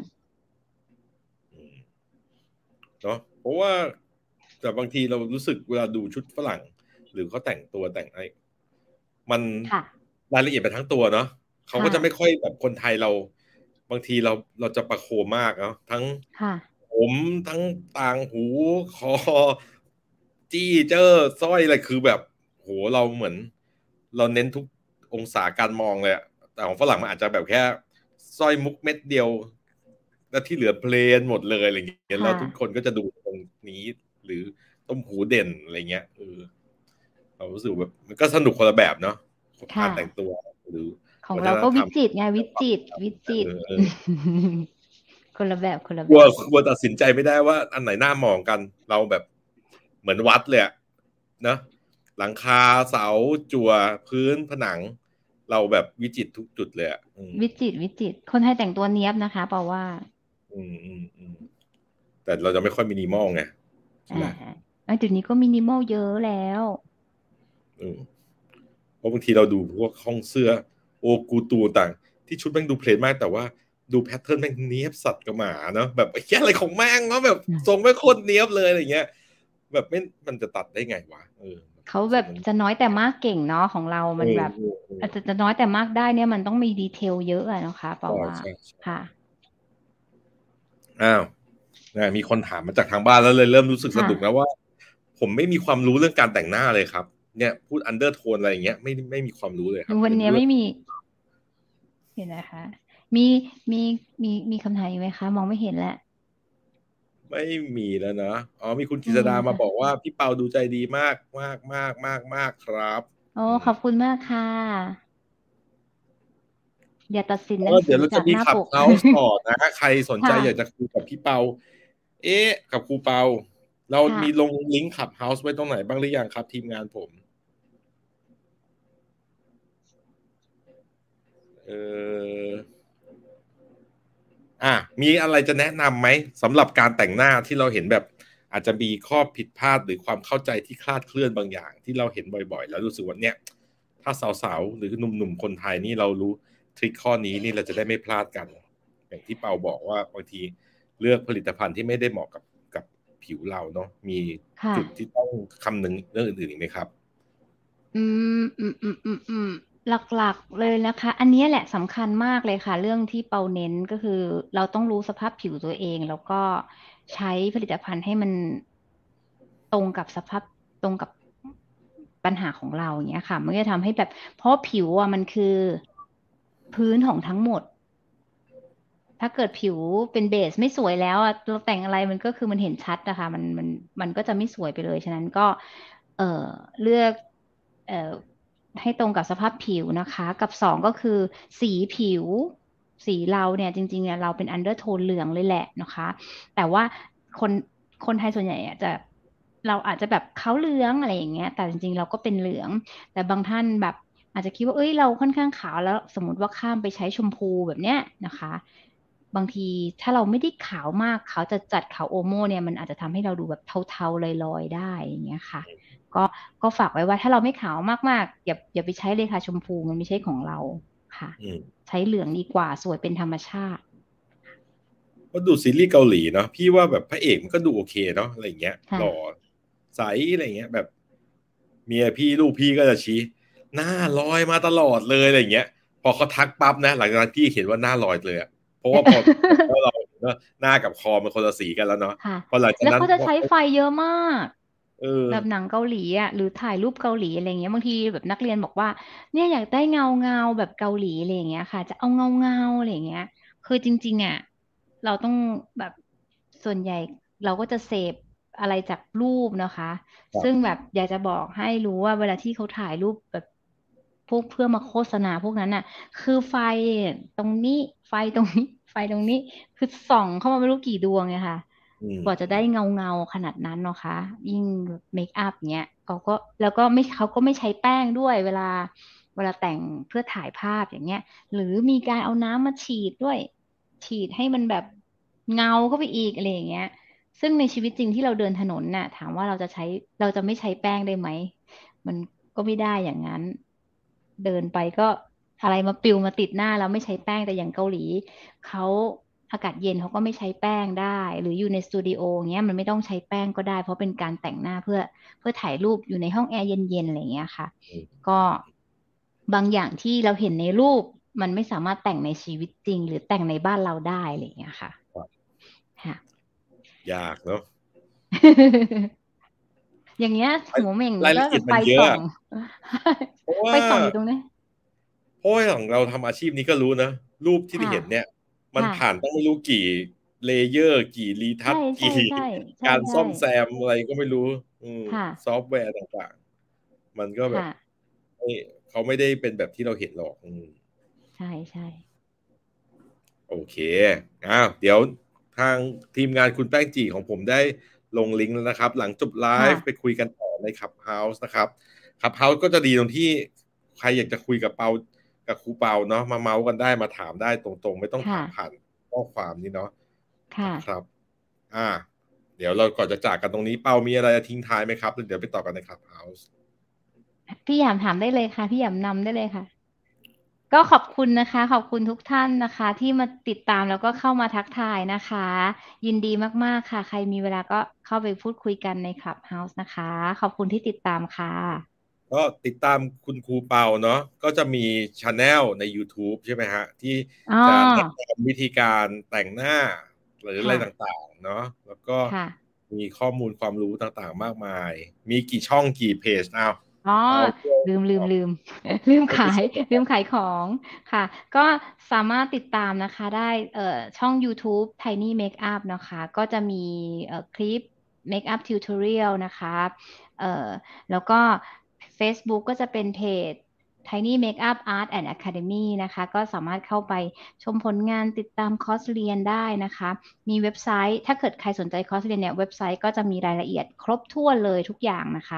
เนาะเพราะว่าแต่บางทีเรารู้สึกเวลาดูชุดฝรั่งหรือเขาแต่งตัวแต่งอะไรมันค่ะรายละเอียดไปทั้งตัวเนาะเขาก็ค่ะจะไม่ค่อยแบบคนไทยเราบางทีเราจะประโคมมากเนาะทั้งค่ะผมทั้งต่างหูคอจี้เจ้อสร้อยอะไรคือแบบโหเราเหมือนเราเน้นทุกองศาการมองเลยอะแต่ของฝรั่งมันอาจจะแบบแค่สร้อยมุกเม็ดเดียวแล้วที่เหลือเพลนหมดเลยอะไรเงี้ยแล้วค่ะทุกคนก็จะดูตรงนี้หรือต้มหูเด่นอะไรเงี้ยเรารู้สึกแบบมันก็สนุกคนละแบบเนาะการค่ะแต่งตัวหรือของวัฒเราก็วินธรรมจิตรไงวิจิตรวิจิตรเออคนละแบบคนละกลัวแบบกลัวตัดสินใจไม่ได้ว่าอันไหนหน้ามองกันเราแบบเหมือนวัดเลยอะเนอะหลังคาเสาจั่วพื้นผนังเราแบบวิจิตรทุกจุดเลยอะวิจิตรคนไทยแต่งตัวเนี้ยบนะคะเปล่าว่าอืมแต่เราจะไม่ค่อยมินิมอลไงใช่อ่าไหมเดี๋ยวนี้ก็มินิมอลเยอะแล้วอืมเพราะบางทีเราดูพวกห้องเสื้อโอกูตูต่างที่ชุดแม่งดูเพลนมากแต่ว่าดูแพทเทิร์นแม่งเนี้ยบสัตว์กับหมาเนาะแบบไอ้แค่อะไรของแม่งเนาะแบบทรงไม่โคตรเนี้ยบเลยอะไรเงี้ยแบบไม่มันจะตัดได้ไงวะเขาแบบรู้สึกมันจะน้อยแต่มากเก่งเนาะของเราเอมันแบบออาจจะน้อยแต่มากได้เนี่ยมันต้องมีดีเทลเยอะอะนะคะเปล่าใช่ว่าใช่ค่ะอ้าวมีคนถามมาจากทางบ้านแล้วเลยเริ่มรู้สึกสค่ะนุกนะว่าผมไม่มีความรู้เรื่องการแต่งหน้าเลยครับเนี่ยพูดอันเดอร์โทนอะไรอย่างเงี้ยไม่มีความรู้เลยครับวันเป็นเรื่องนี้ไม่มีเห็นนะคะมีมีมีคำถามอีกไหมคะมองไม่เห็นแล้วไม่มีแล้วนะมีคุณกฤไม่ษดามามีค่ะบอกว่าพี่เปาดูใจดีมากมากมากมากมากครับโอ้อืมขอบคุณมากค่ะอย่าตัดสินหนังสือเดี๋ยวเราจะจากหน้าปกมีขับเฮาส์ต่อนะใครสน ใจค่ะอยากจะคุยกับพี่เปากับครูเปาเราค่ะมีลงลิงก์ขับเฮาส์ไว้ตรงไหนบ้างหรือยังครับทีมงานผมเออ มีอะไรจะแนะนำไหมสำหรับการแต่งหน้าที่เราเห็นแบบอาจจะมีข้อผิดพลาดหรือความเข้าใจที่คลาดเคลื่อนบางอย่างที่เราเห็นบ่อยๆแล้วรู้สึกว่าเนี่ยถ้าสาวๆหรือหนุ่มๆคนไทยนี่เรารู้ทริคข้อนี้นี่เราจะได้ไม่พลาดกันอย่างที่เปาบอกว่าบางทีเลือกผลิตภัณฑ์ที่ไม่ได้เหมาะกับผิวเราเนาะมีค่ะจุดที่ต้องคำนึงเรื่องอื่นๆอีกไหมครับอืมหลักๆเลยนะคะ อันนี้แหละสำคัญมากเลยค่ะเรื่องที่เปาเน้นก็คือเราต้องรู้สภาพผิวตัวเองแล้วก็ใช้ผลิตภัณฑ์ให้มันตรงกับสภาพตรงกับปัญหาของเราอย่างเงี้ยค่ะมันก็จะทำให้แบบเพราะผิวอ่ะมันคือพื้นของทั้งหมด ถ้าเกิดผิวเป็นเบสไม่สวยแล้วอะเราแต่งอะไรมันก็คือมันเห็นชัดนะคะมันก็จะไม่สวยไปเลยฉะนั้นก็เอ่อเลือกเอ่อให้ตรงกับสภาพผิวนะคะกับสองก็คือสีผิวสีเราเนี่ยจริงๆเนี่ยเราเป็นอันเดอร์โทนเหลืองเลยแหละนะคะแต่ว่าคนคนไทยส่วนใหญ่อะจะเราอาจจะแบบเขาเหลืองอะไรอย่างเงี้ยแต่จริงๆเราก็เป็นเหลืองแต่บางท่านแบบอาจจะคิดว่าเอ้ยเราค่อนข้างขาวแล้วสมมติว่าข้ามไปใช้ชมพูแบบเนี้ยนะคะบางทีถ้าเราไม่ได้ขาวมากขาวจัดขาวโอโม่เนี่ยมันอาจจะทำให้เราดูแบบเทาๆลอยๆได้อย่างเงี้ยค่ะก็ก็ฝากไว้ว่าถ้าเราไม่ขาวมากๆอย่าไปใช้เลยค่ะชมพูมันไม่ใช่ของเราค่ะใช้เหลืองดีกว่าสวยเป็นธรรมชาติก็ดูซีรีส์เกาหลีเนาะพี่ว่าแบบพระเอกมันก็ดูโอเคเนาะอะไรอย่างเงี้ยหล่อใสอะไรเงี้ยแบบเมียพี่ลูกพี่ก็จะชี้หน้าลอยมาตลอดเลยอะไรอย่างเงี้ยพอเขาทักปั๊บนะหลังจากนั้นพี่เห็นว่าหน้าลอยเลยอะเพราะว่าพอเราหน้ากับคอมันคนละสีกันแล้วเนาะพอหลังจากนั้นแล้วเขาจะใช้ไฟเยอะมากแบบหนังเเกาหลีอ่ะหรือถ่ายรูปเกาหลีอะไรเงี้ยบางทีแบบนักเรียนบอกว่าเนี่ยอยากได้เงาแบบเกาหลีอะไรเงี้ยค่ะจะเอาเงาอะไรเงี้ยคือจริงๆอ่ะเราต้องแบบส่วนใหญ่เราก็จะเสพอะไรจากรูปนะคะซึ่งแบบอยากจะบอกให้รู้ว่าเวลาที่เขาถ่ายรูปแบบพวกเพื่อมาโฆษณาพวกนั้นน่ะคือไฟตรงนี้ไฟตรงนี้ไฟตรงนี้คือส่องเข้ามาไม่รู้กี่ดวงไงค่ะ กว่าจะได้เงาขนาดนั้นเนาะคะยิ่งเมคอัพเนี้ยเขาก็แล้วก็ไม่เขาก็ไม่ใช้แป้งด้วยเวลาแต่งเพื่อถ่ายภาพอย่างเงี้ยหรือมีการเอาน้ำมาฉีดด้วยฉีดให้มันแบบเงาเข้าไปอีกอะไรอย่างเงี้ยซึ่งในชีวิตจริงที่เราเดินถนนน่ะถามว่าเราจะไม่ใช้แป้งได้ไหมมันก็ไม่ได้อย่างนั้นเดินไปก็อะไรมาปิวมาติดหน้าเราไม่ใช้แป้งแต่อย่างเกาหลีเขาอากาศเย็นเขาก็ไม่ใช้แป้งได้หรืออยู่ในสตูดิโอเงี้ยมันไม่ต้องใช้แป้งก็ได้เพราะเป็นการแต่งหน้าเพื่อถ่ายรูปอยู่ในห้องแอร์เย็นๆอะไรอย่างเงี้ยค่ะก็บางอย่างที่เราเห็นในรูปมันไม่สามารถแต่งในชีวิตจริงหรือแต่งในบ้านเราได้อะไรอย่างเงี้ยค่ะค่ะยากเนาะอย่างเงี้ยหัวเหม่งรายก็ละเอียดจะไฟส่องมันเยอะเพราะไฟว่าส่องอยู่ตรงนี้เพราะว่าของเราทำอาชีพนี้ก็รู้นะรูปที่ได้ค่ะเห็นเนี่ยมันค่ะผ่านต้องไม่รู้กี่เลเยอร์กี่รีทัใช่ชใช่กี่ใช่ใช่การใช่ซ่อมแซมอะไรก็ไม่รู้ค่ะซอฟต์แวร์ต่างๆมันก็แบบค่ะเขาไม่ได้เป็นแบบที่เราเห็นหรอกใช่ใช่โอเคเดี๋ยวทางทีมงานคุณแป้งจีของผมได้ลงลิงก์แล้วนะครับหลังจบไลค่ะฟ์ไปคุยกันต่อใน Clubhouse นะครับClubhouse ก็จะดีตรงที่ใครอยากจะคุยกับเปากับครูเปาเนาะมาเมาส์กันได้มาถามได้ตรงๆไม่ต้องถาค่ะมผ่านข้อความนี้เนาะค่ะนะครับอ่าเดี๋ยวเราก่อนจะจากกันตรงนี้เปามีอะไรจะทิ้งท้ายไหมครับเดี๋ยวไปต่อกันใน Clubhouse พี่หยามถามได้เลยค่ะพี่หยามนำได้เลยค่ะก็ขอบคุณนะคะขอบคุณทุกท่านนะคะที่มาติดตามแล้วก็เข้ามาทักทายนะคะยินดีมากๆค่ะใครมีเวลาก็เข้าไปพูดคุยกันใน Clubhouse นะคะขอบคุณที่ติดตามค่ะก็ติดตามคุณครูเปาเนาะก็จะมีช anel ใน YouTube ใช่ไหมฮะที่อ๋อจะแนะนำวิธีการแต่งหน้าหรืออะไรค่ะต่างๆเนาะแล้วก็ค่ะมีข้อมูลความรู้ต่างๆมากมายมีกี่ช่องกี่เพจอ๋อเอาลืมลืมเอาขายที่สุดลืมขายของค่ะก็สามารถติดตามนะคะได้ช่อง YouTube Tiny Makeup นะคะก็จะมีคลิป Makeup Tutorial นะคะเอ่อแล้วก็ Facebook ก็จะเป็นเพจ Tiny Makeup Art and Academy นะคะก็สามารถเข้าไปชมผลงานติดตามคอร์สเรียนได้นะคะมีเว็บไซต์ถ้าเกิดใครสนใจคอร์สเรียนเนี่ยเว็บไซต์ก็จะมีรายละเอียดครบถ้วนเลยทุกอย่างนะคะ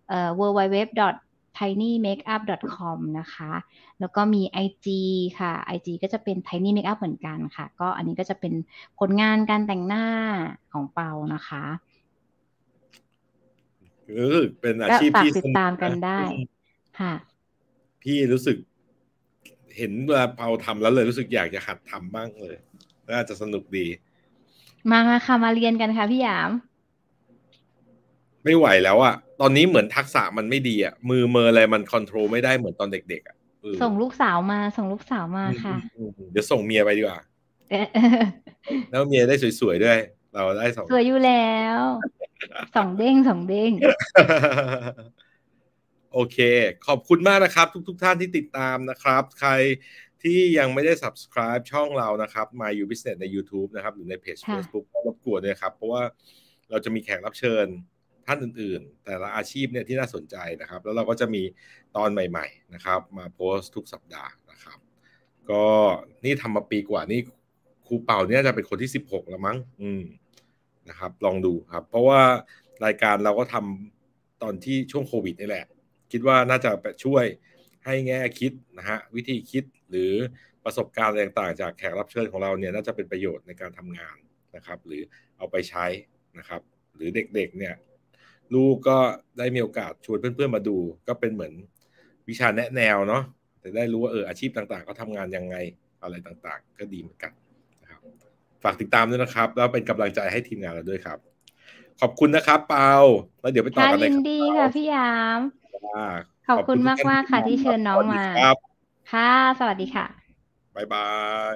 www.tinymakeup.com นะคะแล้วก็มี IG ค่ะ IG ก็จะเป็น Tiny Makeup เหมือนกันค่ะก็อันนี้ก็จะเป็นผลงานการแต่งหน้าของเปานะคะเป็นอาก็ชีพที่สฝากติดตามกันุกนะนได้ค่ะพี่รู้สึกเห็นเวลาเปาทำแล้วเลยรู้สึกอยากจะหัดทำบ้างเลยน่าจะสนุกดีมาค่ะมาเรียนกันค่ะพี่หยามไม่ไหวแล้วอะตอนนี้เหมือนทักษะมันไม่ดีอะมือเมออะไรมันคอนโทรลไม่ได้เหมือนตอนเด็กๆอะส่งลูกสาวมาค่ะเดี๋ยวส่งเมียไปดีกว่าเออแล้วเมียได้สวยๆด้วยเราได้สองสวยอยู่แล้วสองเด้งโอเคขอบคุณมากนะครับทุกท่านที่ติดตามนะครับใครที่ยังไม่ได้ subscribe ช่องเรานะครับ My You Business ใน YouTube นะครับหรือในเพจค่ะ Facebook ก็รบกวนด้วยครับเพราะว่าเราจะมีแขกรับเชิญท่านอื่นๆแต่ละอาชีพเนี่ยที่น่าสนใจนะครับแล้วเราก็จะมีตอนใหม่ๆนะครับมาโพสต์ทุกสัปดาห์นะครับก็นี่ทำมาปีกว่านี่ครูเป่าเนี่ยจะเป็นคนที่16แล้วมั้งนะครับลองดูครับเพราะว่ารายการเราก็ทำตอนที่ช่วงโควิดนี่แหละคิดว่าน่าจะช่วยให้แง่คิดนะฮะวิธีคิดหรือประสบการณ์อะไรต่างๆจากแขกรับเชิญของเราเนี่ยน่าจะเป็นประโยชน์ในการทำงานนะครับหรือเอาไปใช้นะครับหรือเด็กๆเนี่ยลูกก็ได้มีโอกาสชวนเพื่อนๆมาดูก็เป็นเหมือนวิชาแนะแนวเนาะแต่ได้รู้ว่าอาชีพต่างๆเขาทำงานยังไงอะไรต่างๆก็ดีเหมือนกันนะครับฝากติดตามด้วยนะครับแล้วเป็นกำลังใจให้ทีมงานเราด้วยครับขอบคุณนะครับเปาแล้วเดี๋ยวไปต่อกันในยินดีค่ะพี่ยามขอบคุณมากๆค่ะที่เชิญน้องมาค่ะสวัสดีค่ะบ๊ายบาย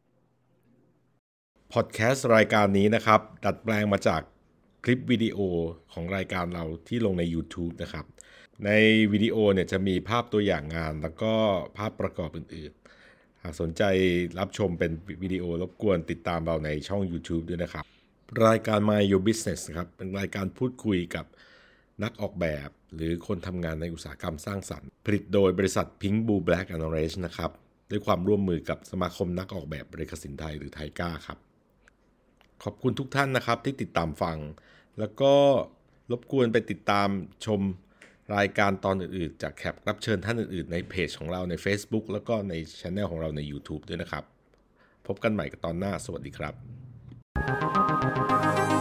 พอดแคสต์รายการนี้นะครับดัดแปลงมาจากคลิปวิดีโอของรายการเราที่ลงใน YouTube นะครับในวิดีโอเนี่ยจะมีภาพตัวอย่างงานแล้วก็ภาพประกอบอื่นๆหากสนใจรับชมเป็นวิดีโอรบกวนติดตามเราในช่อง YouTube ด้วยนะครับรายการ My Your Business ครับเป็นรายการพูดคุยกับนักออกแบบหรือคนทำงานในอุตสาหกรรมสร้างสรรค์ผลิตโดยบริษัท Pink Blue Black and Orange นะครับด้วยความร่วมมือกับสมาคมนักออกแบบบริษัทสินไทยหรือไทก้าครับขอบคุณทุกท่านนะครับที่ติดตามฟังแล้วก็รบกวนไปติดตามชมรายการตอนอื่นๆจากแขกรับเชิญท่านอื่นๆในเพจของเราใน Facebook แล้วก็ใน Channel ของเราใน YouTube ด้วยนะครับพบกันใหม่กับตอนหน้าสวัสดีครับ